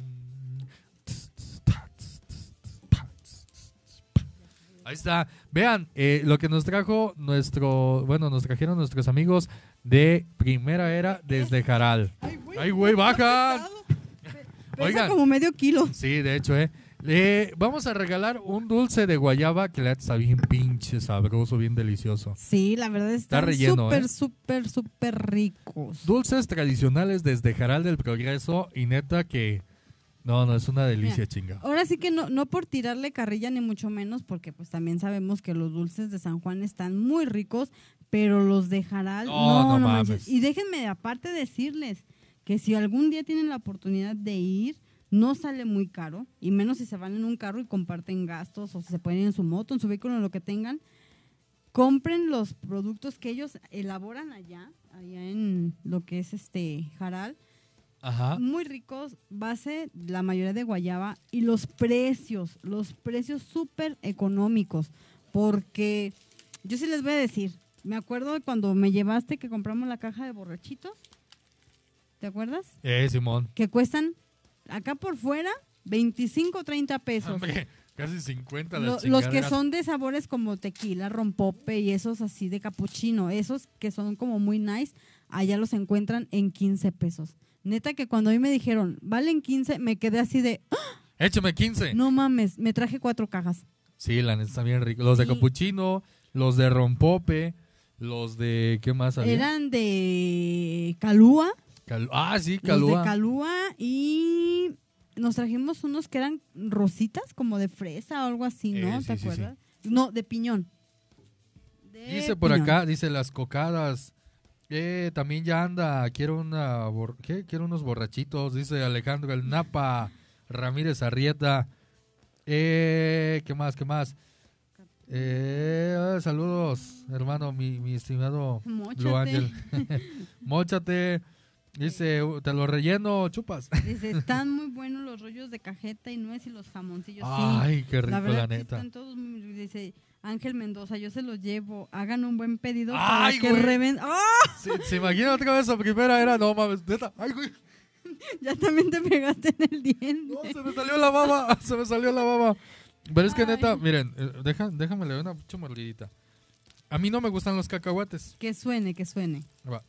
Ahí está. Vean, lo que nos trajo nos trajeron nuestros amigos de Primera Era desde Jaral. Ay, güey, bajan. Pesa Oigan. como medio kilo. Sí, de hecho, vamos a regalar un dulce de guayaba que le está bien pinche sabroso, bien delicioso. Sí, la verdad están relleno, súper ricos. Dulces tradicionales desde Jaral del Progreso y neta que no, es una delicia, Mira, chinga. Ahora sí que no por tirarle carrilla ni mucho menos, porque pues también sabemos que los dulces de San Juan están muy ricos, pero los de Jaral No no mames. manches. Y déjenme aparte decirles que si algún día tienen la oportunidad de ir, no sale muy caro, y menos si se van en un carro y comparten gastos, o si se pueden ir en su moto, en su vehículo, en lo que tengan. Compren los productos que ellos elaboran allá en lo que es Jaral. Ajá. Muy ricos, base la mayoría de guayaba, y los precios súper económicos, porque yo sí les voy a decir, me acuerdo de cuando me llevaste que compramos la caja de borrachitos, ¿te acuerdas? Simón. Que cuestan acá por fuera 25 o 30 pesos. Hombre, casi 50 Los las que chingaderas. son de sabores como tequila, rompope y esos así de capuchino, esos que son como muy nice, allá los encuentran en 15 pesos. Neta que cuando a mí me dijeron, valen 15, me quedé así de, ¡ah! Échame 15. No mames, me traje 4 cajas. Sí, la neta está bien rico. Los de Sí. capuchino, los de rompope, los de... ¿Qué más había? Eran de Calúa, sí, los Calúa. de Calúa, y nos trajimos unos que eran rositas, como de fresa o algo así, ¿no? Sí, ¿Te sí, acuerdas? No, de piñón. Dice por acá, dice las cocadas. También ya anda, quiero quiero unos borrachitos, dice Alejandro El Napa Ramírez Arrieta. ¿Qué más? Saludos, hermano, mi estimado Móchate. Blue Ángel. Móchate. Dice, te lo relleno, chupas. Dice, están muy buenos los rollos de cajeta y nuez y los jamoncillos. Ay, qué rico, la verdad, la sí neta. están todos dice Ángel Mendoza, yo se los llevo. Hagan un buen pedido Ay, para que güey. revenden. ¡Ah! Se imagina otra vez a Primera Era, no mames, neta. Ay, güey. Ya también te pegaste en el diente. No, se me salió la baba. Pero es que Ay. neta, miren, déjame leer una mucha mordidita. A mí no me gustan los cacahuates. Que suene, que suene. Va.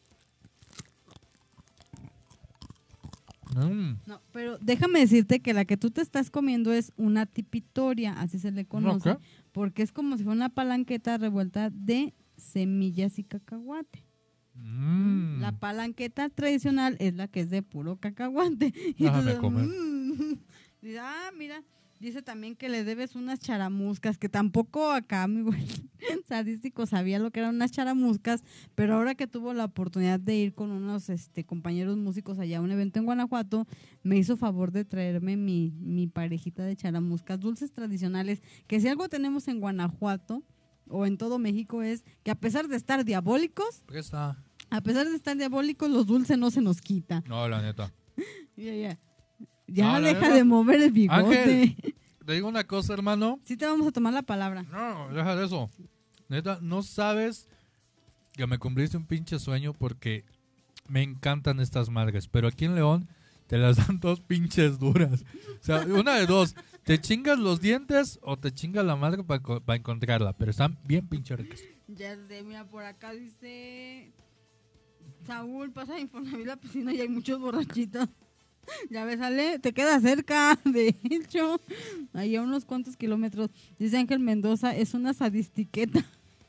No, pero déjame decirte que la que tú te estás comiendo es una tipitoria, así se le conoce, Ok. porque es como si fuera una palanqueta revuelta de semillas y cacahuate. La palanqueta tradicional es la que es de puro cacahuate. Y Déjame entonces, comer. dice, mira, dice también que le debes unas charamuscas, que tampoco acá mi buen sadístico sabía lo que eran unas charamuscas, pero ahora que tuvo la oportunidad de ir con unos compañeros músicos allá a un evento en Guanajuato, me hizo favor de traerme mi parejita de charamuscas, dulces tradicionales, que si algo tenemos en Guanajuato o en todo México es que a pesar de estar diabólicos, Presta. los dulces no se nos quita. No, la neta. Ya No, la deja neta. de mover el bigote. Ángel. Te digo una cosa, hermano. Sí te vamos a tomar la palabra. No, deja de eso. Neta, no sabes que me cumpliste un pinche sueño porque me encantan estas madres. Pero aquí en León te las dan dos pinches duras. O sea, una de dos. Te chingas los dientes o te chingas la madre para encontrarla. Pero están bien pinche ricas. Ya sé, mira, por acá dice Saúl, pasa a Infonavit la piscina y hay muchos borrachitos. Ya ves, Ale, te queda cerca, de hecho, ahí a unos cuantos kilómetros. Dice Ángel Mendoza, es una sadistiqueta.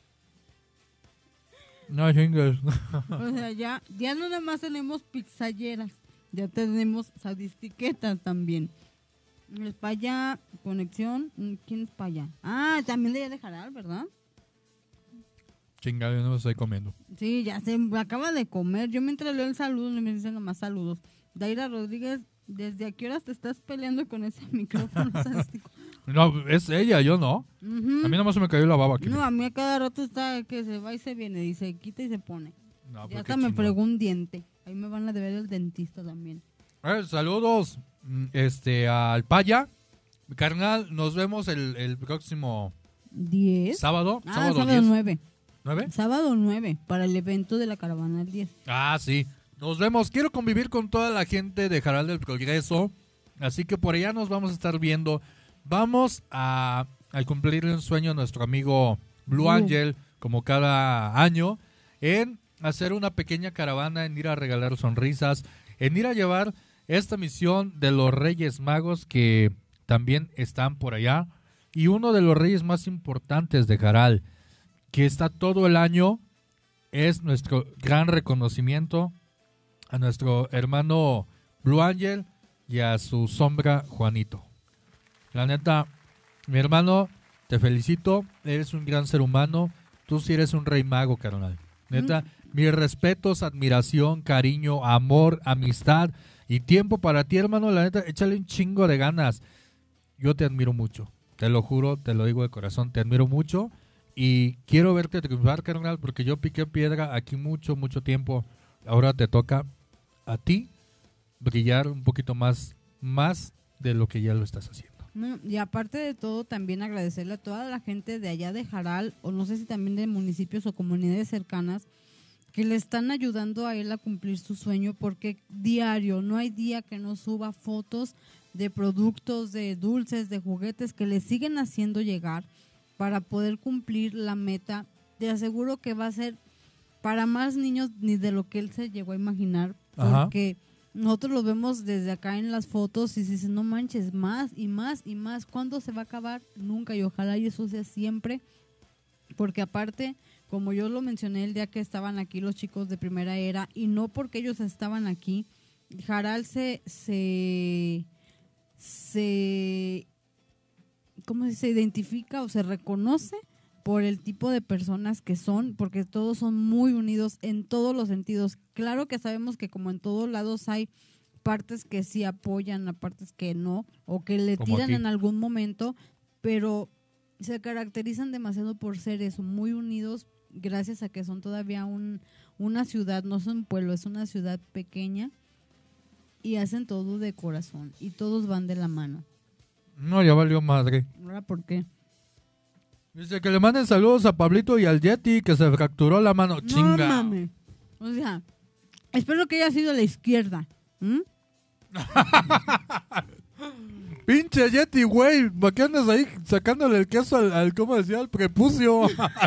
No chingas. O sea, ya no nada más tenemos pizzalleras, ya tenemos sadistiquetas también. Es para allá, conexión, ¿quién es para allá? Ah, también de allá de Jaral, ¿verdad? Chingado, yo no me estoy comiendo. Sí, ya se acaba de comer. Yo mientras leo el saludo, me dicen nomás saludos. Daira Rodríguez, ¿desde a qué horas te estás peleando con ese micrófono sadístico? No, es ella, yo no. Ujú. A mí nomás se me cayó la baba aquí. No, a mí a cada rato está que se va y se viene, y se quita y se pone. No, Ya pues hasta qué me chingón. fregó un diente. Ahí me van a deber el dentista también. Saludos al Paya. Carnal, nos vemos el próximo 10. sábado. Sábado 10. 9. ¿9? Sábado 9, para el evento de la caravana el 10. Ah, sí. Nos vemos. Quiero convivir con toda la gente de Jaral del Progreso. Así que por allá nos vamos a estar viendo. Vamos a cumplirle un sueño a nuestro amigo Blue Angel, como cada año, en hacer una pequeña caravana, en ir a regalar sonrisas, en ir a llevar esta misión de los Reyes Magos que también están por allá. Y uno de los reyes más importantes de Jaral, que está todo el año, es nuestro gran reconocimiento a nuestro hermano Blue Angel y a su sombra Juanito. La neta, mi hermano, te felicito, eres un gran ser humano, tú sí eres un rey mago, carnal. Neta, mis respetos, admiración, cariño, amor, amistad y tiempo para ti, hermano. La neta, échale un chingo de ganas. Yo te admiro mucho, te lo juro, te lo digo de corazón, te admiro mucho y quiero verte triunfar, carnal, porque yo piqué piedra aquí mucho, mucho tiempo. Ahora te toca a ti brillar un poquito más de lo que ya lo estás haciendo. No, y aparte de todo, también agradecerle a toda la gente de allá de Jaral, o no sé si también de municipios o comunidades cercanas, que le están ayudando a él a cumplir su sueño, porque diario, no hay día que no suba fotos de productos, de dulces, de juguetes que le siguen haciendo llegar para poder cumplir la meta. Te aseguro que va a ser para más niños ni de lo que él se llegó a imaginar, porque nosotros lo vemos desde acá en las fotos y dices, no manches, más y más y más. ¿Cuándo se va a acabar? Nunca, y ojalá y eso sea siempre, porque aparte, como yo lo mencioné el día que estaban aquí los chicos de Primera Era, y no porque ellos estaban aquí, Jaral ¿cómo se identifica o se reconoce por el tipo de personas que son, porque todos son muy unidos en todos los sentidos. Claro que sabemos que como en todos lados hay partes que sí apoyan, a partes que no, o que le Como tiran aquí. en algún momento, pero se caracterizan demasiado por ser eso, muy unidos, gracias a que son todavía una ciudad, no son un pueblo, es una ciudad pequeña, y hacen todo de corazón, y todos van de la mano. No, ya valió madre. ¿Ahora por qué? Dice que le manden saludos a Pablito y al Yeti, que se fracturó la mano. No Chinga. mames. O sea, espero que haya sido a la izquierda. ¿Mm? Pinche Yeti, güey. ¿Para qué andas ahí sacándole el queso ¿cómo decía? Al prepucio.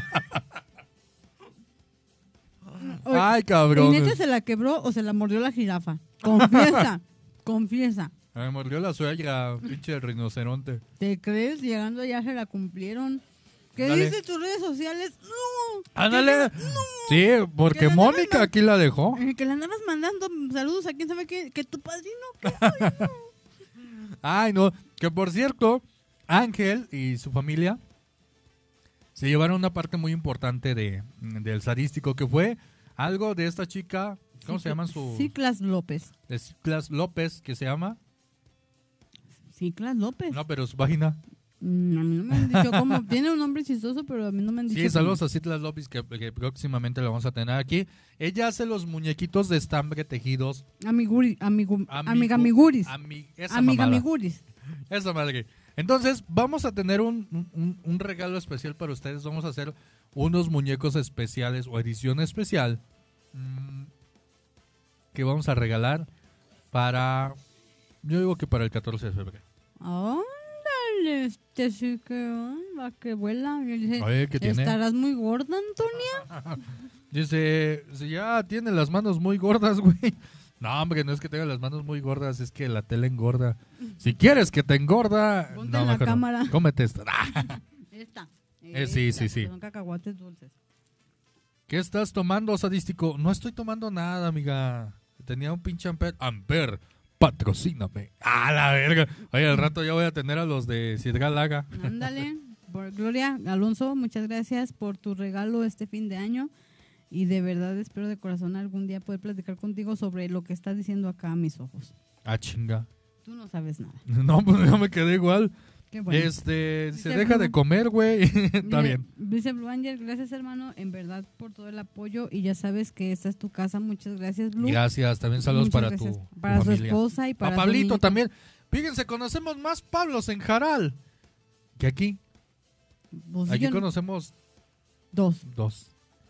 Ay, ¿Y cabrón. neta se la quebró o se la mordió la jirafa? Confiesa, confiesa. Me mordió la suegra, pinche rinoceronte. ¿Te crees? Llegando allá se la cumplieron. ¿Qué Dale. dice tus redes sociales? No. Ándale. Sí, porque Que la Mónica nada- aquí la dejó. Que le andabas mandando saludos a quién sabe qué, que tu padrino. ¿Qué? Ay, no. Que por cierto, Ángel y su familia se llevaron una parte muy importante del sadístico, que fue algo de esta chica. ¿Cómo se llama su? Ciclas López. De Ciclas López, que se llama. Ciclas López. No, pero su página. A mí no me han dicho cómo. Tiene un nombre chistoso, pero a mí no me han dicho. Sí, saludos a Ciclas López, que próximamente lo vamos a tener aquí. Ella hace los muñequitos de estambre tejidos. Amigamiguris. Esa mamada. Amigamiguris. Esa madre. Entonces, vamos a tener un regalo especial para ustedes. Vamos a hacer unos muñecos especiales o edición especial que vamos a regalar para... Yo digo que para el 14 de febrero. Ándale, sí que va que vuela. Y dice, Oye, ¿qué tiene? ¿estarás muy gorda, Antonia? Dice, si ya tiene las manos muy gordas, güey. No, hombre, no es que tenga las manos muy gordas, es que la tela engorda. Si quieres que te engorda... Ponte no, en la mejor no. cámara. Cómete esta. Esta. Sí. Que son cacahuates dulces. ¿Qué estás tomando, sadístico? No estoy tomando nada, amiga. Tenía un pinche Amper, patrocíname. ¡Ah, la verga! Oye, al rato ya voy a tener a los de Sidral Laga. Ándale. Por Gloria Alonso, muchas gracias por tu regalo este fin de año. Y de verdad espero de corazón algún día poder platicar contigo sobre lo que estás diciendo acá a mis ojos. Ah, chinga. Tú no sabes nada. No, pues yo me quedé igual. Qué bueno. Se Dice deja Blue. de comer, güey. Está bien. Dice Blue Angel, gracias hermano, en verdad por todo el apoyo y ya sabes que esta es tu casa, muchas gracias Blue. Gracias, también saludos Muchas para gracias. tu Para su familia. esposa y para A su Pablito niñito. también. Fíjense, conocemos más Pablos en Jaral que aquí. Pues Aquí yo- conocemos 2. 2.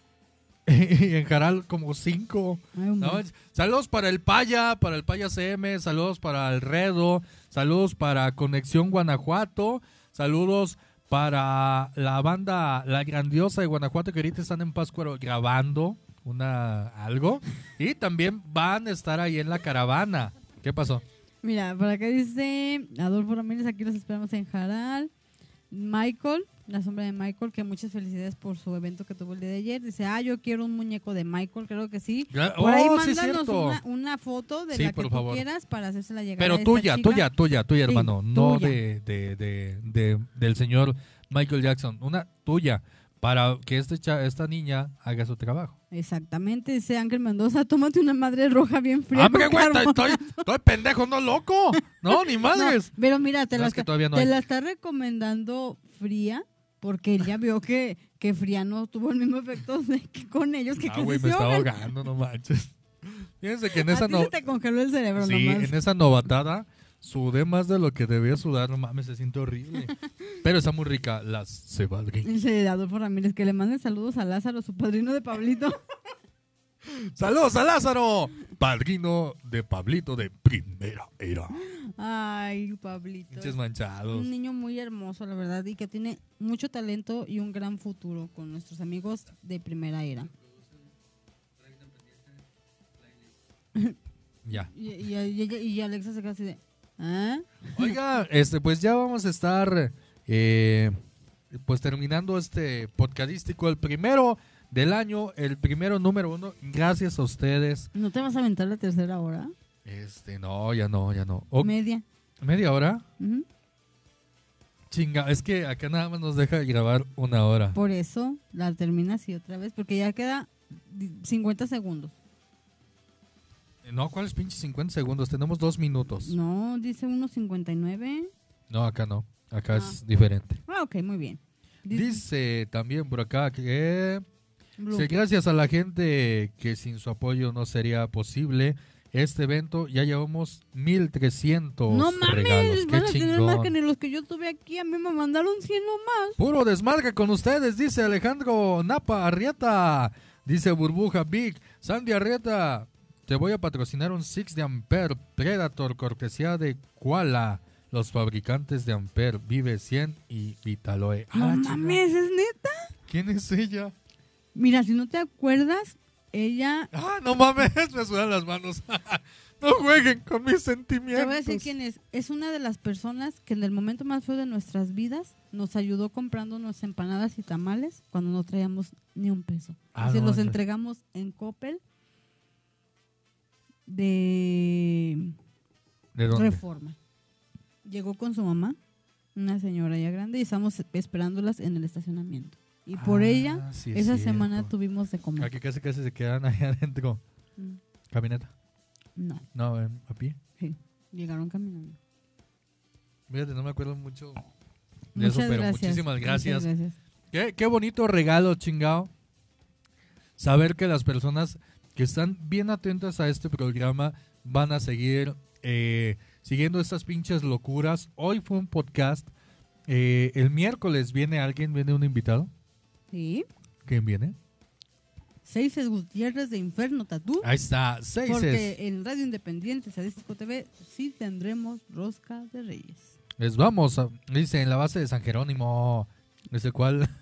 Y en Jaral como 5. Ay, un No, buen. saludos para el Paya CM, saludos para el Redo, saludos para Conexión Guanajuato, saludos para la banda La Grandiosa de Guanajuato, que ahorita están en Pátzcuaro grabando algo, y también van a estar ahí en la caravana. ¿Qué pasó? Mira, por acá dice Adolfo Ramírez, aquí los esperamos en Jaral. Michael, la sombra de Michael, que muchas felicidades por su evento que tuvo el día de ayer. Dice, yo quiero un muñeco de Michael, creo que sí. Por ahí Oh, sí, es mándanos cierto. una foto de Sí, la que por tú favor. quieras para hacérsela llegar Pero a esta chica. tuya, hermano, no tuya. del señor Michael Jackson, una tuya, para que esta niña haga su trabajo. Exactamente, dice Ángel Mendoza, tómate una madre roja bien fría. ¡Hombre, con güey! carbonato". Estoy pendejo, no loco. No, ni No, madres. pero mira, te, No, la, es que está, todavía no te hay. la está recomendando fría porque él ya vio que fría no tuvo el mismo efecto que con ellos que Ah, casi güey, se me estaba ahogan. ahogando, no manches. Fíjense que en A esa ti se te congeló el cerebro sí, nomás. en esa novatada sudé más de lo que debía sudar, no mames, se siente horrible. Pero está muy rica las cebadrinas. Dice Adolfo Ramírez que le manden saludos a Lázaro, su padrino de Pablito. ¡Saludos a Lázaro! Padrino de Pablito de primera era. Ay, Pablito. Pinches manchados. Un niño muy hermoso, la verdad, y que tiene mucho talento y un gran futuro con nuestros amigos de primera era. Ya. Y Alexa se queda así de, ¿ah? Oiga, pues ya vamos a estar pues terminando este podcastístico, el primero del año, el primero número 1. Gracias a ustedes. ¿No te vas a aventar la tercera hora? No, ya no. Media. ¿Media hora? Ujú. Chinga, es que acá nada más nos deja grabar 1 hora. Por eso la terminas y otra vez, porque ya queda 50 segundos. No, ¿cuáles pinches 50 segundos? Tenemos 2 minutos. No, dice 1.59. No, acá no. Acá Ah. es diferente. Ok, muy bien. Dice también por acá que Blue. sí, gracias a la gente que sin su apoyo no sería posible este evento. Ya llevamos 1,300 No mames, regalos. Qué van a tener más que chingón. ni los que yo tuve aquí. A mí me mandaron 100 nomás. Puro desmarca con ustedes, dice Alejandro Napa Arrieta. Dice Burbuja Big. Sandy Arrieta, te voy a patrocinar un 6 de Ampere Predator cortesía de Koala. los fabricantes de Amper, Vive 100 y Vitaloe. No Ah, mames, ¿es neta? ¿Quién es ella? Mira, si no te acuerdas, ella... Ah, no mames, me sudan las manos. No jueguen con mis sentimientos. Te voy a decir quién es. Es una de las personas que en el momento más feo de nuestras vidas nos ayudó comprando nuestras empanadas y tamales cuando no traíamos ni un peso. Ah, y se no, los no. entregamos en Coppel de ¿De dónde? Reforma. Llegó con su mamá, una señora ya grande, y estamos esperándolas en el estacionamiento. Y por ella, sí es esa cierto. semana tuvimos de comer. Aquí casi se quedan ahí adentro. Mm, ¿Camioneta? No, No, a pie. sí, llegaron caminando. Fíjate, no me acuerdo mucho de Muchas eso, pero gracias, muchísimas gracias. muchas gracias. Qué bonito regalo, chingao. Saber que las personas que están bien atentas a este programa van a seguir siguiendo estas pinches locuras. Hoy fue un podcast. El miércoles viene un invitado. Sí. ¿Quién viene? Seises Gutiérrez de Inferno Tatú. Ahí está, Seises. Porque en Radio Independiente, Sadístico TV, sí tendremos Rosca de Reyes. Les vamos, dice, en la base de San Jerónimo, desde el cual